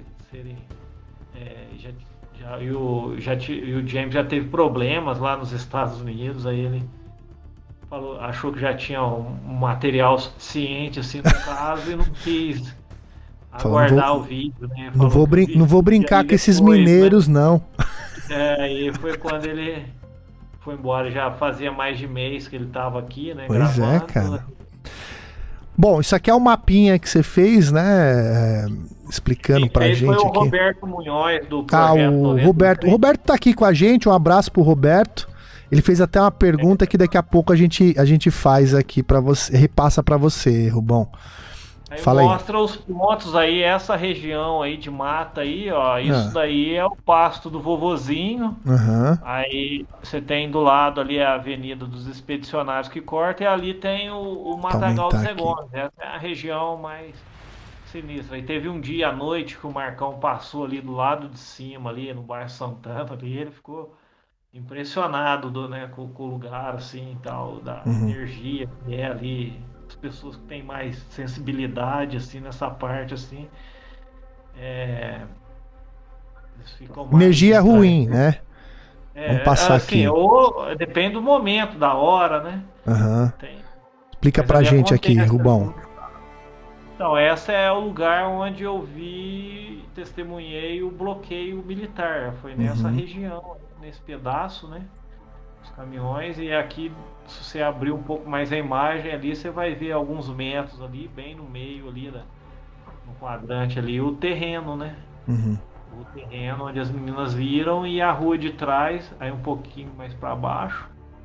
e o James já teve problemas lá nos Estados Unidos, aí ele achou que já tinha um material suficiente, assim, no caso, e não quis aguardar o vídeo, né? Não vou brincar com esses mineiros, né? Não. E foi quando ele foi embora, já fazia mais de mês que ele estava aqui, né? Pois gravando, cara. Bom, isso aqui é o mapinha que você fez, né? Explicando pra gente foi o aqui. Roberto Munhoz do Projeto o Roberto tá aqui com a gente, um abraço pro Roberto. Ele fez até uma pergunta que daqui a pouco a gente faz aqui para você, repassa para você, Rubão. Fala mostra os pontos aí, essa região aí de mata aí, ó, isso daí é o pasto do vovozinho. Uhum. Aí você tem do lado ali a Avenida dos Expedicionários que corta e ali tem o Matagal dos Negócios. Essa é a região mais sinistra. Aí teve um dia à noite que o Marcão passou ali do lado de cima, ali no bairro Santana, ali ele ficou impressionado com o lugar assim e tal, da energia que é ali. As pessoas que têm mais sensibilidade assim nessa parte assim, Energia ruim, né? Vamos passar assim, aqui. Ou depende do momento, da hora, né? Uhum. Explica pra gente aqui, Rubão. Então, esse é o lugar onde eu testemunhei o bloqueio militar. Foi nessa região, nesse pedaço, né? Os caminhões. E aqui, se você abrir um pouco mais a imagem ali, você vai ver alguns metros ali, bem no meio ali, no quadrante ali, o terreno, né? O terreno onde as meninas viram e a rua de trás, aí um pouquinho mais para baixo.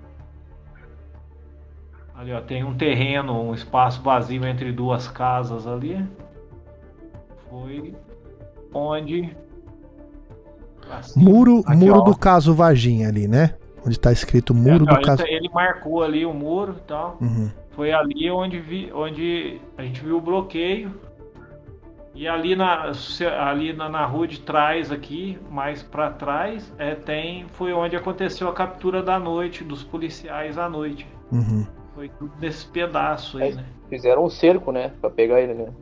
Ali, ó, tem um terreno, um espaço vazio entre duas casas ali. Foi onde... Assim, muro aqui, muro do caso Varginha ali, né? Onde tá escrito muro do caso... Ele marcou ali o muro e tal. Foi ali onde a gente viu o bloqueio. E ali na rua de trás aqui, mais para trás, foi onde aconteceu a captura da noite, dos policiais à noite. Foi tudo nesse pedaço aí, né? Fizeram um cerco, né? Pra pegar ele, né?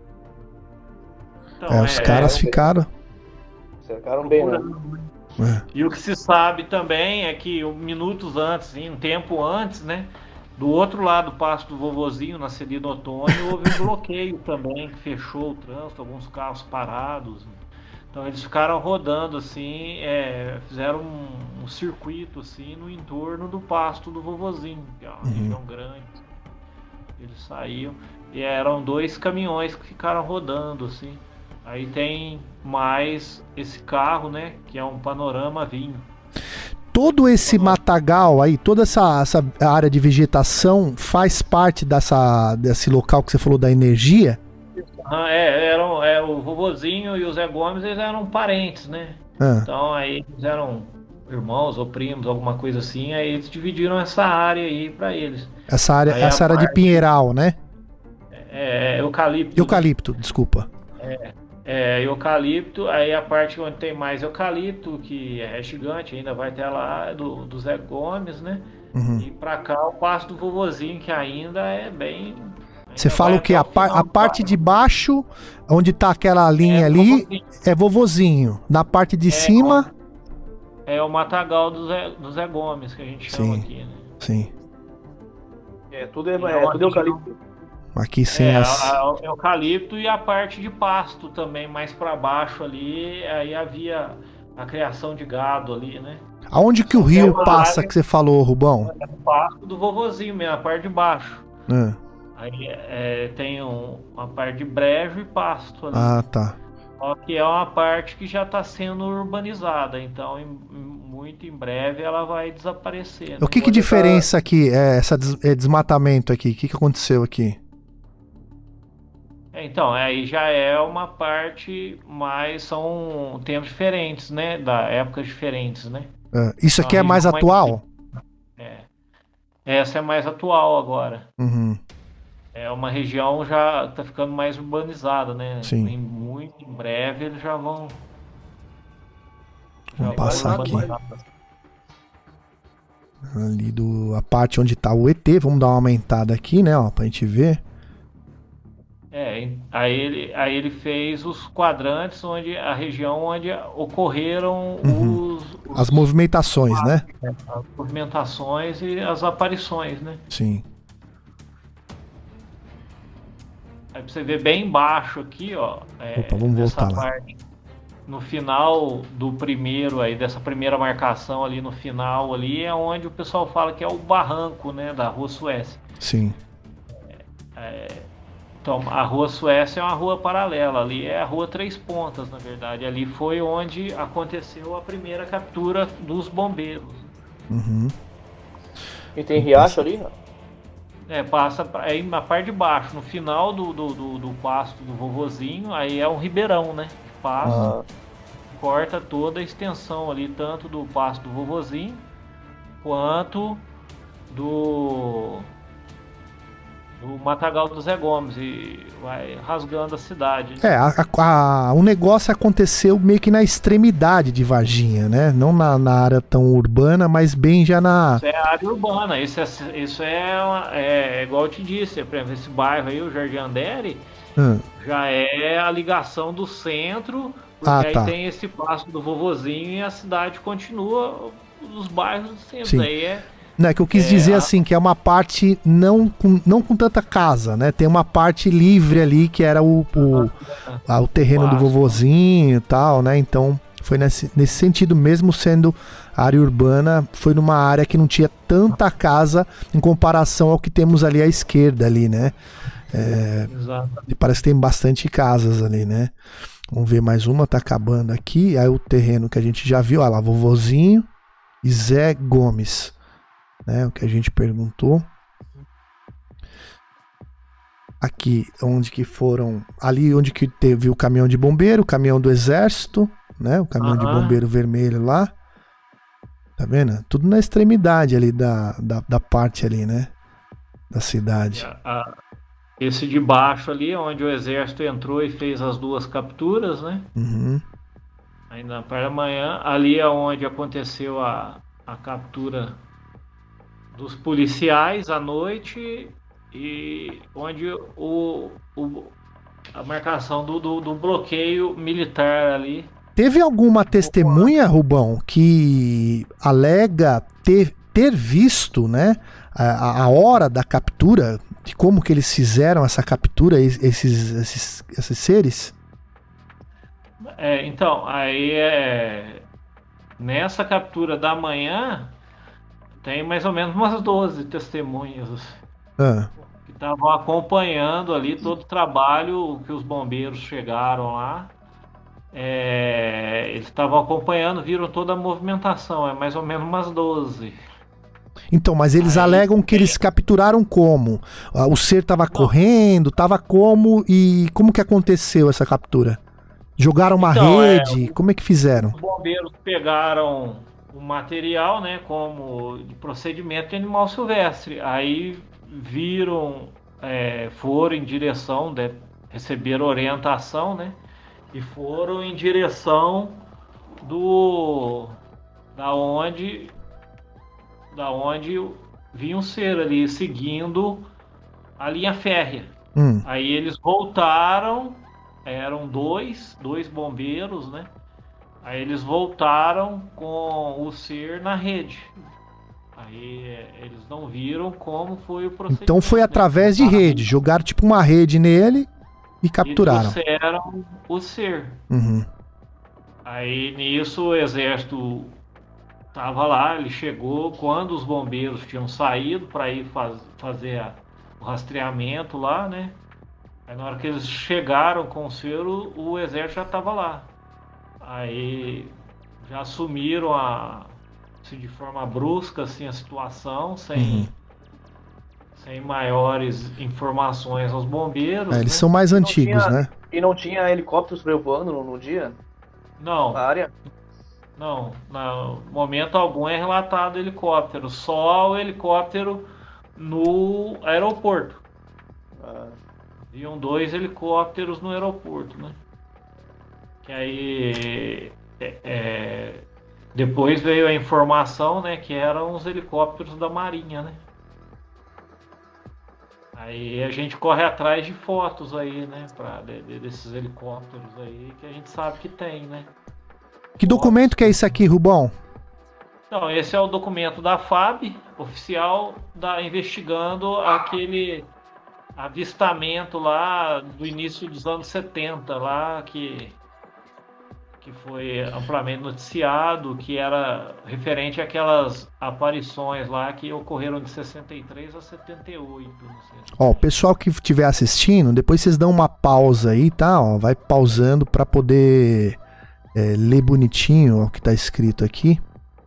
Então, os caras ficaram... Cercaram bem, né? E o que se sabe também é que minutos antes, um tempo antes, né? Do outro lado do Passo do Vovozinho, na Celino Otônio, houve um bloqueio também, que fechou o trânsito, alguns carros parados. Então eles ficaram rodando assim, fizeram um circuito assim no entorno do Pasto do Vovozinho, que é uma região grande. Eles saíam e eram 2 caminhões que ficaram rodando assim. Aí tem mais esse carro, né, que é um Panorama Vinho. Todo esse matagal aí, toda essa área de vegetação faz parte desse local que você falou da energia? O Vovozinho e o Zé Gomes, eles eram parentes, né? Então aí eles eram irmãos ou primos, alguma coisa assim, aí eles dividiram essa área aí pra eles. Essa área de Pinheiral, né? Eucalipto. Eucalipto, desculpa. Eucalipto, aí a parte onde tem mais eucalipto, que é gigante, ainda vai ter lá do Zé Gomes, né? E pra cá o Passo do Vovozinho, que ainda é bem... Você fala o que? A parte de baixo, onde tá aquela linha ali, é Vovozinho. Na parte de cima... É o matagal do Zé Gomes, que a gente chama aqui, né? Sim. Tudo eucalipto. Aqui sem eucalipto e a parte de pasto também, mais para baixo ali, aí havia a criação de gado ali, né? Aonde que o rio passa que você falou, Rubão? É o pasto do Vovozinho mesmo, a parte de baixo. Aí tem uma parte de brejo e pasto ali. Ah, tá. Só que é uma parte que já está sendo urbanizada, então muito em breve ela vai desaparecer. Né? O que diferença aqui, esse desmatamento aqui? O que aconteceu aqui? Então, aí já é uma parte, mas são tempos diferentes, né? Da épocas diferentes, né? Isso aqui é mais atual? Essa é mais atual agora. É uma região já está ficando mais urbanizada, né? Sim. Muito em breve eles já vão... Vamos passar aqui. Ali a parte onde está o ET, vamos dar uma aumentada aqui, né? Ó, pra gente ver. Aí ele fez os quadrantes onde a região onde ocorreram as movimentações, né? As movimentações e as aparições, né? Sim. Aí pra você ver bem embaixo aqui, ó. Vamos voltar lá. Parte, no final do primeiro aí, dessa primeira marcação ali no final ali, é onde o pessoal fala que é o barranco, né? Da Rua Suécia. Sim. Então, a Rua Suécia é uma rua paralela, ali é a Rua Três Pontas, na verdade. Ali foi onde aconteceu a primeira captura dos bombeiros. E tem riacho ali? Passa aí na parte de baixo, no final do pasto do Vovozinho, aí é um ribeirão, né? Que passa, corta toda a extensão ali, tanto do pasto do Vovozinho, quanto do Matagal do Zé Gomes, e vai rasgando a cidade. O negócio aconteceu meio que na extremidade de Varginha, né? Não na área tão urbana, mas bem já na... Isso é área urbana, isso é igual eu te disse, por exemplo, esse bairro aí, o Jardim Andere, já é a ligação do centro Porque aí tem esse passo do vovozinho e a cidade continua nos bairros sempre. Sim. Aí Não, é que eu quis dizer assim, que é uma parte não com tanta casa, né? Tem uma parte livre ali, que era o terreno do vovozinho e tal, né? Então, foi nesse sentido, mesmo sendo área urbana, foi numa área que não tinha tanta casa em comparação ao que temos ali à esquerda ali, né? Parece que tem bastante casas ali, né? Vamos ver mais uma, tá acabando aqui. Aí o terreno que a gente já viu, olha lá, vovozinho e Zé Gomes. Né, o que a gente perguntou. Aqui, onde que foram... Ali onde que teve o caminhão de bombeiro, o caminhão do exército, né? O caminhão de bombeiro vermelho lá. Tá vendo? Tudo na extremidade ali da parte ali, né? Da cidade. Esse de baixo ali, onde o exército entrou e fez as 2 capturas, né? Uhum. Aí na parte da manhã, ali é onde aconteceu a captura dos policiais à noite e onde a marcação do bloqueio militar ali. Teve alguma testemunha, Rubão, que alega ter visto, né, a hora da captura, de como que eles fizeram essa captura, esses seres? Então, aí nessa captura da manhã tem mais ou menos umas 12 testemunhas que estavam acompanhando ali todo o trabalho que os bombeiros chegaram lá. Eles estavam acompanhando, viram toda a movimentação, mais ou menos umas 12. Então, mas eles alegam que eles capturaram como? O ser estava correndo, estava como e como que aconteceu essa captura? Jogaram uma rede? Como é que fizeram? Os bombeiros pegaram o material, né, como de procedimento de animal silvestre. Aí viram, foram em direção, receberam orientação, né, e foram em direção da onde vinha um ser ali, seguindo a linha férrea. Aí eles voltaram, eram dois bombeiros, né? Aí eles voltaram com o ser na rede. Aí eles não viram como foi o procedimento. Então foi através de rede, jogaram tipo uma rede nele e capturaram. E trouxeram o ser. Uhum. Aí nisso o exército estava lá, ele chegou quando os bombeiros tinham saído para ir fazer o rastreamento lá, né? Aí na hora que eles chegaram com o ser, o exército já estava lá. Aí já assumiram de forma brusca assim, a situação, sem maiores informações aos bombeiros. Eles são mais antigos, né? E não tinha helicópteros sobrevoando no dia? Não. Na área? Não, no momento algum é relatado helicóptero, só o helicóptero no aeroporto. Haviam 2 helicópteros no aeroporto, né? Que aí depois veio a informação, né, que eram os helicópteros da Marinha, né? Aí a gente corre atrás de fotos aí, né, desses helicópteros aí que a gente sabe que tem, né? Que documento que é esse aqui, Rubão? Então, esse é o documento da FAB, oficial, investigando aquele avistamento lá do início dos anos 70, lá que foi amplamente noticiado, que era referente àquelas aparições lá que ocorreram de 63 a 78. Ó, o pessoal que estiver assistindo, depois vocês dão uma pausa aí, tá? Ó, vai pausando para poder ler bonitinho o que tá escrito aqui.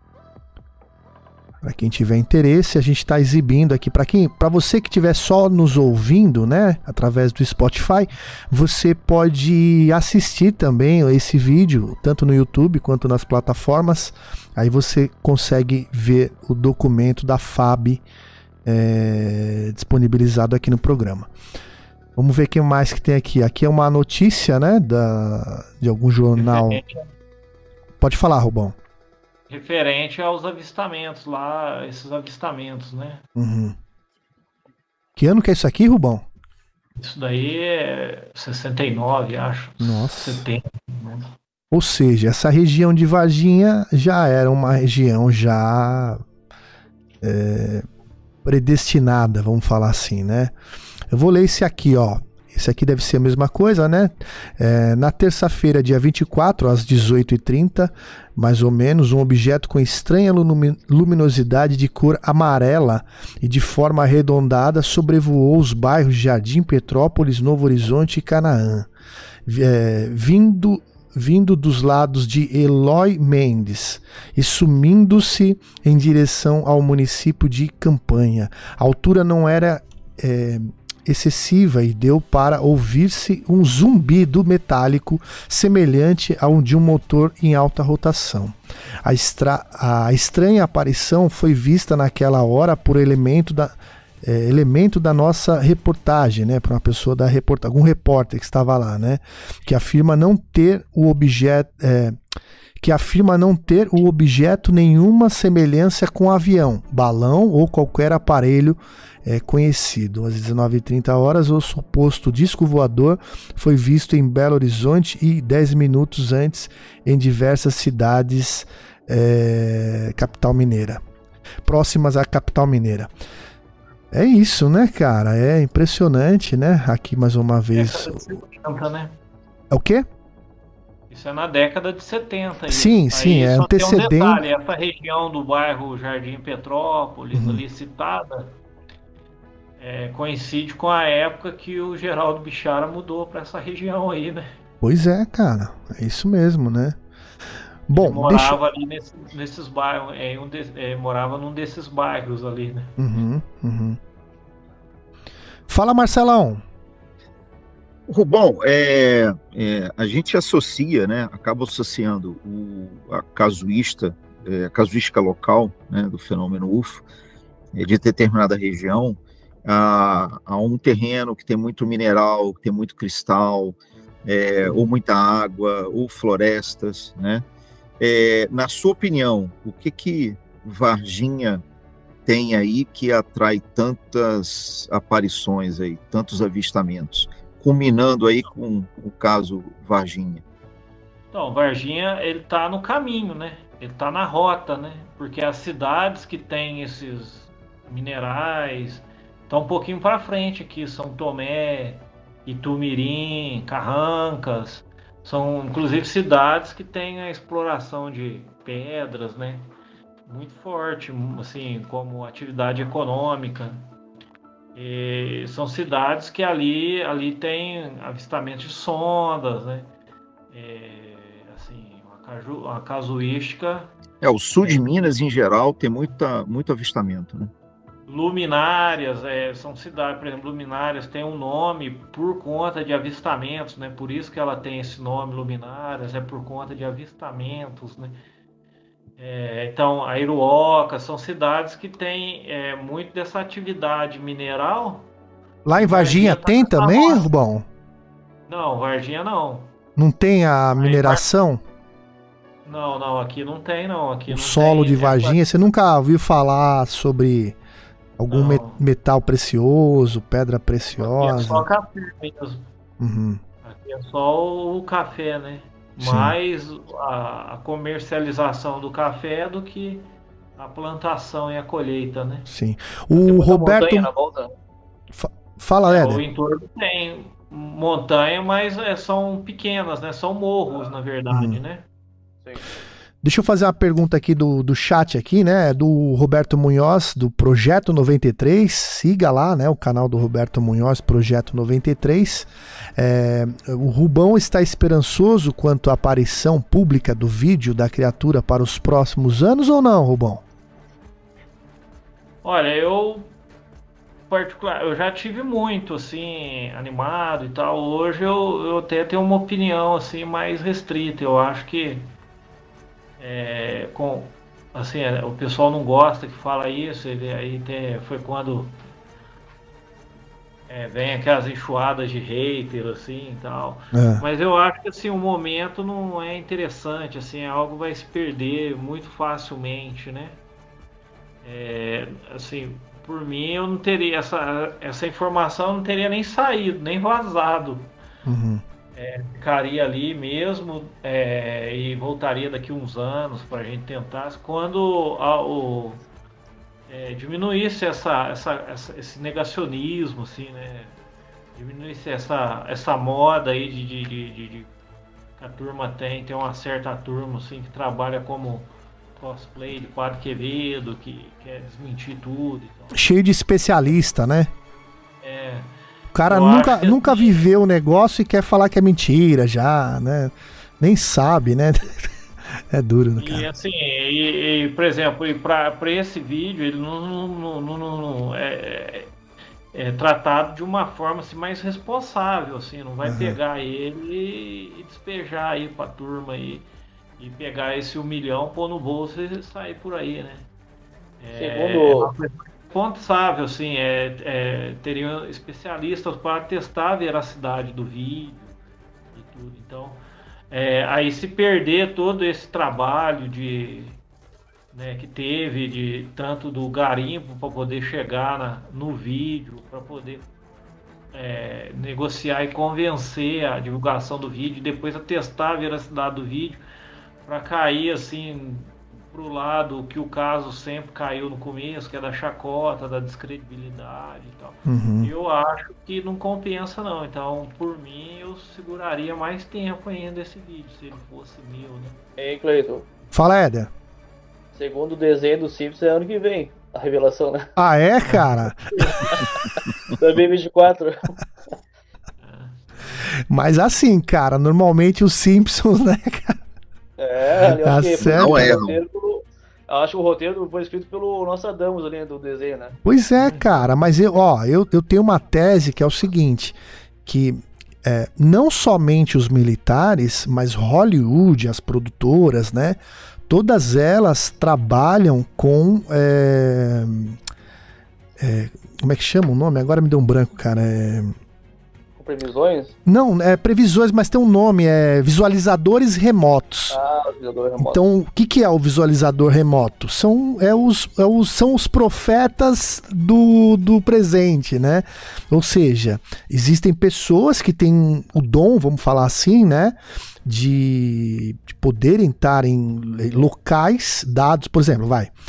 Para quem tiver interesse, a gente está exibindo aqui. Para você que estiver só nos ouvindo, né, através do Spotify, você pode assistir também esse vídeo, tanto no YouTube quanto nas plataformas. Aí você consegue ver o documento da FAB disponibilizado aqui no programa. Vamos ver o que mais que tem aqui. Aqui é uma notícia, né, de algum jornal. Pode falar, Rubão. Referente aos avistamentos lá, esses avistamentos, né? Uhum. Que ano que é isso aqui, Rubão? Isso daí é 69, acho. Nossa. 70, né? Ou seja, essa região de Varginha já era uma região já predestinada, vamos falar assim, né? Eu vou ler esse aqui, ó. Esse aqui deve ser a mesma coisa, né? Na terça-feira, dia 24, às 18h30, mais ou menos, um objeto com estranha luminosidade de cor amarela e de forma arredondada sobrevoou os bairros Jardim Petrópolis, Novo Horizonte e Canaã, vindo dos lados de Eloy Mendes e sumindo-se em direção ao município de Campanha. A altura não era excessiva e deu para ouvir-se um zumbido metálico semelhante ao de um motor em alta rotação. A estranha aparição foi vista naquela hora por elemento da nossa reportagem, né, para uma pessoa da reportagem, algum repórter que estava lá, né, que afirma não ter o objeto nenhuma semelhança com avião, balão ou qualquer aparelho conhecido. Às 19h30, o suposto disco voador foi visto em Belo Horizonte e 10 minutos antes em diversas cidades capital mineira, próximas à capital mineira. É isso, né, cara? É impressionante, né? Aqui mais uma vez. Década de 70, né? É o quê? Isso é na década de 70. Sim, isso. Sim, é antecedente. Tem um detalhe, essa região do bairro Jardim Petrópolis, ali citada, coincide com a época que o Geraldo Bichara mudou para essa região aí, né? Pois é, cara. É isso mesmo, né? Bom, ele morava ali nesses bairros, morava num desses bairros ali, né? Fala, Marcelão. Rubão, a gente associa, né? Acaba associando a casuística local, né, do fenômeno UFO, de determinada região, a um terreno que tem muito mineral, que tem muito cristal, ou muita água, ou florestas, né? Na sua opinião, o que Varginha tem aí que atrai tantas aparições aí, tantos avistamentos, culminando aí com o caso Varginha? Então, Varginha, ele tá no caminho, né? Ele tá na rota, né? Porque as cidades que têm esses minerais estão um pouquinho para frente aqui, São Tomé, Itumirim, Carrancas. São, inclusive, cidades que têm a exploração de pedras, né? Muito forte, assim, como atividade econômica. E são cidades que ali tem avistamento de sondas, né? Assim, uma casuística. O sul de Minas, em geral, tem muito avistamento, né? Luminárias, são cidades, por exemplo, Luminárias tem um nome por conta de avistamentos, né? Por isso que ela tem esse nome, Luminárias, por conta de avistamentos, né? Então, a Iruoca, são cidades que têm muito dessa atividade mineral. Lá em Varginha tem também, Rubão? Não, Varginha não. Não tem a mineração? Não, aqui não tem, não. Aqui o não solo tem, de Varginha, você nunca ouviu falar sobre algum metal precioso, pedra preciosa? Aqui é só café mesmo. Aqui é só o café, né? Mais a comercialização do café do que a plantação e a colheita, né? Sim. O Roberto... Fala, Éder. O entorno tem montanha, mas são pequenas, né? São morros, na verdade, né? Sim. Deixa eu fazer uma pergunta aqui do chat aqui, né? Do Roberto Munhoz, do Projeto 93. Siga lá, né? O canal do Roberto Munhoz, Projeto 93. O Rubão está esperançoso quanto à aparição pública do vídeo da criatura para os próximos anos ou não, Rubão? Olha, eu já tive muito, assim, animado e tal. Hoje eu até tenho uma opinião, assim, mais restrita. Eu acho que o pessoal não gosta que fala isso, foi quando vem aquelas enxuadas de hater, assim, e tal. Mas eu acho que, assim, o momento não é interessante, assim, algo vai se perder muito facilmente, né? Assim, por mim, eu não teria essa informação, não teria nem saído, nem vazado. ficaria ali mesmo e voltaria daqui uns anos para a gente tentar, quando diminuísse esse negacionismo, assim, né? Diminuísse essa moda aí de que a turma tem uma certa turma assim, que trabalha como cosplay de Padre Quevedo, que quer desmentir tudo. Então. Cheio de especialista, né? O cara nunca viveu o negócio e quer falar que é mentira já, né? Nem sabe, né? É duro, né, cara? E assim, por exemplo, para esse vídeo, ele não é tratado de uma forma assim, mais responsável, assim, não vai pegar ele e despejar aí pra turma aí, e pegar esse 1 milhão, pôr no bolso e sair por aí, né? Segundo... responsável, assim, teriam especialistas para testar a veracidade do vídeo e tudo. Então, aí se perder todo esse trabalho que teve tanto do garimpo para poder chegar no vídeo, para poder negociar e convencer a divulgação do vídeo, depois testar a veracidade do vídeo, para cair assim pro lado que o caso sempre caiu no começo, que é da chacota, da descredibilidade e tal. Eu acho que não compensa não, então por mim eu seguraria mais tempo ainda esse vídeo, se ele fosse meu, né? Ei, Cleiton. Fala, Éder. Segundo o desenho do Simpsons é ano que vem, a revelação, né? Ah, é, cara? 2024. Mas assim, cara, normalmente os Simpsons, né, cara? Eu acho que o roteiro foi escrito pelo Nostradamus ali do desenho, né? Pois é, cara, mas eu tenho uma tese que é o seguinte, que não somente os militares, mas Hollywood, as produtoras, né? Todas elas trabalham com como é que chama o nome? Agora me deu um branco, cara. Com previsões? Não, previsões, mas tem um nome, visualizadores remotos. Visualizador remoto. Então, o que é o visualizador remoto? São os profetas do presente, né? Ou seja, existem pessoas que têm o dom, vamos falar assim, né? De poderem estar em locais dados, por exemplo,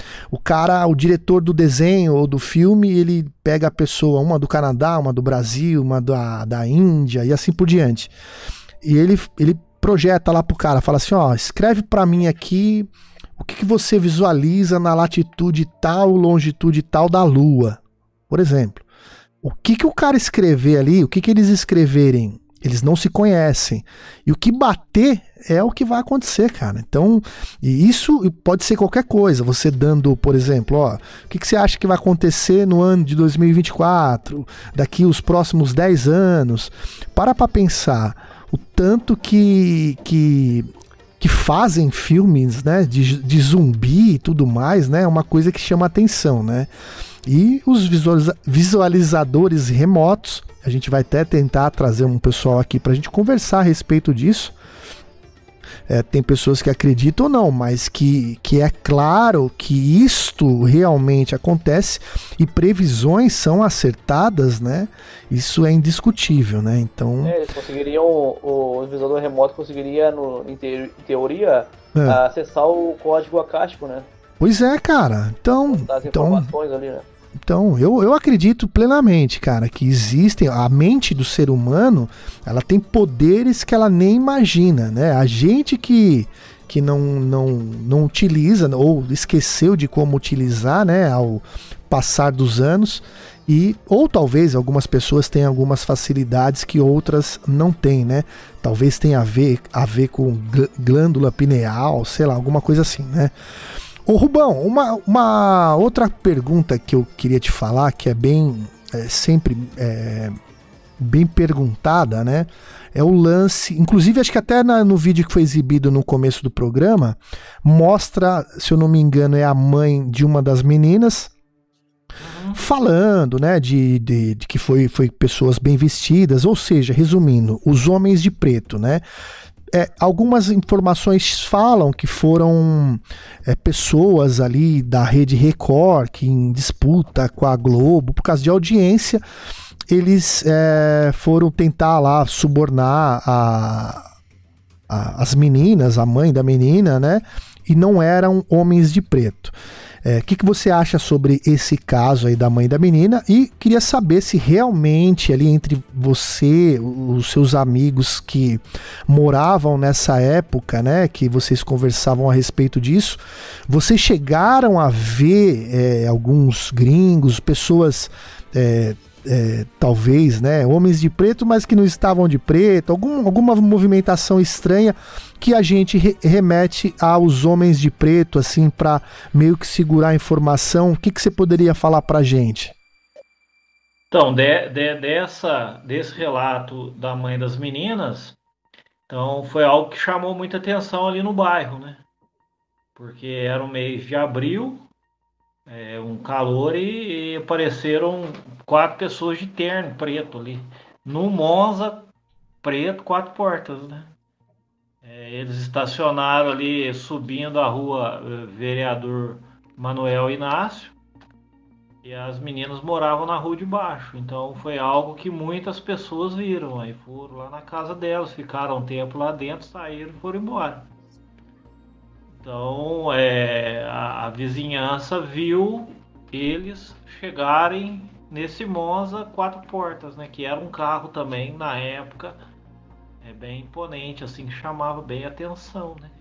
o diretor do desenho ou do filme, ele pega a pessoa, uma do Canadá, uma do Brasil, uma da Índia e assim por diante, e ele projeta lá pro cara, fala assim, escreve pra mim aqui o que você visualiza na latitude tal, longitude tal da Lua, por exemplo. O que o cara escrever ali, o que eles escreverem, eles não se conhecem. E o que bater é o que vai acontecer, cara. Então, e isso pode ser qualquer coisa. Você dando, por exemplo, o que você acha que vai acontecer no ano de 2024, daqui os próximos 10 anos? Para pensar o tanto que fazem filmes, né, de zumbi e tudo mais, né? É uma coisa que chama atenção, né? E os visualizadores remotos, a gente vai até tentar trazer um pessoal aqui para a gente conversar a respeito disso. Tem pessoas que acreditam ou não, mas que é claro que isto realmente acontece e previsões são acertadas, né? Isso é indiscutível, né? Então... eles conseguiriam, o visualizador remoto conseguiria, em teoria, acessar o código acástico, né? Pois é, cara. Então... As informações ali, né? Então, eu acredito plenamente, cara, que existem, a mente do ser humano, ela tem poderes que ela nem imagina, né? A gente que não utiliza ou esqueceu de como utilizar, né, ao passar dos anos, ou talvez algumas pessoas tenham algumas facilidades que outras não têm, né? Talvez tenha a ver com glândula pineal, sei lá, alguma coisa assim, né? Ô Rubão, uma outra pergunta que eu queria te falar, que é sempre bem perguntada, né? É o lance, inclusive acho que até no vídeo que foi exibido no começo do programa, mostra, se eu não me engano, é a mãe de uma das meninas, falando, né, de que foi pessoas bem vestidas, ou seja, resumindo, os homens de preto, né? Algumas informações falam que foram pessoas ali da Rede Record que em disputa com a Globo por causa de audiência eles foram tentar lá subornar as meninas, a mãe da menina, né? E não eram homens de preto. O que você acha sobre esse caso aí da mãe da menina? E queria saber se realmente ali entre você, os seus amigos que moravam nessa época, né, que vocês conversavam a respeito disso, vocês chegaram a ver alguns gringos, pessoas talvez, né, homens de preto, mas que não estavam de preto, alguma movimentação estranha que a gente remete aos homens de preto, assim, para meio que segurar a informação. O que você poderia falar pra gente? Então, desse relato da mãe das meninas, então foi algo que chamou muita atenção ali no bairro, né? Porque era o mês de abril, um calor, e apareceram 4 pessoas de terno preto ali, no Monza preto, 4 portas, né? Eles estacionaram ali subindo a rua Vereador Manuel Inácio, e as meninas moravam na rua de baixo. Então foi algo que muitas pessoas viram. Aí foram lá na casa delas, ficaram um tempo lá dentro, saíram e foram embora. Então a vizinhança viu eles chegarem nesse Monza 4 portas, né? Que era um carro também na época bem imponente, assim, que chamava bem a atenção, né?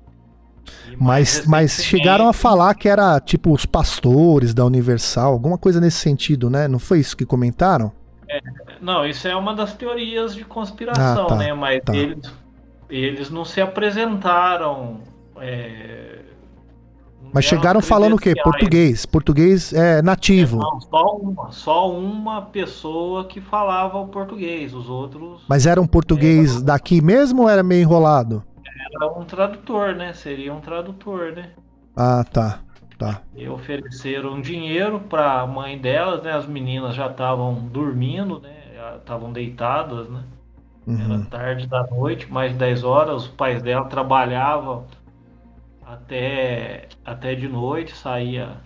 Mas chegaram a falar que era tipo os pastores da Universal, alguma coisa nesse sentido, né? Não foi isso que comentaram? Não, isso é uma das teorias de conspiração, né? Mas eles não se apresentaram. Mas chegaram falando o quê? Português nativo. Não, só uma pessoa que falava o português, os outros... Mas era um português daqui mesmo ou era meio enrolado? Era um tradutor, né? Seria um tradutor, né? Ah, tá. E ofereceram dinheiro para a mãe delas, né? As meninas já estavam dormindo, né? Já estavam deitadas, né? Era tarde da noite, mais de 10 horas. Os pais dela trabalhavam até de noite, saía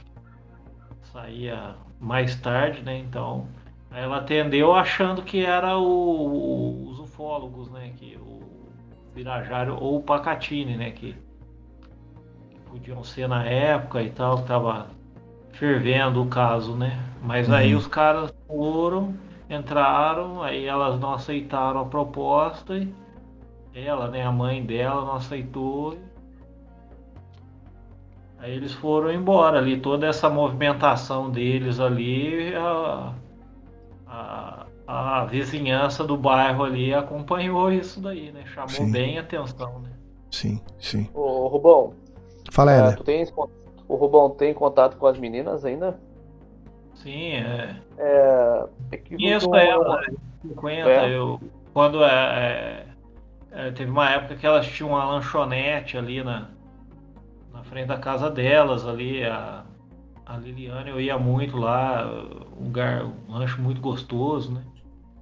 mais tarde, né? Então ela atendeu achando que era os ufólogos, né? Que o Birajara ou o Pacatini, né? Que podiam ser na época e tal, que tava fervendo o caso, né? Mas aí os caras entraram, aí elas não aceitaram a proposta e ela, né? A mãe dela não aceitou. Aí eles foram embora ali, toda essa movimentação deles ali, a vizinhança do bairro ali acompanhou isso daí, né? Chamou bem a atenção, né? Sim. Ô, Rubão. Fala, Éder. O Rubão tem contato com as meninas ainda? Sim, conheço ela, 50, quando teve uma época que elas tinham uma lanchonete ali na frente da casa delas ali, a Liliane, eu ia muito lá, um lanche muito gostoso, né?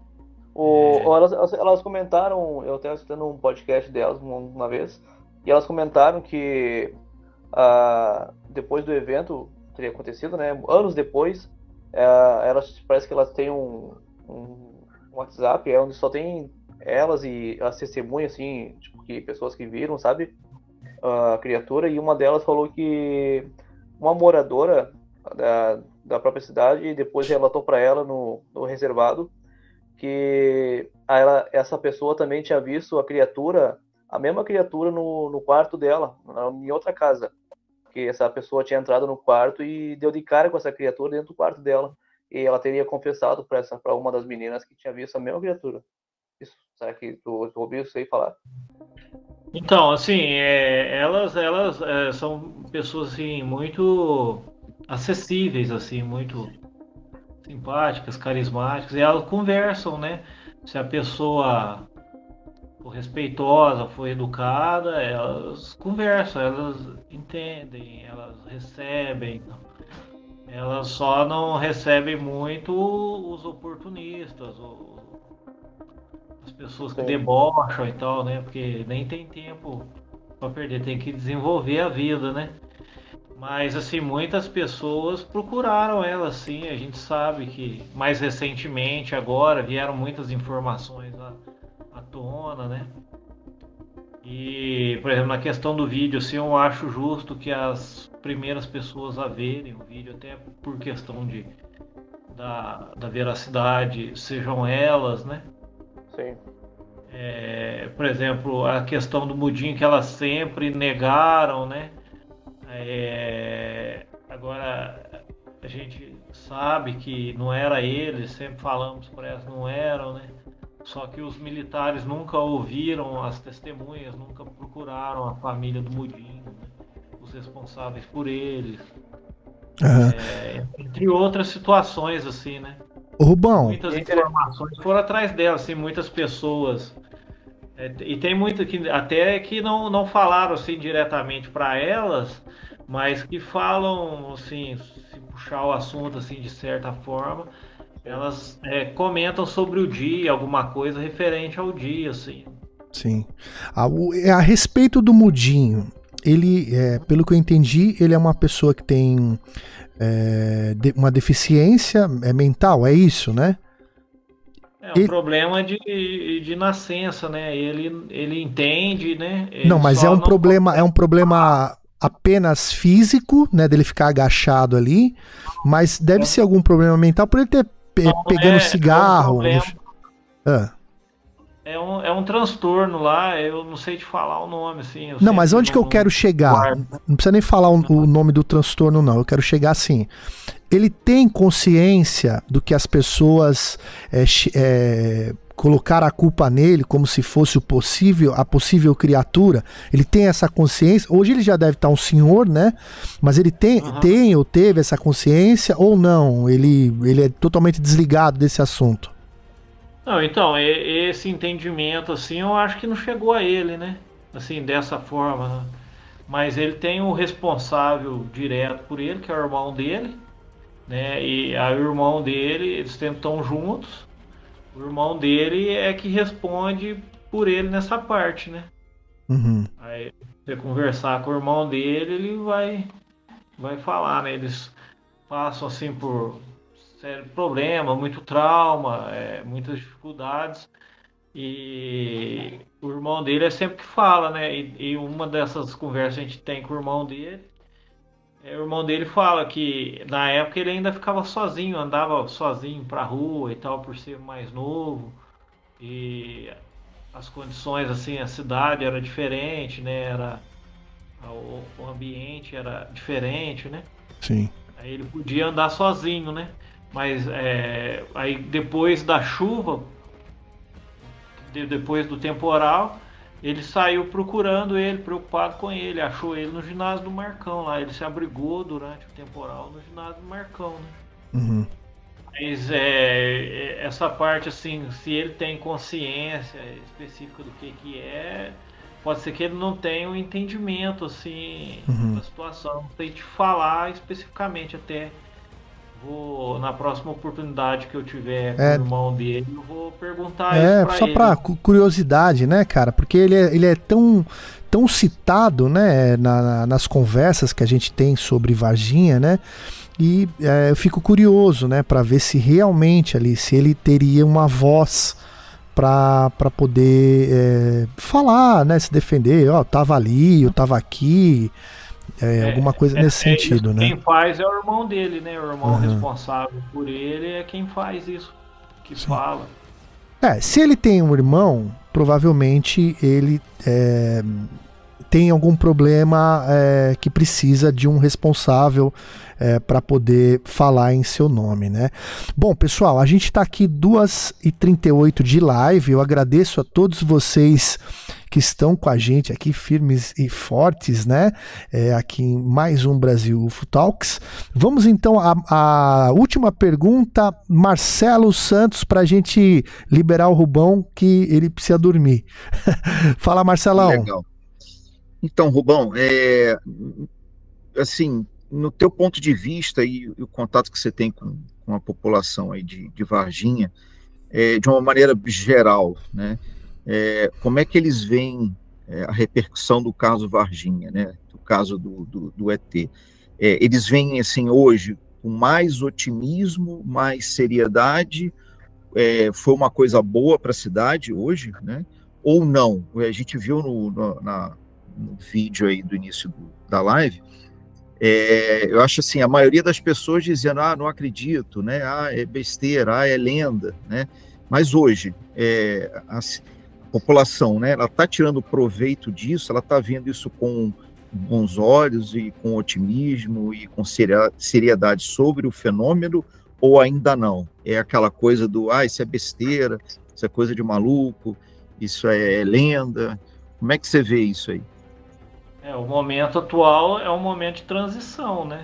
Elas comentaram, eu estava escutando um podcast delas uma vez, e elas comentaram que depois do evento teria acontecido, né? Anos depois, parece que elas têm um WhatsApp, onde só tem elas e as testemunhas, assim, tipo, pessoas que viram, sabe? A criatura, e uma delas falou que uma moradora da própria cidade depois relatou para ela no reservado que essa pessoa também tinha visto a mesma criatura no quarto dela, em outra casa, que essa pessoa tinha entrado no quarto e deu de cara com essa criatura dentro do quarto dela, e ela teria confessado para uma das meninas que tinha visto a mesma criatura. Será que tu ouviu isso aí falar? Então, assim, elas são pessoas assim, muito acessíveis, assim, muito simpáticas, carismáticas, e elas conversam, né? Se a pessoa for respeitosa, for educada, elas conversam, elas entendem, elas recebem. Elas só não recebem muito os oportunistas, as pessoas que debocham e tal, né? Porque nem tem tempo para perder, tem que desenvolver a vida, né? Mas, assim, muitas pessoas procuraram ela, sim. A gente sabe que, mais recentemente, agora, vieram muitas informações à tona, né? E, por exemplo, na questão do vídeo, assim, eu acho justo que as primeiras pessoas a verem o vídeo, até por questão da veracidade, sejam elas, né? Sim. Por exemplo, a questão do Mudinho, que elas sempre negaram, né? Agora a gente sabe que não era ele, sempre falamos para elas, não eram, né? Só que os militares nunca ouviram as testemunhas, nunca procuraram a família do Mudinho, né? Os responsáveis por eles. Entre outras situações, assim, né? Rubão. Muitas informações foram atrás dela, assim, muitas pessoas. E tem muito que até que não falaram assim diretamente para elas, mas que falam, assim, se puxar o assunto assim de certa forma, elas comentam sobre o dia, alguma coisa referente ao dia, assim. Sim. A respeito do Mudinho, ele, pelo que eu entendi, ele é uma pessoa que tem uma deficiência mental, é isso, né? É um problema de nascença, né? Ele entende, né? Não, mas é um problema apenas físico, né? Dele ficar agachado ali, mas deve ser algum problema mental por ele ter pegando cigarro. É um transtorno lá, eu não sei te falar o nome, assim. Não, mas onde que eu quero chegar? Não precisa nem falar o nome do transtorno, não. Eu quero chegar assim. Ele tem consciência do que as pessoas colocaram a culpa nele como se fosse a possível criatura? Ele tem essa consciência? Hoje ele já deve estar um senhor, né? Mas ele tem ou teve essa consciência ou não? Ele é totalmente desligado desse assunto? Não, então, esse entendimento, assim, eu acho que não chegou a ele, né? Assim, dessa forma, né? Mas ele tem o responsável direto por ele, que é o irmão dele, né? E o irmão dele, eles sempre estão juntos. O irmão dele é que responde por ele nessa parte, né? Uhum. Aí, você conversar com o irmão dele, ele vai falar, né? Eles passam, assim, por sério problema, muito trauma, muitas dificuldades, e o irmão dele é sempre que fala, né? E uma dessas conversas a gente tem com o irmão dele, o irmão dele fala que na época ele ainda ficava sozinho, andava sozinho pra rua e tal, por ser mais novo, e as condições, assim, a cidade era diferente, né? O ambiente era diferente, né? Sim. Aí ele podia andar sozinho, né? Mas aí depois da chuva, depois do temporal, ele saiu procurando ele, preocupado com ele, achou ele no ginásio do Marcão lá, ele se abrigou durante o temporal no ginásio do Marcão, né? Uhum. Mas essa parte, assim, se ele tem consciência específica do que é, pode ser que ele não tenha um entendimento, assim, da situação, não sei te falar especificamente até. Na próxima oportunidade que eu tiver com o irmão dele, eu vou perguntar isso pra só ele. pra curiosidade, né, cara? Porque ele é tão citado, né, nas conversas que a gente tem sobre Varginha, né? E eu fico curioso, né, pra ver se realmente ali, se ele teria uma voz pra poder falar, né, se defender. Ó, eu tava ali, eu tava aqui. Alguma coisa nesse sentido, né? Quem faz é o irmão dele, né? O irmão responsável por ele é quem faz isso, que fala. Se ele tem um irmão, provavelmente ele tem algum problema que precisa de um responsável para poder falar em seu nome, né? Bom, pessoal, a gente está aqui 2h38 de live. Eu agradeço a todos vocês que estão com a gente aqui, firmes e fortes, né? Aqui em mais um Brasil UFO Talks. Vamos então à última pergunta, Marcelo Santos, para a gente liberar o Rubão, que ele precisa dormir. Fala, Marcelão. Legal. Então, Rubão, assim, no teu ponto de vista e o contato que você tem com a população aí de Varginha, de uma maneira geral, né? Como é que eles veem a repercussão do caso Varginha, né? Do caso do ET? eles vêm, assim, hoje com mais otimismo, mais seriedade? Foi uma coisa boa para a cidade hoje, né? Ou não? A gente viu no vídeo aí do início da live, eu acho assim, a maioria das pessoas dizendo, não acredito, né? É besteira, é lenda, né? Mas hoje, a população, né? Ela está tirando proveito disso, ela está vendo isso com bons olhos e com otimismo e com seriedade sobre o fenômeno, ou ainda não? É aquela coisa do, isso é besteira, isso é coisa de maluco, isso é lenda. Como é que você vê isso aí? O momento atual é um momento de transição, né?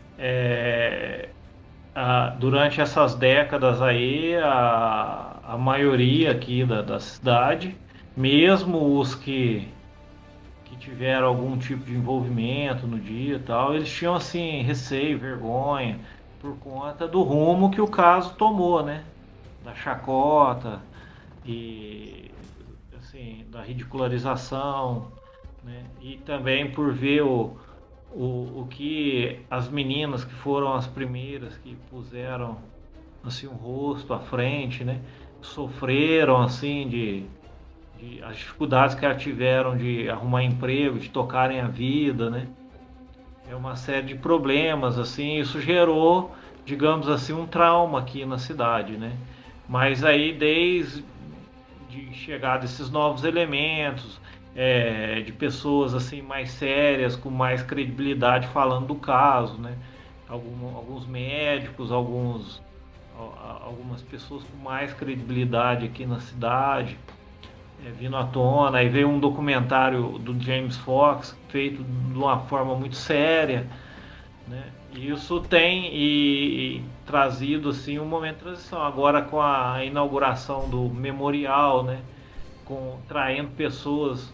Durante essas décadas aí, a maioria aqui da cidade, mesmo os que tiveram algum tipo de envolvimento no dia e tal, eles tinham, assim, receio, vergonha, por conta do rumo que o caso tomou, né? Da chacota e, assim, da ridicularização, né? E também por ver o que as meninas que foram as primeiras que puseram, assim, o rosto à frente, né? Sofreram, assim, as dificuldades que elas tiveram de arrumar emprego, de tocarem a vida, né? Uma série de problemas, assim, isso gerou, digamos assim, um trauma aqui na cidade, né? Mas aí, desde chegar desses novos elementos, de pessoas, assim, mais sérias, com mais credibilidade falando do caso, né? Alguns médicos, algumas pessoas com mais credibilidade aqui na cidade, vindo à tona. Aí veio um documentário do James Fox, feito de uma forma muito séria, né? Isso tem trazido, assim, um momento de transição. Agora, com a inauguração do memorial, né? Traindo pessoas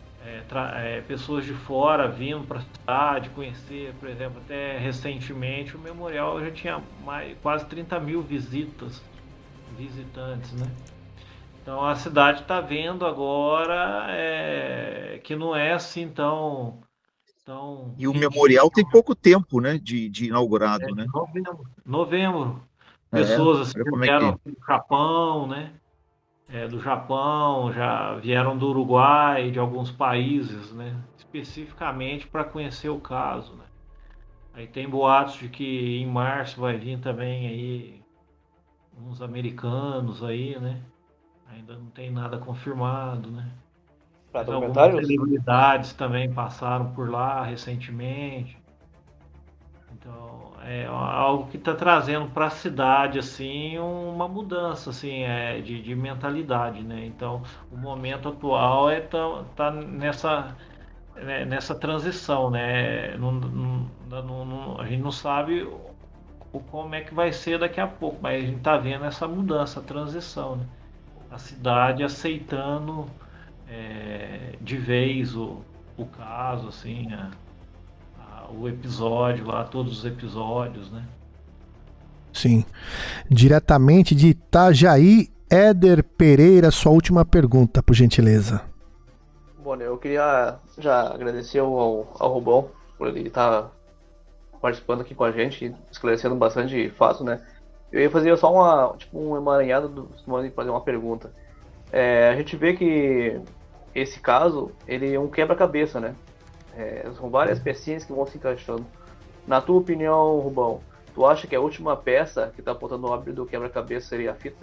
de fora vindo para a cidade conhecer, por exemplo, até recentemente o memorial já tinha quase 30 mil visitantes, né? Então a cidade está vendo agora que não é assim tão... E o memorial tem pouco tempo, né, de inaugurado, né? Novembro. Pessoas assim, vieram do Japão, né? Do Japão, já vieram do Uruguai, de alguns países, né? Especificamente para conhecer o caso, né? Aí tem boatos de que em março vai vir também aí uns americanos aí, né? Ainda não tem nada confirmado, né? Mas algumas celebridades também passaram por lá recentemente. Então, é algo que está trazendo para a cidade, assim, uma mudança, assim, de mentalidade, né? Então, o momento atual tá nessa transição, né? A gente não sabe como é que vai ser daqui a pouco, mas a gente está vendo essa mudança, a transição, né? A cidade aceitando de vez o caso, assim, o episódio lá, todos os episódios, né? Sim. Diretamente de Itajaí, Éder Pereira, sua última pergunta, por gentileza. Bom, eu queria já agradecer ao Rubão por ele estar participando aqui com a gente, esclarecendo bastante fato, né? Eu ia fazer só um emaranhado de fazer uma pergunta. A gente vê que esse caso, ele é um quebra-cabeça, né? São várias pecinhas que vão se encaixando. Na tua opinião, Rubão, tu acha que a última peça que está apontando o óbvio do quebra-cabeça seria a fita?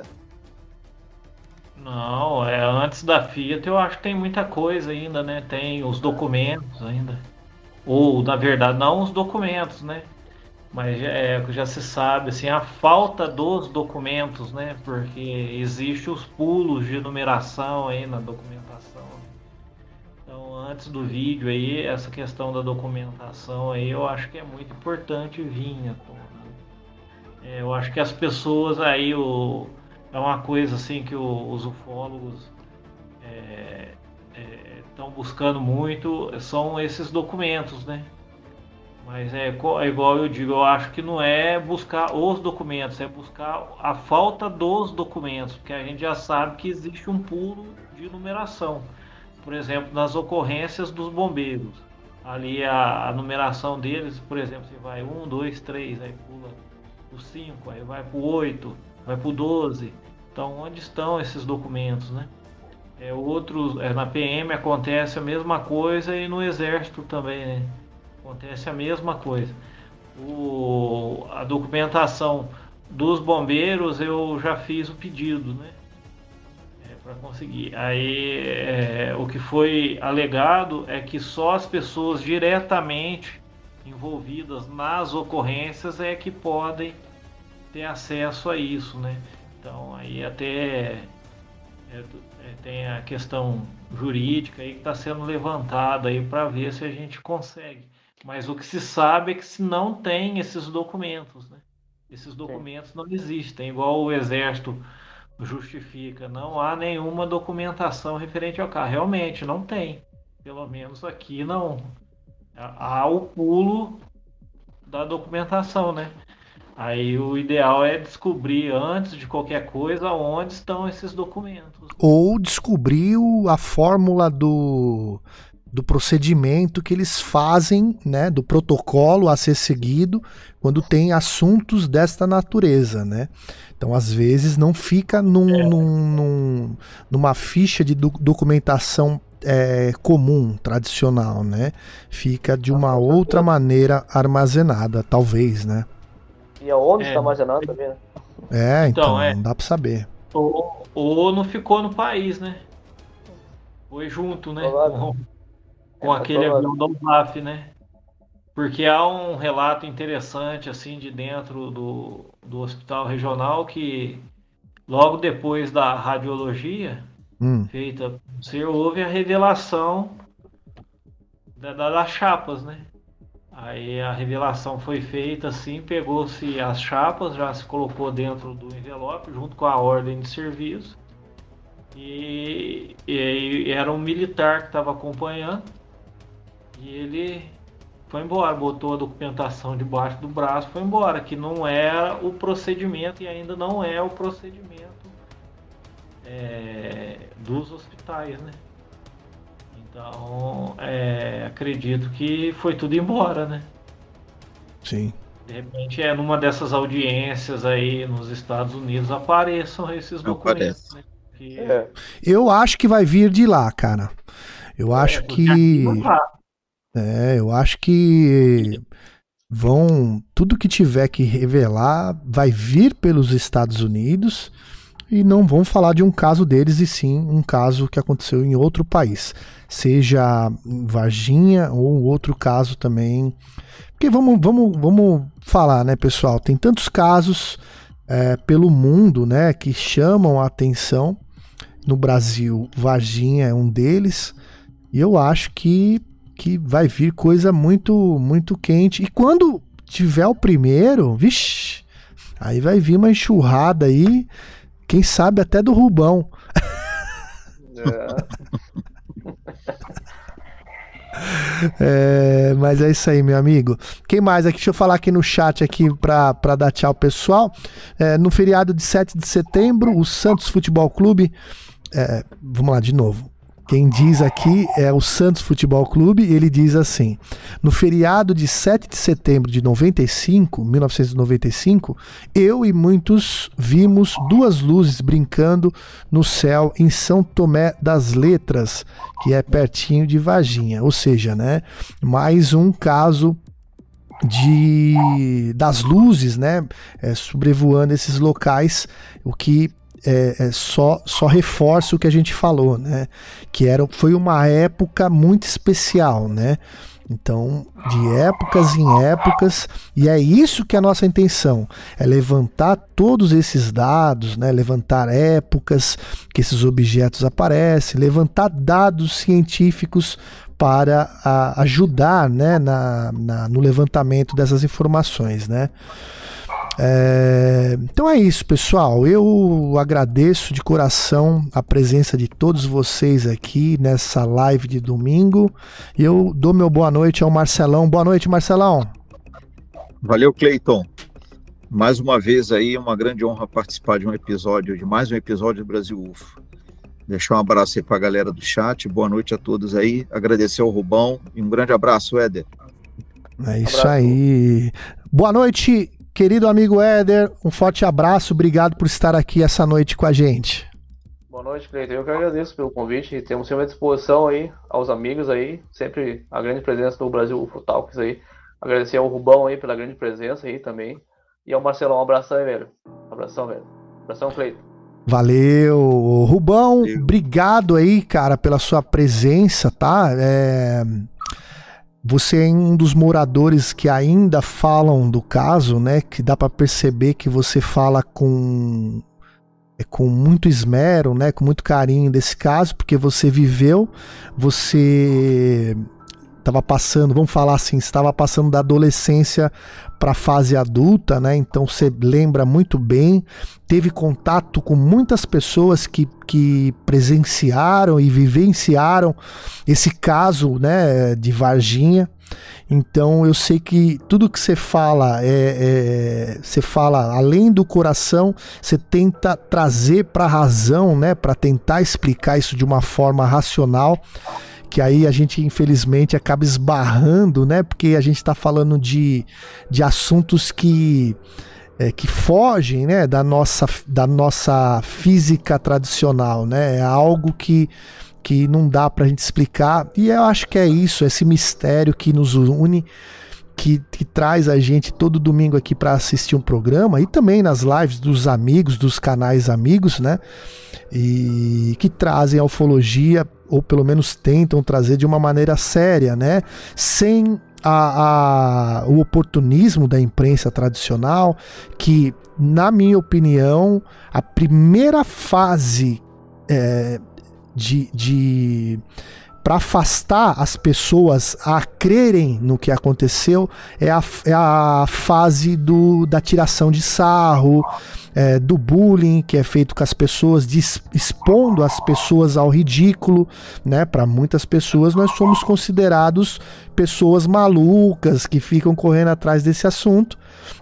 Não, antes da fita eu acho que tem muita coisa ainda, né? Tem os documentos ainda. Ou, na verdade, não os documentos, né? Mas já se sabe, assim, a falta dos documentos, né? Porque existe os pulos de numeração aí na documentação. Então, antes do vídeo aí, essa questão da documentação aí, eu acho que é muito importante vir à tona. Eu acho que as pessoas aí, é uma coisa assim que os ufólogos estão buscando muito, são esses documentos, né? Mas igual eu digo, eu acho que não é buscar os documentos, é buscar a falta dos documentos, porque a gente já sabe que existe um pulo de numeração. Por exemplo, nas ocorrências dos bombeiros. ali a numeração deles, por exemplo, você vai 1, 2, 3, aí pula o 5, aí vai pro 8, vai pro 12. Então, onde estão esses documentos, né? Na PM acontece a mesma coisa e no Exército também, né? Acontece a mesma coisa. A documentação dos bombeiros eu já fiz o pedido, né? Para conseguir. Aí o que foi alegado é que só as pessoas diretamente envolvidas nas ocorrências é que podem ter acesso a isso, né? Então aí até tem a questão jurídica aí que está sendo levantada aí para ver se a gente consegue. Mas o que se sabe é que se não tem esses documentos, né? Esses documentos não existem, igual o Exército justifica, não há nenhuma documentação referente ao carro. Realmente não tem, pelo menos aqui não. Há o pulo da documentação, né? Aí o ideal é descobrir antes de qualquer coisa onde estão esses documentos. Ou descobrir a fórmula do procedimento que eles fazem, né, do protocolo a ser seguido quando tem assuntos desta natureza, né? Então, às vezes, não fica numa ficha de documentação comum, tradicional, né? Fica de uma outra maneira armazenada, talvez, né? E aonde está armazenado também, né? Então não dá para saber. Ou não ficou no país, né? Foi junto, né? Com aquele avião da UNAF, né? Porque há um relato interessante, assim, de dentro do hospital regional que logo depois da radiologia feita, houve a revelação das chapas, né? Aí a revelação foi feita assim, pegou-se as chapas, já se colocou dentro do envelope junto com a ordem de serviço e era um militar que estava acompanhando e ele foi embora, botou a documentação debaixo do braço, foi embora, que não era o procedimento e ainda não é o procedimento dos hospitais, né? Então, acredito que foi tudo embora, né? Sim. De repente, numa dessas audiências aí nos Estados Unidos apareçam esses documentos. Né? Eu acho que vai vir de lá, cara. Eu acho que... eu acho que tudo que tiver que revelar vai vir pelos Estados Unidos e não vão falar de um caso deles e sim um caso que aconteceu em outro país, seja em Varginha ou outro caso também, porque vamos falar, né, pessoal, tem tantos casos pelo mundo, né, que chamam a atenção. No Brasil, Varginha é um deles e eu acho que vai vir coisa muito, muito quente. E quando tiver o primeiro, vixe, aí vai vir uma enxurrada aí, quem sabe até do Rubão. Mas é isso aí, meu amigo. Quem mais aqui? Deixa eu falar aqui no chat aqui pra dar tchau, pessoal. No feriado de 7 de setembro, o Santos Futebol Clube... vamos lá de novo. Quem diz aqui é o Santos Futebol Clube, e ele diz assim: no feriado de 7 de setembro de 1995, eu e muitos vimos duas luzes brincando no céu em São Tomé das Letras, que é pertinho de Varginha. Ou seja, né, mais um caso das luzes, né, sobrevoando esses locais, o que só reforça o que a gente falou, né? Que foi uma época muito especial, né? Então, de épocas em épocas, e é isso que é a nossa intenção, é levantar todos esses dados, né? Levantar épocas que esses objetos aparecem, levantar dados científicos para ajudar, né? No levantamento dessas informações, né? Então é isso, pessoal. Eu agradeço de coração a presença de todos vocês aqui nessa live de domingo. Eu dou meu boa noite ao Marcelão. Boa noite, Marcelão. Valeu, Cleiton. Mais uma vez aí, uma grande honra participar de mais um episódio do Brasil UFO. Deixar um abraço aí para a galera do chat, boa noite a todos aí, agradecer ao Rubão e um grande abraço, Éder. É isso aí. Boa noite, querido amigo Éder, um forte abraço, obrigado por estar aqui essa noite com a gente. Boa noite, Cleiton. Eu que agradeço pelo convite. Temos sempre à disposição aí aos amigos aí, sempre a grande presença do Brasil UFO Talks aí. Agradecer ao Rubão aí pela grande presença aí também. E ao Marcelão, um abração aí, velho. Abração, velho. Abração, Cleiton. Valeu, Rubão, obrigado aí, cara, pela sua presença, tá? Você é um dos moradores que ainda falam do caso, né? Que dá pra perceber que você fala com muito esmero, né? Com muito carinho desse caso, porque você viveu, você estava passando, vamos falar assim, estava passando da adolescência para a fase adulta, né? Então você lembra muito bem, teve contato com muitas pessoas que presenciaram e vivenciaram esse caso, né, de Varginha. Então eu sei que tudo que você fala você fala além do coração, você tenta trazer para a razão, né, para tentar explicar isso de uma forma racional, que aí a gente infelizmente acaba esbarrando, né, porque a gente está falando de assuntos que fogem, né, da nossa física tradicional, né, é algo que não dá pra gente explicar, e eu acho que é isso, esse mistério que nos une, que traz a gente todo domingo aqui para assistir um programa, e também nas lives dos amigos, dos canais amigos, né, e que trazem a ufologia, ou pelo menos tentam trazer de uma maneira séria, né, sem o oportunismo da imprensa tradicional, que, na minha opinião, a primeira fase para afastar as pessoas a crerem no que aconteceu é a fase da tiração de sarro, do bullying que é feito com as pessoas, expondo as pessoas ao ridículo, né? Para muitas pessoas nós somos considerados pessoas malucas que ficam correndo atrás desse assunto,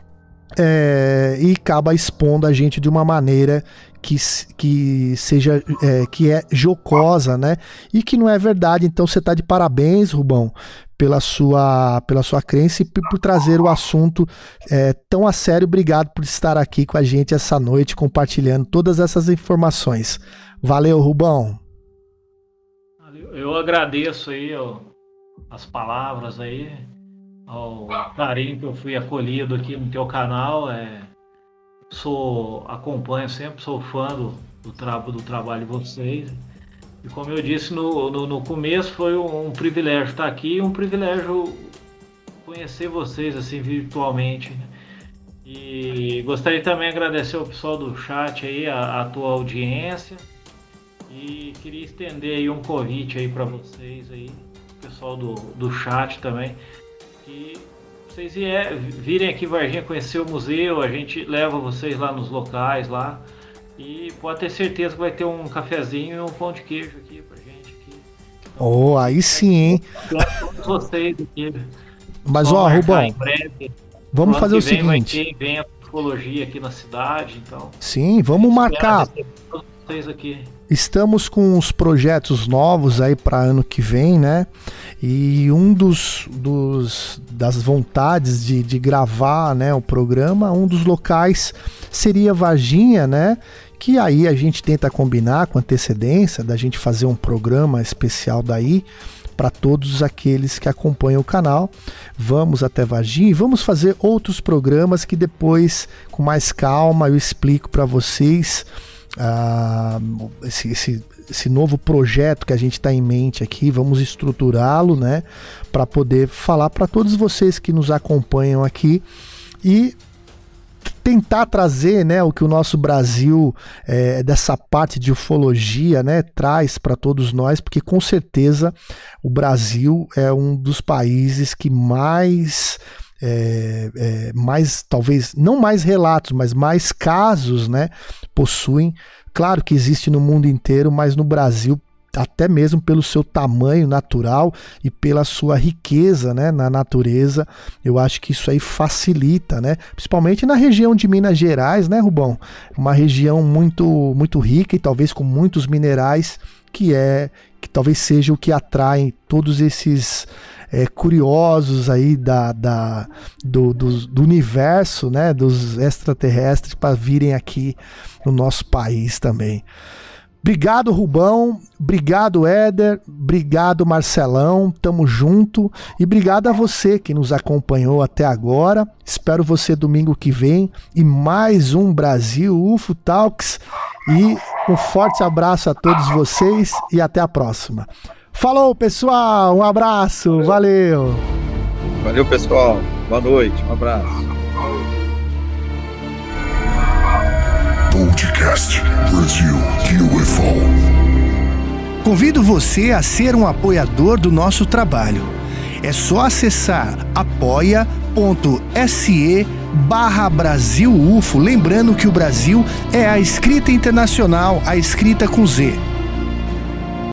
e acaba expondo a gente de uma maneira que seja que é jocosa, né? E que não é verdade. Então você tá de parabéns, Rubão, pela sua crença e por trazer o assunto tão a sério. Obrigado por estar aqui com a gente essa noite, compartilhando todas essas informações. Valeu, Rubão. Eu agradeço aí as palavras aí, ao carinho que eu fui acolhido aqui no teu canal. Acompanho sempre, sou fã do trabalho de vocês. E como eu disse no começo, foi um privilégio estar aqui, um privilégio conhecer vocês assim virtualmente, né? E gostaria também de agradecer ao pessoal do chat aí, a tua audiência, e queria estender aí um convite aí para vocês aí, pessoal do chat também, que vocês virem aqui em Varginha conhecer o museu, a gente leva vocês lá nos locais lá, e pode ter certeza que vai ter um cafezinho e um pão de queijo aqui pra gente aqui. Então, aí sim, hein? Todos vocês aqui. Mas ó, Rubão, vamos fazer o seguinte. Vem a psicologia aqui na cidade, então. Sim, vamos marcar. Vocês aqui. Estamos com uns projetos novos aí para ano que vem, né? E das vontades de gravar, né, o programa, um dos locais seria Varginha, né? Que aí a gente tenta combinar com antecedência da gente fazer um programa especial daí para todos aqueles que acompanham o canal. Vamos até Varginha e vamos fazer outros programas que depois, com mais calma, eu explico para vocês esse novo projeto que a gente está em mente aqui. Vamos estruturá-lo, né, para poder falar para todos vocês que nos acompanham aqui e tentar trazer, né, o que o nosso Brasil, dessa parte de ufologia, né, traz para todos nós, porque com certeza o Brasil é um dos países que mais talvez não mais relatos, mas mais casos, né, possuem. Claro que existe no mundo inteiro, mas no Brasil até mesmo pelo seu tamanho natural e pela sua riqueza, né, na natureza. Eu acho que isso aí facilita, né, principalmente na região de Minas Gerais, né, Rubão? Uma região muito rica e talvez com muitos minerais, que talvez seja o que atrai todos esses curiosos aí do universo, né, dos extraterrestres, para virem aqui no nosso país também. Obrigado, Rubão, obrigado, Éder, obrigado, Marcelão, tamo junto, e obrigado a você que nos acompanhou até agora. Espero você domingo que vem e mais um Brasil UFO Talks, e um forte abraço a todos vocês e até a próxima. Falou, pessoal, um abraço, valeu. Valeu, pessoal, boa noite, um abraço. Podcast Brasil UFO. Convido você a ser um apoiador do nosso trabalho. É só acessar apoia.se/Brasil UFO, lembrando que o Brasil é a escrita internacional, a escrita com Z.